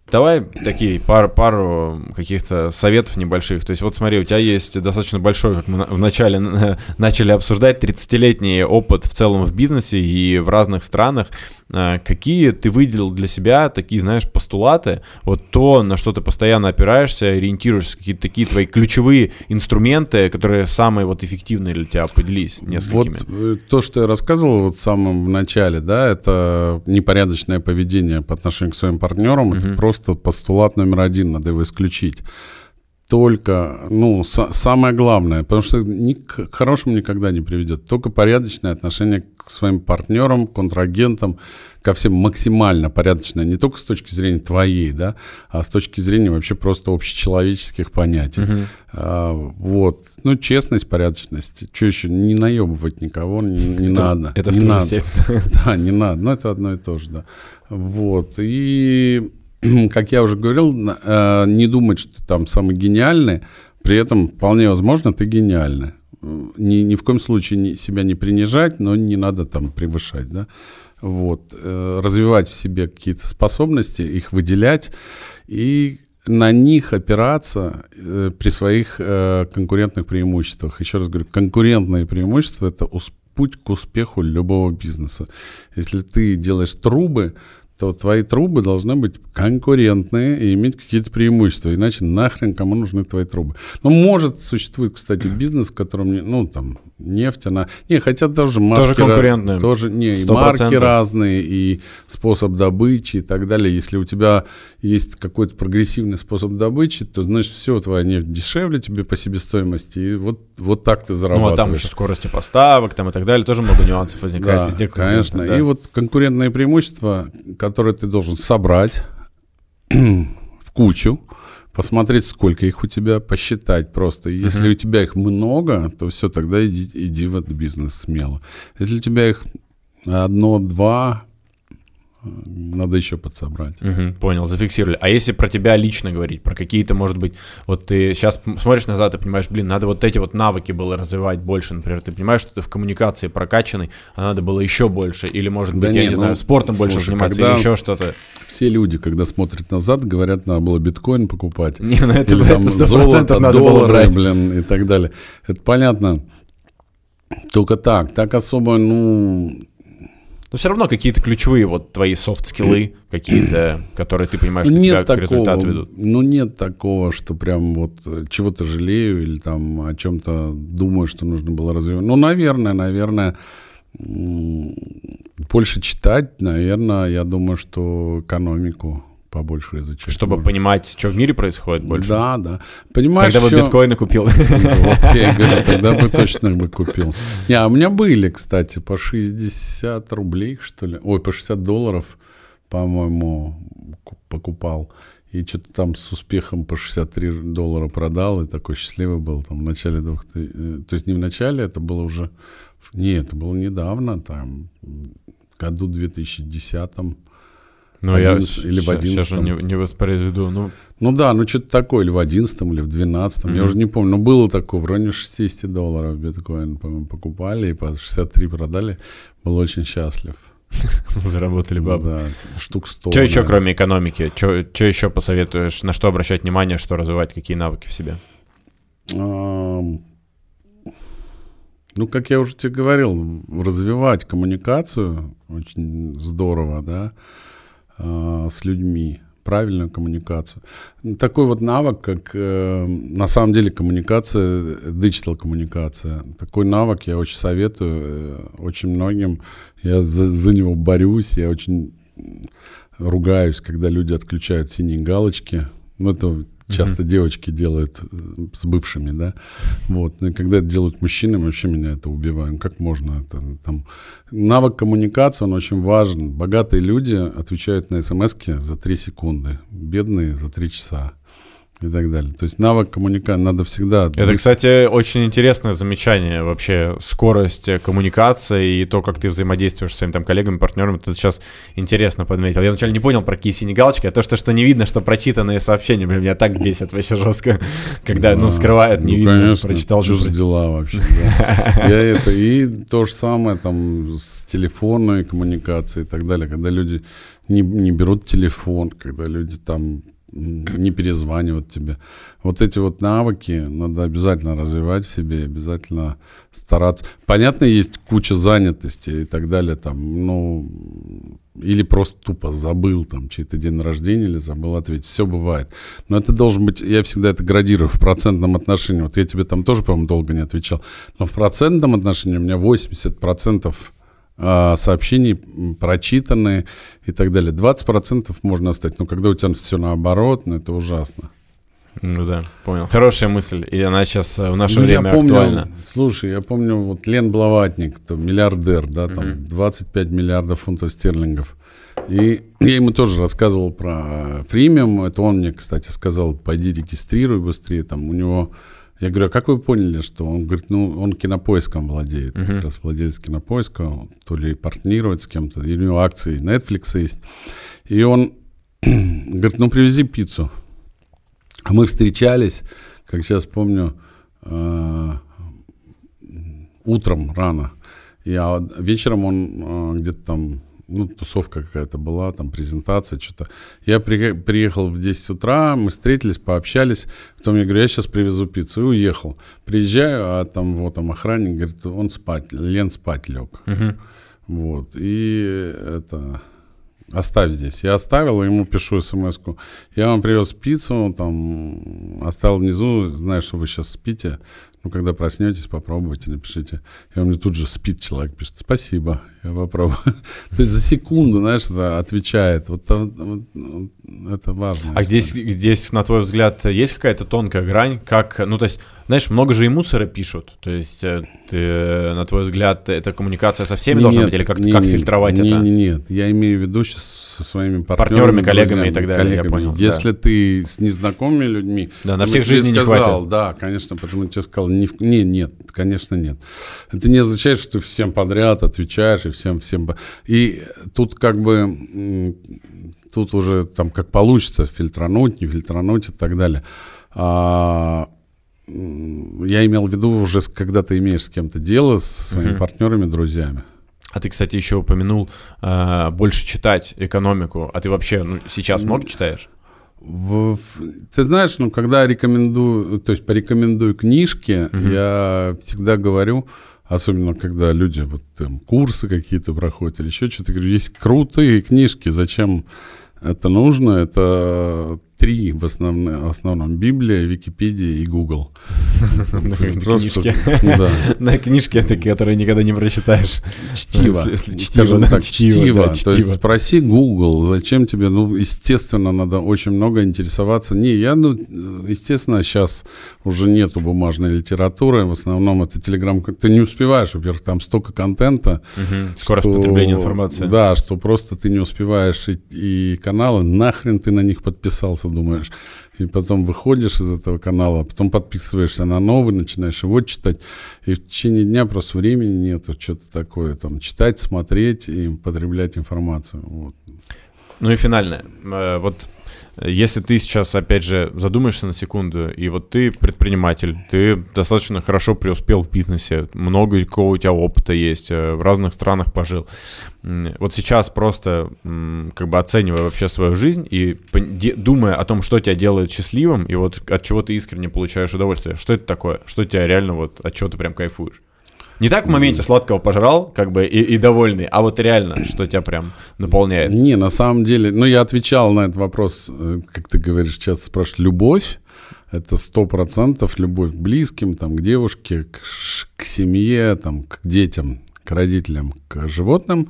[SPEAKER 1] Давай такие пару, пару каких-то советов небольших. То есть вот смотри, у тебя есть достаточно большой, как мы в начале начали обсуждать, тридцатилетний опыт в целом в бизнесе и в разных странах. Какие ты выделил для себя такие, знаешь, постулаты, вот то, на что ты постоянно опираешься, ориентируешься, какие-то такие твои ключевые инструменты, которые самые вот эффективные для тебя, поделись несколькими.
[SPEAKER 2] Вот то, что я рассказывал вот в самом начале, да, это непорядочное поведение по отношению к своим партнерам, uh-huh. это просто постулат номер один, надо его исключить. Только, ну, с- самое главное, потому что ни к хорошему никогда не приведет, только порядочное отношение к своим партнерам, контрагентам, ко всем максимально порядочное, не только с точки зрения твоей, да, а с точки зрения вообще просто общечеловеческих понятий. Uh-huh. А, вот, ну, честность, порядочность, что еще, не наебывать никого, не, не это, надо.
[SPEAKER 1] Это
[SPEAKER 2] не
[SPEAKER 1] в
[SPEAKER 2] надо. Да, не надо, но это одно и то же, да. Вот, и... Как я уже говорил, не думать, что ты там самый гениальный, при этом вполне возможно ты гениальный. Ни, ни в коем случае не, себя не принижать, но не надо там превышать. Да? Вот. Развивать в себе какие-то способности, их выделять и на них опираться при своих конкурентных преимуществах. Еще раз говорю, конкурентные преимущества – это путь к успеху любого бизнеса. Если ты делаешь трубы, то твои трубы должны быть конкурентные и иметь какие-то преимущества. Иначе нахрен кому нужны твои трубы. Ну, может, существует, кстати, бизнес, в котором, ну, там, нефть, она... Не, хотя тоже марки...
[SPEAKER 1] Тоже конкурентные.
[SPEAKER 2] Тоже, не, и
[SPEAKER 1] сто процентов.
[SPEAKER 2] Марки разные, и способ добычи, и так далее. Если у тебя есть какой-то прогрессивный способ добычи, то, значит, все, твоя нефть дешевле тебе по себестоимости, и вот, вот так ты зарабатываешь.
[SPEAKER 1] Ну, а там еще скорости поставок, там и так далее, тоже много нюансов возникает.
[SPEAKER 2] Да,
[SPEAKER 1] везде,
[SPEAKER 2] конечно.
[SPEAKER 1] Да.
[SPEAKER 2] И вот конкурентные преимущества, которые ты должен собрать в кучу, посмотреть, сколько их у тебя, посчитать просто. И если uh-huh. у тебя их много, то все, тогда иди, иди в этот бизнес смело. Если у тебя их одно-два, надо еще подсобрать.
[SPEAKER 1] Угу, понял, зафиксировали. А если про тебя лично говорить, про какие-то, может быть, вот ты сейчас смотришь назад и понимаешь, блин, надо вот эти вот навыки было развивать больше, например, ты понимаешь, что ты в коммуникации прокачанный, а надо было еще больше, или, может быть, да я не, не ну, знаю, спортом слушай, больше заниматься, или еще что-то.
[SPEAKER 2] Все люди, когда смотрят назад, говорят, надо было биткоин покупать,
[SPEAKER 1] не, ну это,
[SPEAKER 2] или
[SPEAKER 1] это
[SPEAKER 2] там золото,
[SPEAKER 1] надо
[SPEAKER 2] доллары,
[SPEAKER 1] было брать.
[SPEAKER 2] Блин, и так далее. Это понятно. Только так, так особо, ну...
[SPEAKER 1] Но все равно какие-то ключевые вот твои софт-скиллы, какие-то, которые ты понимаешь, что
[SPEAKER 2] нет
[SPEAKER 1] тебя
[SPEAKER 2] такого,
[SPEAKER 1] к результату ведут.
[SPEAKER 2] Ну, нет такого, что прям вот чего-то жалею или там о чем-то думаю, что нужно было развивать. Ну, наверное, наверное, больше читать, наверное, я думаю, что экономику побольше изучать.
[SPEAKER 1] Чтобы можно. Понимать, что в мире происходит больше.
[SPEAKER 2] Да, да. Понимаешь,
[SPEAKER 1] тогда
[SPEAKER 2] еще...
[SPEAKER 1] бы биткоины купил.
[SPEAKER 2] Вот я и говорю, тогда бы точно бы купил. Не, а у меня были, кстати, по шестьдесят рублей, что ли. Ой, по шестьдесят долларов, по-моему, покупал. И что-то там с успехом по шестьдесят три доллара продал. И такой счастливый был там в начале двух... То есть не в начале, это было уже... Не, это было недавно, там, в году две тысячи десятом.
[SPEAKER 1] Ну,
[SPEAKER 2] одиннадцать,
[SPEAKER 1] я
[SPEAKER 2] или в одиннадцатом.
[SPEAKER 1] Сейчас же не, не воспроизведу. Ну.
[SPEAKER 2] ну да, ну что-то такое, или в одиннадцатом, или в двенадцатом, mm-hmm. я уже не помню. Но было такое, в районе шестьдесят долларов биткоин, по-моему, покупали, и по шестьдесят три продали. Был очень счастлив.
[SPEAKER 1] Заработали бабы.
[SPEAKER 2] Да, штук сто.
[SPEAKER 1] Что еще, кроме экономики? Что еще посоветуешь? На что обращать внимание, что развивать, какие навыки в себе?
[SPEAKER 2] Ну, как я уже тебе говорил, развивать коммуникацию очень здорово, да, с людьми, правильную коммуникацию. Такой вот навык, как на самом деле коммуникация, диджитал-коммуникация. Такой навык я очень советую очень многим. Я за, за него борюсь, я очень ругаюсь, когда люди отключают синие галочки. Ну, это часто mm-hmm. девочки делают с бывшими, да. Вот. Ну, и когда это делают мужчины, вообще меня это убивает. Как можно это там... Навык коммуникации, он очень важен. Богатые люди отвечают на смс-ки за три секунды, бедные за три часа. И так далее. То есть навык коммуникации надо всегда...
[SPEAKER 1] Это, кстати, очень интересное замечание. Вообще скорость коммуникации и то, как ты взаимодействуешь с своими там коллегами, партнерами. Ты сейчас интересно подметил. Я вначале не понял про какие синие галочки, а то, что, что не видно, что прочитанные сообщения. Блин, меня так бесит вообще жестко. Когда, да, ну, скрывают, не ну, видно.
[SPEAKER 2] Конечно,
[SPEAKER 1] прочитал.
[SPEAKER 2] Что за дела вообще. Я это... И то же самое там с телефонной коммуникацией и так далее. Когда люди не, не берут телефон, когда люди там не перезванивают тебе. Вот эти вот навыки надо обязательно развивать в себе, обязательно стараться. Понятно, есть куча занятости и так далее, там, ну, или просто тупо забыл там чей-то день рождения или забыл ответить. Все бывает. Но это должен быть, я всегда это градирую в процентном отношении. Вот я тебе там тоже, по-моему, долго не отвечал. Но в процентном отношении у меня восемьдесят процентов сообщений прочитанные и так далее. двадцать процентов можно оставить. Но когда у тебя все наоборот, ну это ужасно.
[SPEAKER 1] Ну да, понял. Хорошая мысль. И она сейчас в наше
[SPEAKER 2] ну,
[SPEAKER 1] время
[SPEAKER 2] я помню,
[SPEAKER 1] актуальна.
[SPEAKER 2] Слушай, я помню, вот Лен Блаватник, то миллиардер, да, там uh-huh. двадцать пять миллиардов фунтов стерлингов. И я ему тоже рассказывал про фримиум. Это он мне, кстати, сказал, пойди регистрируй быстрее. Там у него... Я говорю, а как вы поняли, что он говорит, ну, он Кинопоиском владеет, uh-huh. как раз владелец Кинопоиска, то ли партнирует с кем-то, или у него акции Netflix есть. И он говорит, ну, привези пиццу. Мы встречались, как сейчас помню, э- утром рано. И, а вечером он э- где-то там, ну, тусовка какая-то была, там, презентация, что-то. Я при, приехал в десять утра, мы встретились, пообщались. Потом я говорю, я сейчас привезу пиццу. И уехал. Приезжаю, а там вот там охранник говорит, он спать, Лен спать лег. Uh-huh. Вот. И это... Оставь здесь. Я оставил, ему пишу смс-ку. Я вам привез пиццу, там, оставил внизу, знаю, что вы сейчас спите. Ну, когда проснетесь, попробуйте, напишите. И он мне тут же спит, человек пишет, спасибо, я попробую. То есть за секунду, знаешь, это отвечает. Вот, вот, вот это важно.
[SPEAKER 1] А здесь, здесь, на твой взгляд, есть какая-то тонкая грань? Как, ну, то есть, знаешь, много же и мусора пишут. То есть, ты, на твой взгляд, эта коммуникация со всеми не, должна нет, быть? Или как, не, как не, фильтровать
[SPEAKER 2] не,
[SPEAKER 1] это?
[SPEAKER 2] Нет, нет, я имею в виду сейчас со своими партнерами,
[SPEAKER 1] партнерами, коллегами
[SPEAKER 2] друзьями,
[SPEAKER 1] и так далее,
[SPEAKER 2] коллегами.
[SPEAKER 1] Я понял.
[SPEAKER 2] Если
[SPEAKER 1] да.
[SPEAKER 2] ты с незнакомыми людьми...
[SPEAKER 1] Да, на всех жизни не хватит.
[SPEAKER 2] Да, конечно, потому что я тебе сказал, не, не, нет, конечно, нет. Это не означает, что ты всем подряд отвечаешь и всем, всем... И тут как бы... Тут уже там как получится фильтрануть, не фильтрануть и так далее. А, я имел в виду уже, когда ты имеешь с кем-то дело, со своими uh-huh. партнерами, друзьями.
[SPEAKER 1] А ты, кстати, еще упомянул э, больше читать экономику. А ты вообще ну, сейчас много читаешь?
[SPEAKER 2] В, ты знаешь, ну, когда рекомендую, то есть порекомендую книжки, uh-huh. я всегда говорю, особенно когда люди вот там курсы какие-то проходят или еще что-то, говорю, есть крутые книжки, зачем это нужно? Это три в основном, в основном Библия, Википедия и Google.
[SPEAKER 1] На книжке, которые никогда не прочитаешь.
[SPEAKER 2] Чтиво. Скажем так, чтиво. То есть спроси Google, зачем тебе, ну, естественно, надо очень много интересоваться. Не, я, ну, естественно, сейчас уже нету бумажной литературы, в основном это телеграм. Ты не успеваешь, во-первых, там столько контента.
[SPEAKER 1] Скорость потребления информации.
[SPEAKER 2] Да, что просто ты не успеваешь и каналы, нахрен ты на них подписался, думаешь. И потом выходишь из этого канала, потом подписываешься на новый, начинаешь его читать, и в течение дня просто времени нету, что-то такое, там, читать, смотреть и потреблять информацию. Вот.
[SPEAKER 1] Ну и финальное. Вот если ты сейчас, опять же, задумаешься на секунду, и вот ты предприниматель, ты достаточно хорошо преуспел в бизнесе, много какого у тебя опыта есть, в разных странах пожил. Вот сейчас просто как бы оценивая вообще свою жизнь и думая о том, что тебя делает счастливым, и вот от чего ты искренне получаешь удовольствие, что это такое, что тебя реально вот, от чего ты прям кайфуешь. Не так в моменте сладкого пожрал, как бы, и, и довольный, а вот реально, что тебя прям наполняет.
[SPEAKER 2] Не, на самом деле, ну, я отвечал на этот вопрос, как ты говоришь, часто спрашивают, любовь, это сто процентов любовь к близким, там, к девушке, к, к семье, там, к детям, к родителям, к животным.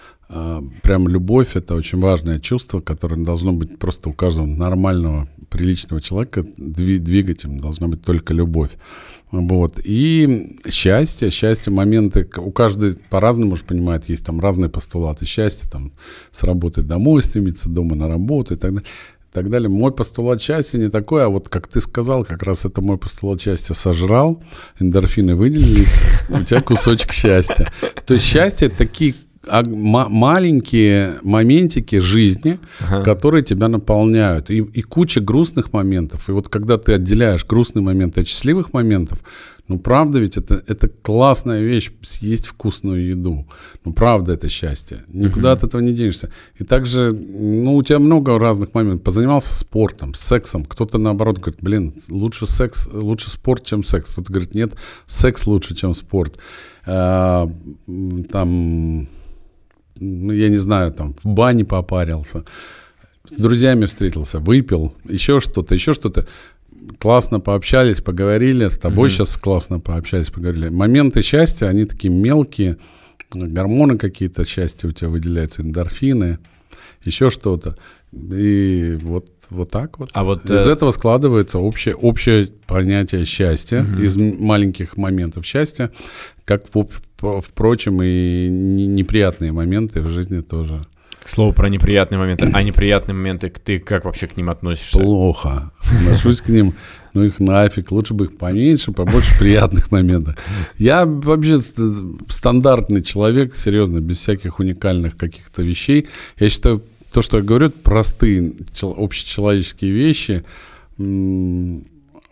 [SPEAKER 2] Прям любовь – это очень важное чувство, которое должно быть просто у каждого нормального, приличного человека, двигателем должна быть только любовь. Вот. И счастье, счастье, моменты, у каждого по-разному же понимает, есть там разные постулаты счастья, там с работы домой стремиться, дома на работу и так далее. И так далее. Мой постулат счастья не такой, а вот как ты сказал, как раз это мой постулат счастья сожрал, эндорфины выделились, у тебя кусочек счастья. То есть счастье – это такие а м- маленькие моментики жизни, ага. которые тебя наполняют. И, и куча грустных моментов. И вот когда ты отделяешь грустные моменты от счастливых моментов, Ну, правда ведь это, это классная вещь, съесть вкусную еду. Ну, правда это счастье. Никуда uh-huh. от этого не денешься. И также, ну, у тебя много разных моментов. Позанимался спортом, сексом. Кто-то, наоборот, говорит, блин, лучше секс, лучше спорт, чем секс. Кто-то говорит, нет, секс лучше, чем спорт. А, там, ну, я не знаю, там, в бане попарился, с друзьями встретился, выпил, еще что-то, еще что-то. Классно пообщались, поговорили, с тобой mm-hmm. сейчас классно пообщались, поговорили. Моменты счастья, они такие мелкие, гормоны какие-то счастья у тебя выделяются, эндорфины, еще что-то. И вот, вот так вот.
[SPEAKER 1] А вот
[SPEAKER 2] из
[SPEAKER 1] э...
[SPEAKER 2] этого складывается общее, общее понятие счастья, mm-hmm. из маленьких моментов счастья, как, впрочем, и неприятные моменты в жизни тоже.
[SPEAKER 1] К слову про неприятные моменты. А неприятные моменты, ты как вообще к ним относишься?
[SPEAKER 2] Плохо. Отношусь к ним, ну их нафиг. Лучше бы их поменьше, побольше приятных моментов. Я вообще стандартный человек, серьезно, без всяких уникальных каких-то вещей. Я считаю, то, что я говорю, это простые общечеловеческие вещи. Ну,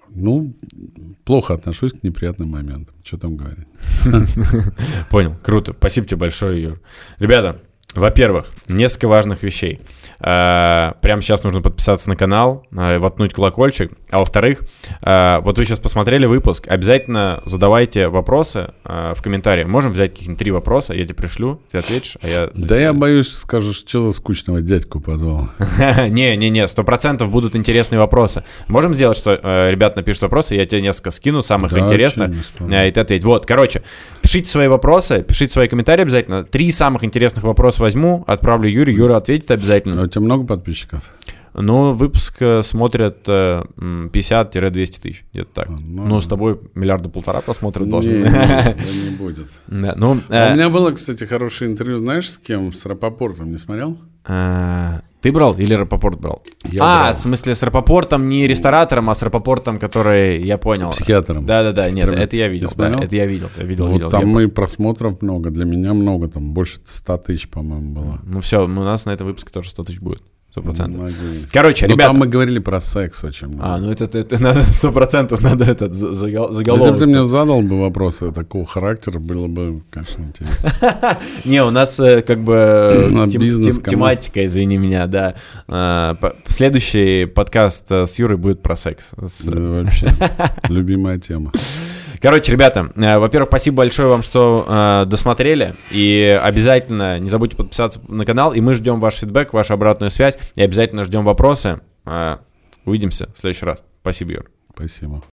[SPEAKER 2] плохо отношусь к неприятным моментам. Что там говорить?
[SPEAKER 1] Понял, круто. Спасибо тебе большое, Юр. Ребята, во-первых, несколько важных вещей. Прямо сейчас нужно подписаться на канал, воткнуть колокольчик. А во-вторых, вот вы сейчас посмотрели выпуск, обязательно задавайте вопросы в комментариях. Можем взять каких-нибудь три вопроса, я тебе пришлю, ты ответишь, а я...
[SPEAKER 2] Да я боюсь, скажешь, что за скучного дядьку позвал.
[SPEAKER 1] Не-не-не, сто процентов будут интересные вопросы. Можем сделать, что ребят напишут вопросы, я тебе несколько скину, самых интересных, и ты ответь. Вот, короче, пишите свои вопросы, пишите свои комментарии обязательно. Три самых интересных вопроса возьму, отправлю Юре, Юра ответит обязательно.
[SPEAKER 2] А у тебя много подписчиков?
[SPEAKER 1] Ну, выпуск смотрят пятьдесят-двести тысяч, где-то так. Ну, ну, с тобой миллиарда полтора просмотров должен.
[SPEAKER 2] Не, не, не будет.
[SPEAKER 1] Да, ну,
[SPEAKER 2] а э... У меня было, кстати, хорошее интервью, знаешь, с кем? С Рапопортом, не смотрел?
[SPEAKER 1] А, ты брал или Рапопорт брал?
[SPEAKER 2] Я
[SPEAKER 1] а,
[SPEAKER 2] брал.
[SPEAKER 1] В смысле с Рапопортом, не ресторатором, а с Рапопортом, который, я понял.
[SPEAKER 2] Психиатром.
[SPEAKER 1] Да-да-да, нет, это я видел. Да, это я видел, я видел,
[SPEAKER 2] вот
[SPEAKER 1] видел.
[SPEAKER 2] Там мы просмотров много, для меня много, там больше ста тысяч, по-моему, было.
[SPEAKER 1] Ну все, у нас на этом выпуске тоже сто тысяч будет. Сто процентов.
[SPEAKER 2] Надеюсь.
[SPEAKER 1] Короче,
[SPEAKER 2] но
[SPEAKER 1] ребята...
[SPEAKER 2] там мы говорили про секс очень много.
[SPEAKER 1] А, ну это, это, это надо, сто процентов надо этот заголовок.
[SPEAKER 2] Если бы ты мне задал бы вопросы такого характера, было бы, конечно, интересно.
[SPEAKER 1] Не, у нас как бы тематика, извини меня, да. Следующий подкаст с Юрой будет про секс.
[SPEAKER 2] Вообще, любимая тема.
[SPEAKER 1] Короче, ребята, во-первых, спасибо большое вам, что досмотрели. И обязательно не забудьте подписаться на канал. И мы ждем ваш фидбэк, вашу обратную связь. И обязательно ждем вопросы. Увидимся в следующий раз. Спасибо, Юр.
[SPEAKER 2] Спасибо.